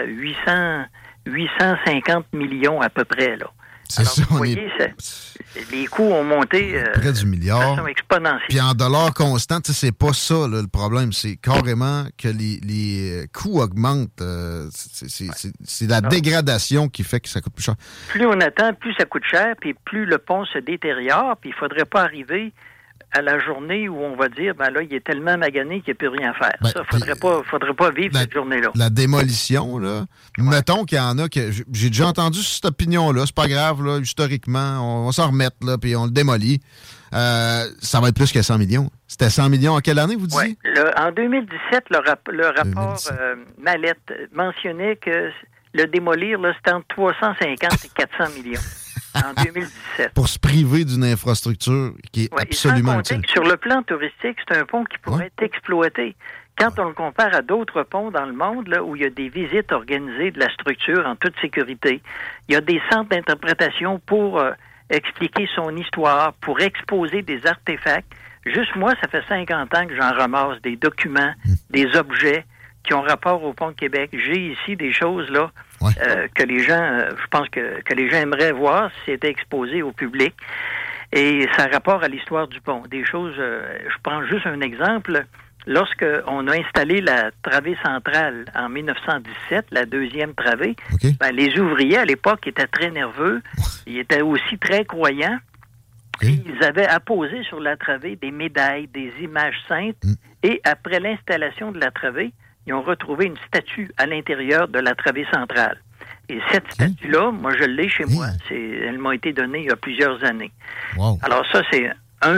850 millions à peu près. Là. C'est alors, ça, vous voyez, les coûts ont monté près du milliard. De façon exponentielle. Puis en dollars constants, c'est pas ça là, le problème. C'est carrément que les coûts augmentent. C'est la dégradation qui fait que ça coûte plus cher. Plus on attend, plus ça coûte cher, puis plus le pont se détériore, puis il faudrait pas arriver à la journée où on va dire, là, il est tellement magané qu'il n'y a plus rien à faire. Ça, faudrait pas vivre cette journée-là. La démolition, là, mettons qu'il y en a que... J'ai déjà entendu cette opinion-là, c'est pas grave, là, historiquement, on va s'en remettre, là, puis on le démolit. Ça va être plus que 100 millions. C'était 100 millions en quelle année, vous disiez? Oui. En 2017, le rapport Mallette mentionnait que le démolir, là, c'était entre 350 et 400 millions. En 2017. Pour se priver d'une infrastructure qui est absolument utile. Sur le plan touristique, c'est un pont qui pourrait être exploité. Quand on le compare à d'autres ponts dans le monde, là, où il y a des visites organisées de la structure en toute sécurité, il y a des centres d'interprétation pour expliquer son histoire, pour exposer des artefacts. Juste moi, ça fait 50 ans que j'en ramasse des documents, des objets qui ont rapport au pont de Québec. J'ai ici des choses là que les gens, je pense que les gens aimeraient voir si c'était exposé au public. Et ça a rapport à l'histoire du pont. Des choses, je prends juste un exemple. Lorsqu'on a installé la travée centrale en 1917, la deuxième travée, les ouvriers à l'époque étaient très nerveux. Ils étaient aussi très croyants. Et ils avaient apposé sur la travée des médailles, des images saintes. Et après l'installation de la travée, ils ont retrouvé une statue à l'intérieur de la travée centrale. Et cette statue-là, moi, je l'ai chez moi. Elle m'a été donnée il y a plusieurs années. Wow. Alors ça, c'est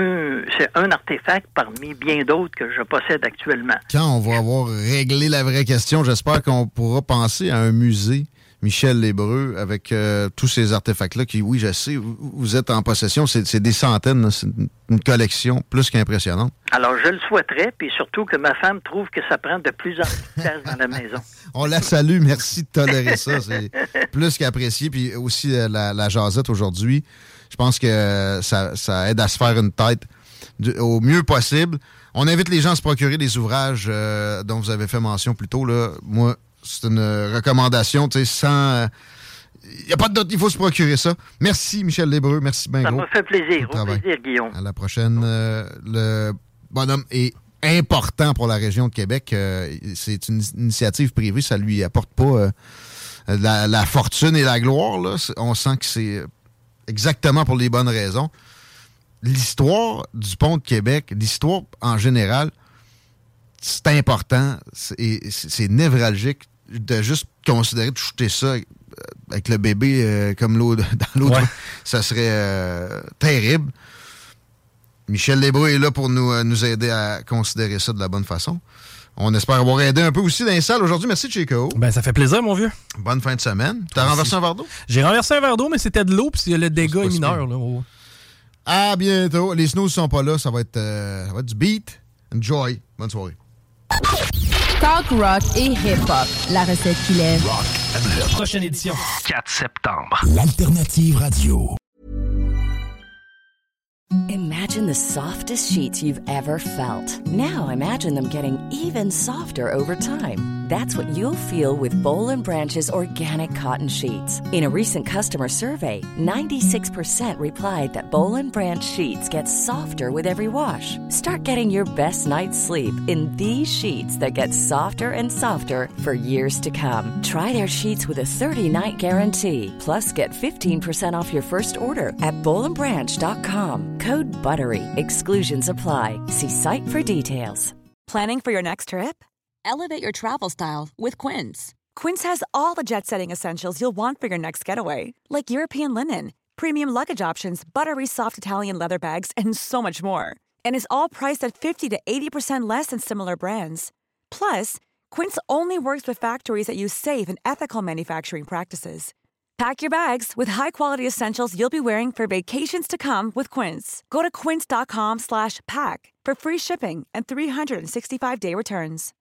un artefact parmi bien d'autres que je possède actuellement. Quand on va avoir réglé la vraie question, j'espère qu'on pourra penser à un musée Michel Lébreux avec tous ces artefacts-là qui, oui, je sais, vous êtes en possession. C'est des centaines, c'est une collection plus qu'impressionnante. Alors, je le souhaiterais, puis surtout que ma femme trouve que ça prend de plus en plus de place dans la maison. On la salue, merci de tolérer ça. C'est plus qu'apprécié. Puis aussi, la jasette aujourd'hui, je pense que ça aide à se faire une tête au mieux possible. On invite les gens à se procurer les ouvrages dont vous avez fait mention plus tôt. Là. Moi, c'est une recommandation, tu sais, sans... Il n'y a pas de doute, il faut se procurer ça. Merci, Michel Lébreux. Merci bien gros. Ça m'a fait plaisir. Au plaisir, Guillaume. À la prochaine. Le bonhomme est important pour la région de Québec. C'est une initiative privée. Ça lui apporte pas la fortune et la gloire. Là. On sent que c'est exactement pour les bonnes raisons. L'histoire du pont de Québec, l'histoire en général, c'est important. C'est névralgique de juste considérer de shooter ça avec le bébé comme l'eau dans l'eau. Ouais. Ça serait terrible. Michel Lébreux est là pour nous aider à considérer ça de la bonne façon. On espère avoir aidé un peu aussi dans les salles aujourd'hui. Merci, Chico. Ben, ça fait plaisir, mon vieux. Bonne fin de semaine. T'as renversé un verre d'eau? J'ai renversé un verre d'eau, mais c'était de l'eau, puis le dégât est mineur. Là. À bientôt. Les snooze sont pas là. Ça va être du beat. Enjoy. Bonne soirée. Talk rock et hip-hop. La recette qui lève. Rock and hip. Prochaine édition. 4 septembre. L'Alternative Radio. Imagine the softest sheets you've ever felt. Now imagine them getting even softer over time. That's what you'll feel with Boll & Branch's organic cotton sheets. In a recent customer survey, 96% replied that Boll & Branch sheets get softer with every wash. Start getting your best night's sleep in these sheets that get softer and softer for years to come. Try their sheets with a 30-night guarantee. Plus, get 15% off your first order at bollandbranch.com. Code BUTTERY. Exclusions apply. See site for details. Planning for your next trip? Elevate your travel style with Quince. Quince has all the jet-setting essentials you'll want for your next getaway, like European linen, premium luggage options, buttery soft Italian leather bags, and so much more. And is all priced at 50 to 80% less than similar brands. Plus, Quince only works with factories that use safe and ethical manufacturing practices. Pack your bags with high-quality essentials you'll be wearing for vacations to come with Quince. Go to quince.com/pack for free shipping and 365-day returns.